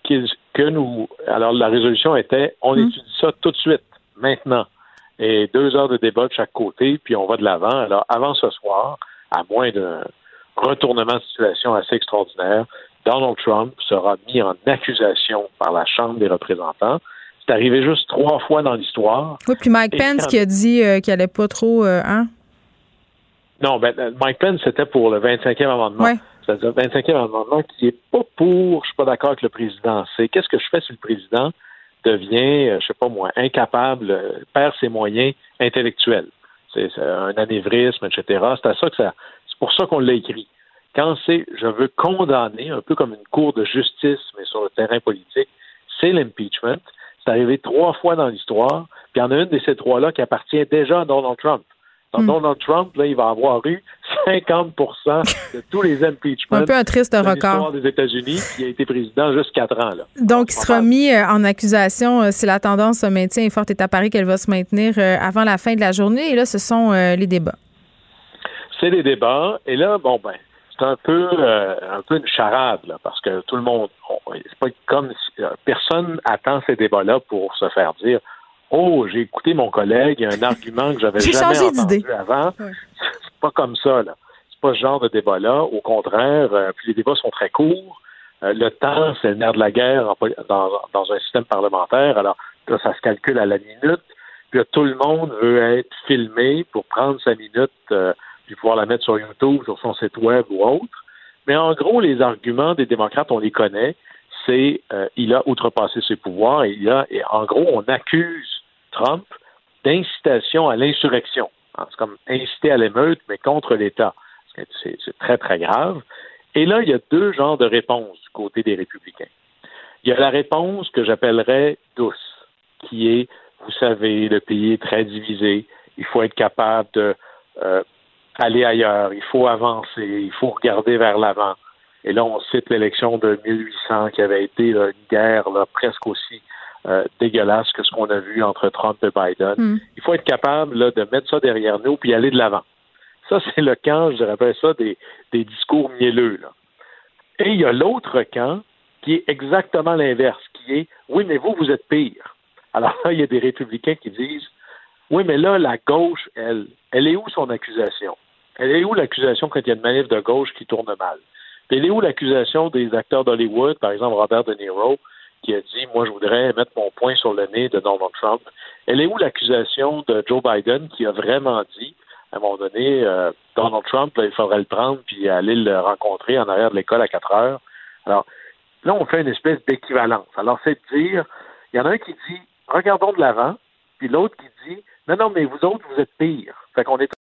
alors la résolution était, on étudie ça tout de suite, maintenant. Et 2 heures de débat de chaque côté, puis on va de l'avant. Alors, avant ce soir, à moins d'un retournement de situation assez extraordinaire, Donald Trump sera mis en accusation par la Chambre des représentants. C'est arrivé juste 3 fois dans l'histoire. Oui, puis Mike Pence qui a dit qu'il n'allait pas trop... Non, Mike Pence, c'était pour le 25e amendement. Ouais. C'est-à-dire le 25e amendement qui n'est pas pour... Je suis pas d'accord avec le président. C'est qu'est-ce que je fais si le président devient, je sais pas moi, incapable, perd ses moyens intellectuels. C'est un anévrisme, etc. C'est pour ça qu'on l'a écrit. Quand c'est « je veux condamner », un peu comme une cour de justice, mais sur le terrain politique, c'est l'impeachment. C'est arrivé 3 fois dans l'histoire, puis il y en a une de ces 3-là qui appartient déjà à Donald Trump. Donc, Donald Trump, là, il va avoir eu 50% de tous les impeachments. Un peu un triste record. L'histoire des États-Unis, puis il a été président juste 4 ans. Là. Donc, il sera mis en accusation si la tendance se maintient et forte est à parier qu'elle va se maintenir avant la fin de la journée. Et là, ce sont les débats. C'est les débats. Et là, c'est un peu une charade, là, parce que tout le monde, c'est pas comme si, personne attend ces débats-là pour se faire dire « Oh, j'ai écouté mon collègue, il y a un argument que j'avais jamais entendu avant. » C'est pas comme ça, là. C'est pas ce genre de débat-là. Au contraire, puis les débats sont très courts. Le temps, c'est le nerf de la guerre dans un système parlementaire. Alors, là, ça se calcule à la minute. Puis là, tout le monde veut être filmé pour prendre sa minute puis pouvoir la mettre sur YouTube, sur son site web ou autre. Mais en gros, les arguments des démocrates, on les connaît. C'est il a outrepassé ses pouvoirs et en gros, on accuse Trump d'incitation à l'insurrection. C'est comme inciter à l'émeute, mais contre l'État. C'est très, très grave. Et là, il y a deux genres de réponses du côté des républicains. Il y a la réponse que j'appellerais douce, qui est, vous savez, le pays est très divisé, il faut être capable de aller ailleurs, il faut avancer, il faut regarder vers l'avant. Et là, on cite l'élection de 1800 qui avait été une guerre presque aussi dégueulasse que ce qu'on a vu entre Trump et Biden. Il faut être capable de mettre ça derrière nous puis aller de l'avant. Ça, c'est le camp, je dirais ça, des discours mielleux. Là. Et il y a l'autre camp qui est exactement l'inverse, qui est « Oui, mais vous êtes pire ». Alors là, il y a des républicains qui disent « Oui, mais là, la gauche, elle est où son accusation? Elle est où l'accusation quand il y a une manif de gauche qui tourne mal? Puis elle est où l'accusation des acteurs d'Hollywood, par exemple Robert De Niro, qui a dit « Moi, je voudrais mettre mon poing sur le nez de Donald Trump ». Elle est où l'accusation de Joe Biden qui a vraiment dit à un moment donné, Donald Trump, là, il faudrait le prendre puis aller le rencontrer en arrière de l'école à 4 heures. Alors, là, on fait une espèce d'équivalence. Alors, c'est de dire, il y en a un qui dit, regardons de l'avant, puis l'autre qui dit, non, mais vous autres, vous êtes pires. Fait qu'on est...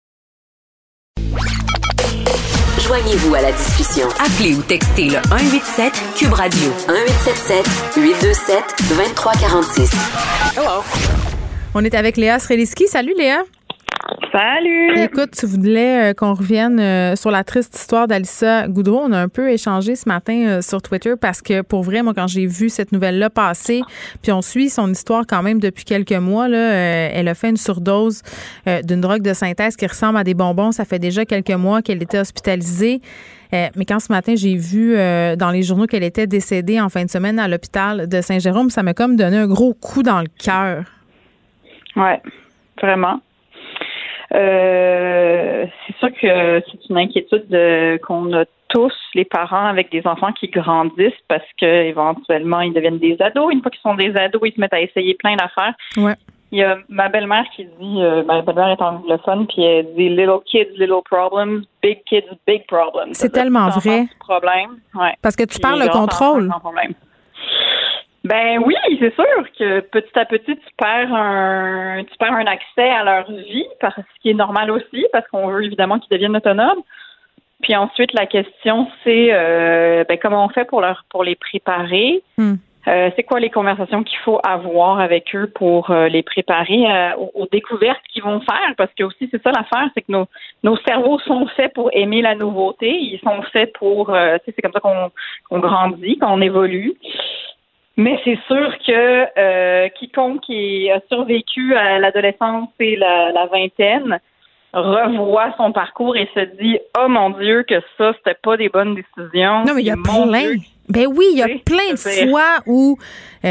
Joignez-vous à la discussion. Appelez ou textez le 187 Cube Radio. 1877 827 2346. Hello. On est avec Léa Sreliski. Salut, Léa. Salut! Écoute, tu voulais qu'on revienne sur la triste histoire d'Alyssa Goudreau. On a un peu échangé ce matin sur Twitter parce que, pour vrai, moi, quand j'ai vu cette nouvelle-là passer, puis on suit son histoire quand même depuis quelques mois, là, elle a fait une surdose d'une drogue de synthèse qui ressemble à des bonbons. Ça fait déjà quelques mois qu'elle était hospitalisée. Mais quand ce matin, j'ai vu dans les journaux qu'elle était décédée en fin de semaine à l'hôpital de Saint-Jérôme, ça m'a comme donné un gros coup dans le cœur. Ouais, vraiment. C'est sûr que c'est une inquiétude qu'on a tous, les parents, avec des enfants qui grandissent parce qu'éventuellement, ils deviennent des ados. Une fois qu'ils sont des ados, ils se mettent à essayer plein d'affaires. Ouais. Il y a ma belle-mère qui dit, ma belle-mère est anglophone, puis elle dit « little kids, little problems, big kids, big problems ». C'est tellement vrai. Problème. Ouais. Parce que tu perds le contrôle. Ben oui, c'est sûr que petit à petit, tu perds un accès à leur vie, ce qui est normal aussi, parce qu'on veut évidemment qu'ils deviennent autonomes. Puis ensuite, la question, c'est comment on fait pour les préparer? C'est quoi les conversations qu'il faut avoir avec eux pour les préparer aux découvertes qu'ils vont faire? Parce que aussi, c'est ça l'affaire, c'est que nos cerveaux sont faits pour aimer la nouveauté. Ils sont faits pour... c'est comme ça qu'on grandit, qu'on évolue. Mais c'est sûr que quiconque qui a survécu à l'adolescence et la vingtaine revoit son parcours et se dit « Oh mon Dieu, que ça, c'était pas des bonnes décisions. » Non, mais il y a plein. Ben oui, il y a plein de fois où tu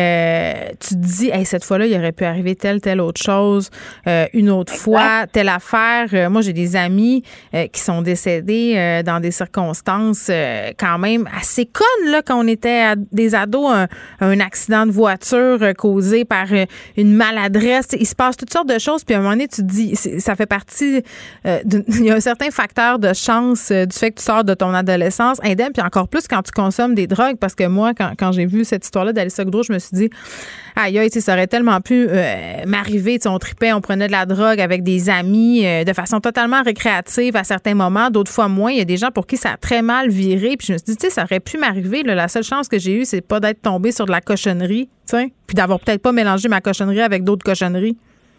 te dis hey, cette fois-là, il aurait pu arriver telle autre chose, une autre fois, telle affaire. Moi, j'ai des amis qui sont décédés dans des circonstances quand même assez connes là, quand on était des ados, un accident de voiture causé par une maladresse. Il se passe toutes sortes de choses, puis à un moment donné, tu te dis, ça fait partie il y a un certain facteur de chance du fait que tu sors de ton adolescence indemne, puis encore plus quand tu consommes des drogues, parce que moi, quand j'ai vu cette histoire-là d'Alyssa Goudreau, je me suis dit, aïe, ça aurait tellement pu m'arriver. On tripait, on prenait de la drogue avec des amis de façon totalement récréative à certains moments, d'autres fois moins. Il y a des gens pour qui ça a très mal viré. Puis je me suis dit, ça aurait pu m'arriver. Là, la seule chance que j'ai eue, c'est pas d'être tombée sur de la cochonnerie, puis d'avoir peut-être pas mélangé ma cochonnerie avec d'autres cochonneries.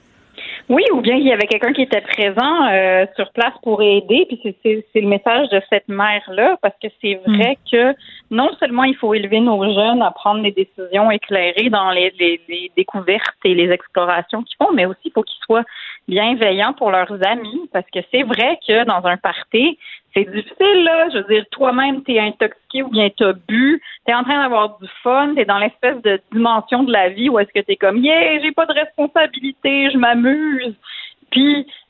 Oui, ou bien il y avait quelqu'un qui était présent sur place pour aider, puis c'est le message de cette mère-là, parce que c'est vrai que non seulement il faut élever nos jeunes à prendre des décisions éclairées dans les découvertes et les explorations qu'ils font, mais aussi il faut qu'ils soient bienveillants pour leurs amis, parce que c'est vrai que dans un party, c'est difficile, là. Je veux dire, toi-même, t'es intoxiqué ou bien t'as bu, t'es en train d'avoir du fun, t'es dans l'espèce de dimension de la vie où est-ce que t'es comme, yeah, j'ai pas de responsabilité, je m'amuse. Puis,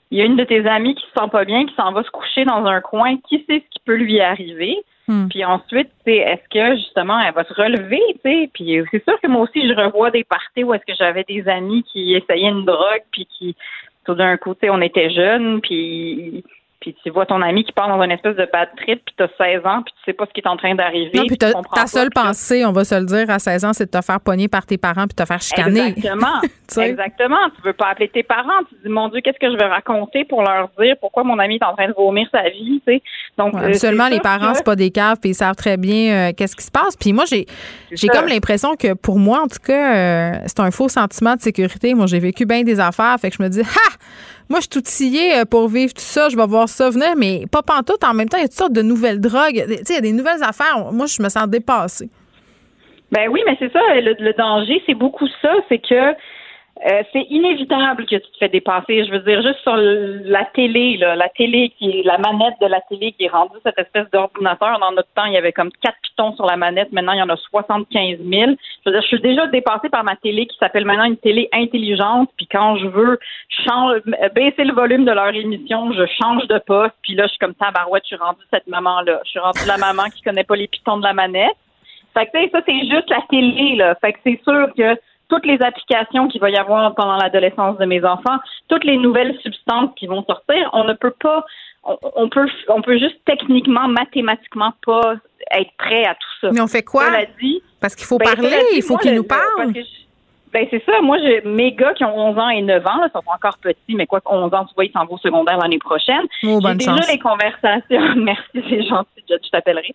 il y a une de tes amies qui se sent pas bien, qui s'en va se coucher dans un coin, qui sait ce qui peut lui arriver? Puis ensuite, est-ce que justement elle va se relever, tu sais? Puis c'est sûr que moi aussi, je revois des parties où est-ce que j'avais des amis qui essayaient une drogue, puis qui, tout d'un coup, tu sais, on était jeunes, puis tu vois ton ami qui part dans une espèce de bad trip, puis t'as 16 ans, puis tu sais pas ce qui est en train d'arriver. Non, puis ta seule pensée, on va se le dire, à 16 ans, c'est de te faire pogner par tes parents puis te faire chicaner. Exactement. Exactement. Tu veux pas appeler tes parents. Tu te dis, mon Dieu, qu'est-ce que je vais raconter pour leur dire pourquoi mon ami est en train de vomir sa vie, tu sais. Donc, seulement les parents, c'est pas des caves, puis ils savent très bien qu'est-ce qui se passe. Puis moi, j'ai comme l'impression que pour moi, en tout cas, c'est un faux sentiment de sécurité. Moi, j'ai vécu bien des affaires, fait que je me dis, moi, je suis outillée pour vivre tout ça, je vais voir ça venir, mais pas pantoute. En même temps, il y a toutes sortes de nouvelles drogues. Tu sais, il y a des nouvelles affaires. Moi, je me sens dépassée. Ben oui, mais c'est ça, le danger, c'est beaucoup ça, c'est que c'est inévitable que tu te fais dépasser. Je veux dire, juste sur la télé, la télé qui est la manette de la télé qui est rendue cette espèce d'ordinateur. Dans notre temps, il y avait comme 4 pitons sur la manette. Maintenant, il y en a 75 000. Je veux dire, je suis déjà dépassée par ma télé qui s'appelle maintenant une télé intelligente. Puis quand je veux baisser le volume de leur émission, je change de poste. Puis là, je suis comme tabarouette, je suis rendue cette maman-là. Je suis rendue la maman qui connaît pas les pitons de la manette. Fait que tu sais, ça, c'est juste la télé, là. Fait que c'est sûr que toutes les applications qu'il va y avoir pendant l'adolescence de mes enfants, toutes les nouvelles substances qui vont sortir, on ne peut pas, on peut juste techniquement, mathématiquement pas être prêt à tout ça. Mais on fait quoi? Parce qu'il faut parler, il faut qu'ils nous parlent. Ben c'est ça. Moi, j'ai mes gars qui ont 11 ans et 9 ans, là, sont encore petits, mais quoi, 11 ans, tu vois, ils s'en vont au secondaire l'année prochaine. Oh, j'ai déjà les conversations. Merci, c'est gentil, je t'appellerai.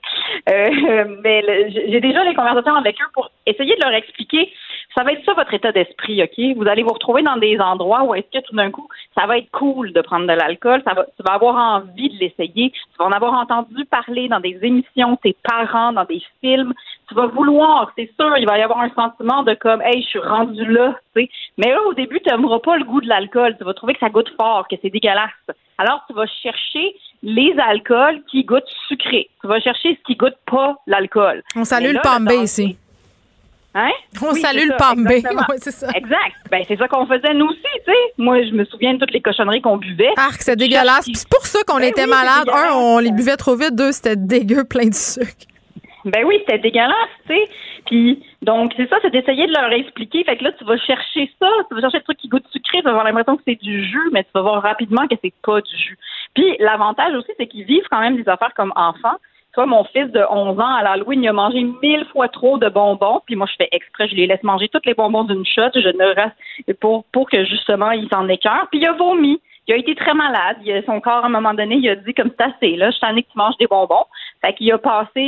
Mais j'ai déjà les conversations avec eux pour essayer de leur expliquer. Ça va être ça votre état d'esprit, OK? Vous allez vous retrouver dans des endroits où est-ce que tout d'un coup, ça va être cool de prendre de l'alcool, tu vas avoir envie de l'essayer, tu vas en avoir entendu parler dans des émissions, tes parents, dans des films, tu vas vouloir, c'est sûr, il va y avoir un sentiment de comme, hey, je suis rendu là, tu sais. Mais là, au début, tu n'aimeras pas le goût de l'alcool, tu vas trouver que ça goûte fort, que c'est dégueulasse. Alors, tu vas chercher les alcools qui goûtent sucré. Tu vas chercher ce qui goûte pas l'alcool. On salue le Palm Bay ici. Hein? On salue le Palm Bay. Oui, c'est ça. Exact. Ben, c'est ça qu'on faisait nous aussi, tu sais. Moi, je me souviens de toutes les cochonneries qu'on buvait. C'est dégueulasse. Puis c'est pour ça qu'on était malades. Un, on les buvait trop vite. Deux, c'était dégueu, plein de sucre. Ben oui, c'était dégueulasse, tu sais. Puis, donc, c'est ça, c'est d'essayer de leur expliquer. Fait que là, tu vas chercher ça. Tu vas chercher le truc qui goûte sucré. Tu vas avoir l'impression que c'est du jus, mais tu vas voir rapidement que c'est pas du jus. Puis, l'avantage aussi, c'est qu'ils vivent quand même des affaires comme enfants. Toi, mon fils de 11 ans, à l'Halloween, il a mangé 1000 fois trop de bonbons. Puis moi, je fais exprès, je les laisse manger tous les bonbons d'une shot. Je ne reste pour que, justement, il s'en écœure. Puis il a vomi. Il a été très malade. Son corps, à un moment donné, il a dit comme c'est assez, là, je t'en ai que tu manges des bonbons. Fait qu'il a passé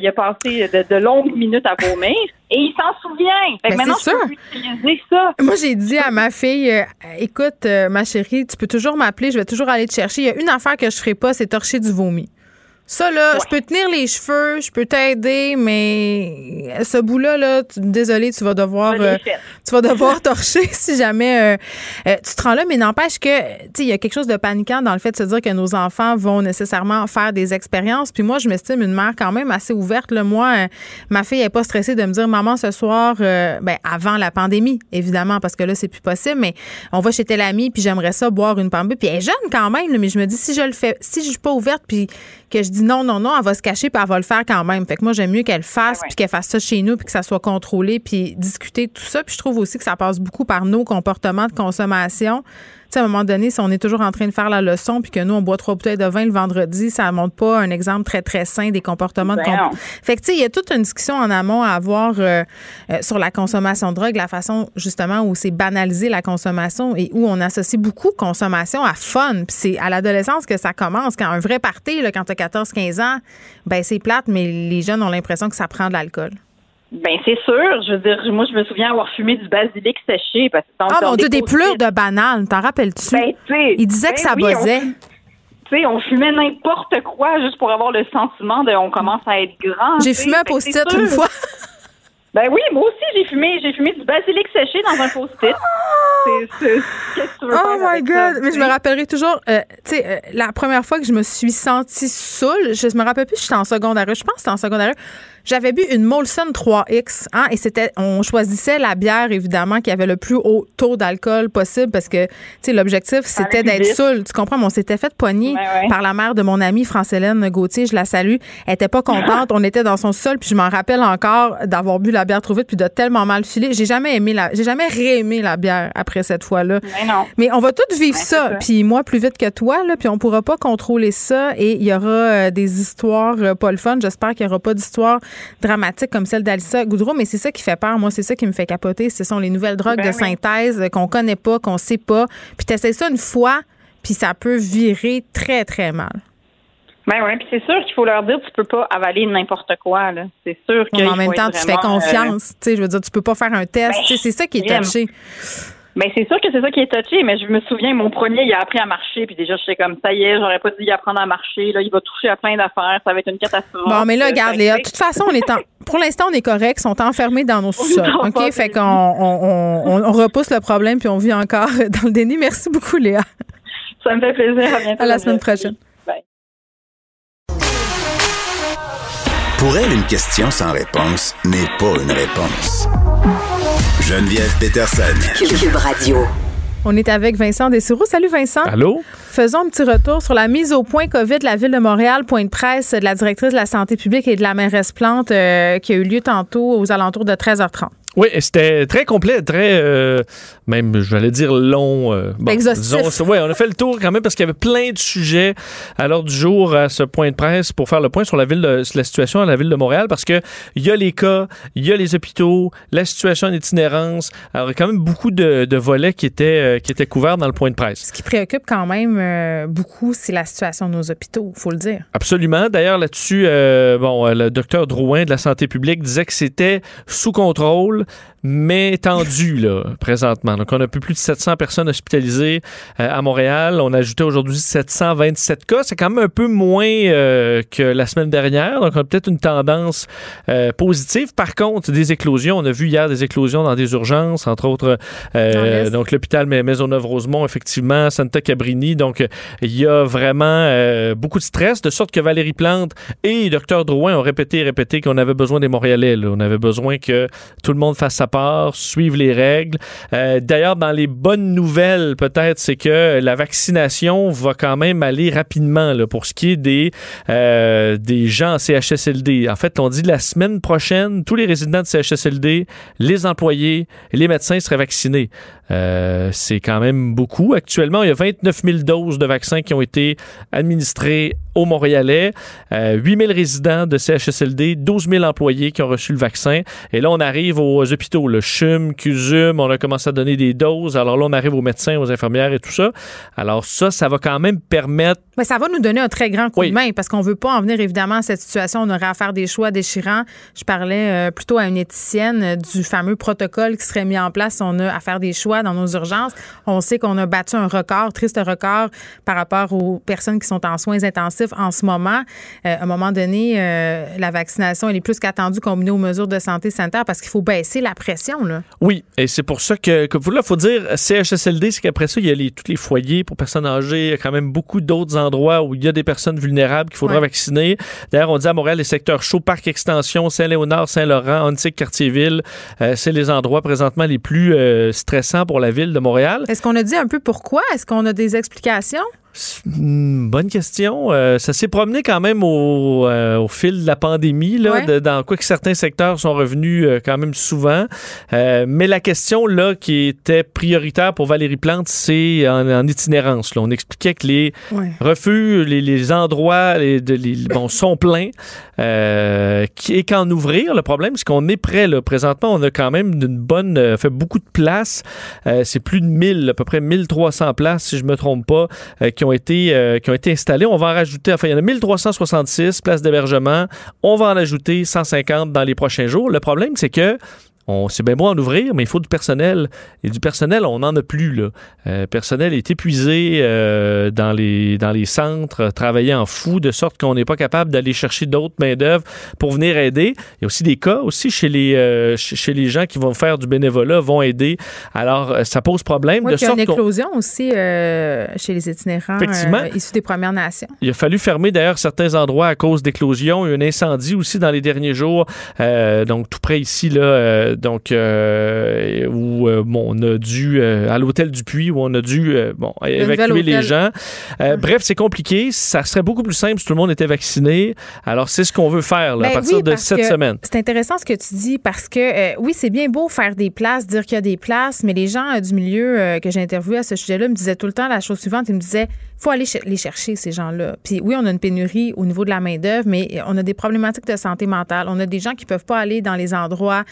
de longues minutes à vomir. Et il s'en souvient. Fait que maintenant, je peux utiliser ça. Moi, j'ai dit à ma fille, écoute, ma chérie, tu peux toujours m'appeler, je vais toujours aller te chercher. Il y a une affaire que je ferai pas, c'est torcher du vomi. Ça, là, je peux tenir les cheveux, je peux t'aider, mais ce bout-là, là, désolé, tu vas devoir torcher si jamais tu te rends là. Mais n'empêche que, tu sais, il y a quelque chose de paniquant dans le fait de se dire que nos enfants vont nécessairement faire des expériences. Puis moi, je m'estime une mère quand même assez ouverte. Là. Moi, ma fille n'est pas stressée de me dire, maman, ce soir, avant la pandémie, évidemment, parce que là, c'est plus possible, mais on va chez tel ami, puis j'aimerais ça boire une Palm Bay. Puis elle est jeune quand même, là, mais je me dis, si je le fais, si je suis pas ouverte, puis que je dis non, elle va se cacher puis elle va le faire quand même. Fait que moi, j'aime mieux qu'elle fasse puis qu'elle fasse ça chez nous puis que ça soit contrôlé puis discuter de tout ça. Puis je trouve aussi que ça passe beaucoup par nos comportements de consommation. Tu sais, à un moment donné, si on est toujours en train de faire la leçon puis que nous, on boit 3 bouteilles de vin le vendredi, ça ne montre pas un exemple très, très sain des comportements de Fait que, tu sais, il y a toute une discussion en amont à avoir sur la consommation de drogue, la façon, justement, où c'est banalisé la consommation et où on associe beaucoup consommation à fun. Puis c'est à l'adolescence que ça commence. Quand un vrai party, là, quand tu as 14-15 ans, ben c'est plate, mais les jeunes ont l'impression que ça prend de l'alcool. Ben c'est sûr. Je veux dire, moi je me souviens avoir fumé du basilic séché parce que mon Dieu, des pleurs de banane, t'en rappelles-tu? Ben, il disait que ça buzzait. Tu sais, on fumait n'importe quoi juste pour avoir le sentiment de on commence à être grand. J'ai fumé un post-it une fois. Ben oui, moi aussi j'ai fumé du basilic séché dans un post-it. Qu'est-ce que tu veux faire? Oh my God! Mais je me rappellerai toujours, la première fois que je me suis sentie saoule, je me rappelle plus, j'étais en secondaire. Je pense que c'était en secondaire. J'avais bu une Molson 3X, hein, et on choisissait la bière, évidemment, qui avait le plus haut taux d'alcool possible parce que, l'objectif, c'était d'être saoul. Tu comprends? Mais on s'était fait pogner par la mère de mon amie, France-Hélène Gauthier, je la salue. Elle était pas contente. On était dans son sol, puis je m'en rappelle encore d'avoir bu la bière trop vite puis de tellement mal filer. J'ai jamais réaimé la bière après cette fois-là. Mais on va tous vivre ça. Puis moi, plus vite que toi, là, puis on pourra pas contrôler ça et il y aura des histoires pas le fun. J'espère qu'il y aura pas d'histoires dramatique comme celle d'Alyssa Goudreau, mais c'est ça qui fait peur. Moi, c'est ça qui me fait capoter. Ce sont les nouvelles drogues de synthèse qu'on connaît pas, qu'on sait pas. Puis t'essaies ça une fois, puis ça peut virer très, très mal. Ben oui, puis c'est sûr qu'il faut leur dire tu peux pas avaler n'importe quoi, là. C'est sûr que. En même temps, tu fais confiance. Tu sais, je veux dire, tu peux pas faire un test. C'est ça qui est touché. Ben c'est sûr que c'est ça qui est touché, mais je me souviens, mon premier, il a appris à marcher, puis déjà, j'étais comme, ça y est, j'aurais pas dû y apprendre à marcher, là, il va toucher à plein d'affaires, ça va être une catastrophe. Bon, mais là, regarde, Léa, de toute façon, pour l'instant, on est correct, ils sont enfermés dans nos sous-sols, OK? Fait qu'on on repousse le problème, puis on vit encore dans le déni. Merci beaucoup, Léa. Ça me fait plaisir, à bientôt. À la semaine prochaine. Bye. Pour elle, une question sans réponse n'est pas une réponse. Geneviève Peterson. Cube Radio. On est avec Vincent Dessureau. Salut Vincent. Allô? Faisons un petit retour sur la mise au point COVID de la Ville de Montréal. Point de presse de la directrice de la santé publique et de la mairesse Plante qui a eu lieu tantôt aux alentours de 13h30. Oui, c'était très complet, très, même, je vais dire long. Exhaustif. Oui, on a fait le tour quand même parce qu'il y avait plein de sujets à l'ordre du jour à ce point de presse pour faire le point sur la situation à la Ville de Montréal parce que il y a les cas, il y a les hôpitaux, la situation en itinérance. Alors, il y a quand même beaucoup de volets qui étaient couverts dans le point de presse. Ce qui préoccupe quand même beaucoup, c'est la situation de nos hôpitaux, il faut le dire. Absolument. D'ailleurs, là-dessus, le docteur Drouin de la santé publique disait que c'était sous contrôle, mais tendu, là, présentement. Donc, on a un peu plus de 700 personnes hospitalisées à Montréal. On a ajouté aujourd'hui 727 cas. C'est quand même un peu moins que la semaine dernière. Donc, on a peut-être une tendance positive. Par contre, des éclosions. On a vu hier des éclosions dans des urgences, entre autres, donc l'hôpital Maisonneuve-Rosemont, effectivement, Santa Cabrini. Donc, il y a vraiment beaucoup de stress, de sorte que Valérie Plante et Dr Drouin ont répété qu'on avait besoin des Montréalais, là. On avait besoin que tout le monde fasse sa part, suivre les règles. D'ailleurs, dans les bonnes nouvelles, peut-être, c'est que la vaccination va quand même aller rapidement là, pour ce qui est des gens en CHSLD. En fait, on dit la semaine prochaine, tous les résidents de CHSLD, les employés et les médecins seraient vaccinés. C'est quand même beaucoup. Actuellement, il y a 29 000 doses de vaccins qui ont été administrées aux Montréalais, 8 000 résidents de CHSLD, 12 000 employés qui ont reçu le vaccin. Et là, on arrive aux hôpitaux, le CHUM, CUSUM, on a commencé à donner des doses. Alors là, on arrive aux médecins, aux infirmières et tout ça. Alors ça va quand même permettre... Mais ça va nous donner un très grand coup de main parce qu'on veut pas en venir évidemment à cette situation. On aurait à faire des choix déchirants. Je parlais plutôt à une éthicienne du fameux protocole qui serait mis en place si on a à faire des choix dans nos urgences. On sait qu'on a battu un record, triste record par rapport aux personnes qui sont en soins intensifs en ce moment. À un moment donné, la vaccination elle est plus qu'attendue combinée aux mesures de santé sanitaire parce qu'il faut baisser la pression. Là. Oui, et c'est pour ça que là, il faut dire CHSLD, c'est qu'après ça, il y a tous les foyers pour personnes âgées. Il y a quand même beaucoup d'autres endroits où il y a des personnes vulnérables qu'il faudra vacciner. D'ailleurs, on dit à Montréal, les secteurs chauds, Parc Extension, Saint-Léonard, Saint-Laurent, Ontic, Cartierville, c'est les endroits présentement les plus stressants pour la ville de Montréal. Est-ce qu'on a dit un peu pourquoi? Est-ce qu'on a des explications? Bonne question. Ça s'est promené quand même au fil de la pandémie, là, dans quoi que certains secteurs sont revenus quand même souvent. Mais la question là qui était prioritaire pour Valérie Plante, c'est en itinérance. Là. On expliquait que les refuges, les endroits sont pleins et qu'en ouvrir. Le problème, c'est qu'on est prêt. Là. Présentement, on a quand même fait beaucoup de places. C'est plus de 1000, à peu près 1300 places, si je me trompe pas, qui ont été installés. On va en rajouter, il y en a 1366 places d'hébergement. On va en ajouter 150 dans les prochains jours. Le problème, c'est que C'est bien beau en ouvrir, mais il faut du personnel. Et du personnel, on n'en a plus, là. Le personnel est épuisé dans les centres, travailler en fou, de sorte qu'on n'est pas capable d'aller chercher d'autres main-d'œuvre pour venir aider. Il y a aussi des cas aussi chez les gens qui vont faire du bénévolat, vont aider. Alors, ça pose problème. Oui, puis il y a une éclosion aussi chez les itinérants issus des Premières Nations. Il a fallu fermer d'ailleurs certains endroits à cause d'éclosions. Il y a eu un incendie aussi dans les derniers jours, donc tout près ici, là, où on a dû, à l'hôtel du Puy, où on a dû évacuer les gens. Bref, c'est compliqué. Ça serait beaucoup plus simple si tout le monde était vacciné. Alors, c'est ce qu'on veut faire là, à partir de cette semaine. C'est intéressant ce que tu dis parce que, oui, c'est bien beau faire des places, dire qu'il y a des places, mais les gens du milieu que j'ai interviewés à ce sujet-là me disaient tout le temps la chose suivante. Ils me disaient, il faut aller les chercher, ces gens-là. Puis oui, on a une pénurie au niveau de la main-d'œuvre, mais on a des problématiques de santé mentale. On a des gens qui peuvent pas aller dans les endroits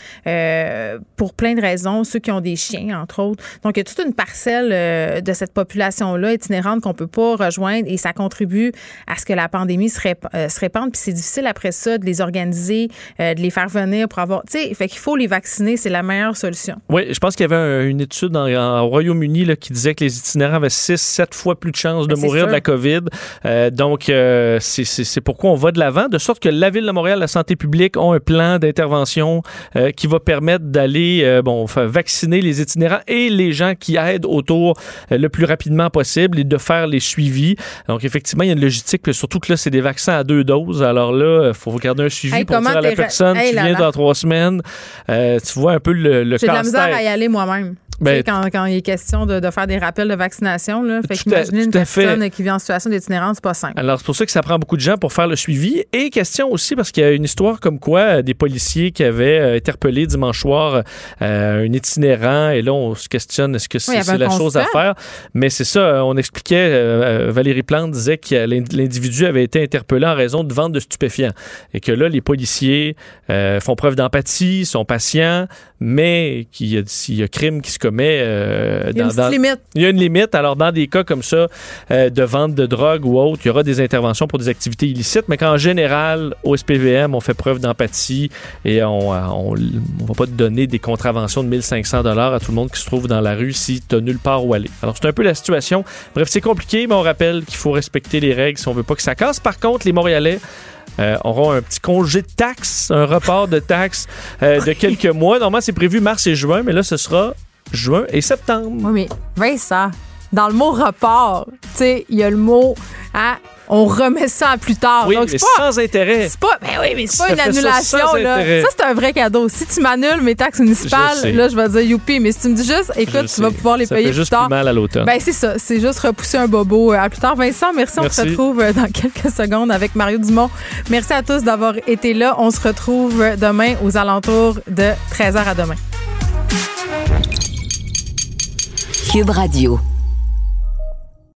pour plein de raisons, ceux qui ont des chiens, entre autres. Donc, il y a toute une parcelle de cette population-là itinérante qu'on peut pas rejoindre et ça contribue à ce que la pandémie se répande. Puis c'est difficile après ça de les organiser, de les faire venir pour avoir... Tu sais, fait qu'il faut les vacciner, c'est la meilleure solution. Oui, je pense qu'il y avait une étude au Royaume-Uni là, qui disait que les itinérants avaient 6-7 fois plus de chances de mourir de la COVID. Donc, c'est pourquoi on va de l'avant, de sorte que la Ville de Montréal, la santé publique ont un plan d'intervention qui va permettre d'aller vacciner les itinérants et les gens qui aident autour le plus rapidement possible et de faire les suivis. Donc, effectivement, il y a une logistique, puis surtout que là, c'est des vaccins à 2 doses. Alors là, il faut garder un suivi pour dire à la personne, tu viens dans 3 semaines. Tu vois un peu le casse-tête. J'ai de la misère à y aller moi-même. Quand il est question de faire des rappels de vaccination, là, fait qu'imaginer une personne qui vit en situation d'itinérance, c'est pas simple. Alors, c'est pour ça que ça prend beaucoup de gens pour faire le suivi. Et question aussi, parce qu'il y a une histoire comme quoi des policiers qui avaient interpellé dimanche soir un itinérant, et là, on se questionne, est-ce que c'est la chose à faire? Mais c'est ça, on expliquait, Valérie Plante disait que l'individu avait été interpellé en raison de vente de stupéfiants. Et que là, les policiers font preuve d'empathie, sont patients, mais s'il y a crime qui se commet, il y a une limite. Il y a une limite. Alors, dans des cas comme ça, de vente de drogue ou autre, il y aura des interventions pour des activités illicites, mais qu'en général, au SPVM, on fait preuve d'empathie et on va pas te donner des contraventions de 1 500 $ à tout le monde qui se trouve dans la rue si tu n'as nulle part où aller. Alors, c'est un peu la situation. Bref, c'est compliqué, mais on rappelle qu'il faut respecter les règles si on veut pas que ça casse. Par contre, les Montréalais auront un petit congé de taxes, un report de taxes de quelques mois. Normalement, c'est prévu mars et juin, mais là, ce sera juin et septembre. Oui, mais Vincent, dans le mot report, tu sais, il y a le mot on remet ça à plus tard. Oui, donc, mais c'est pas, sans intérêt. C'est pas, mais c'est pas une annulation. Ça, c'est un vrai cadeau. Si tu m'annules mes taxes municipales, là, je vais dire youpi. Mais si tu me dis juste, écoute, tu vas pouvoir les payer plus tard. Ça fait juste plus mal à l'automne. Ben, c'est ça. C'est juste repousser un bobo à plus tard. Vincent, merci. On se retrouve dans quelques secondes avec Mario Dumont. Merci à tous d'avoir été là. On se retrouve demain aux alentours de 13h à demain. Cube Radio.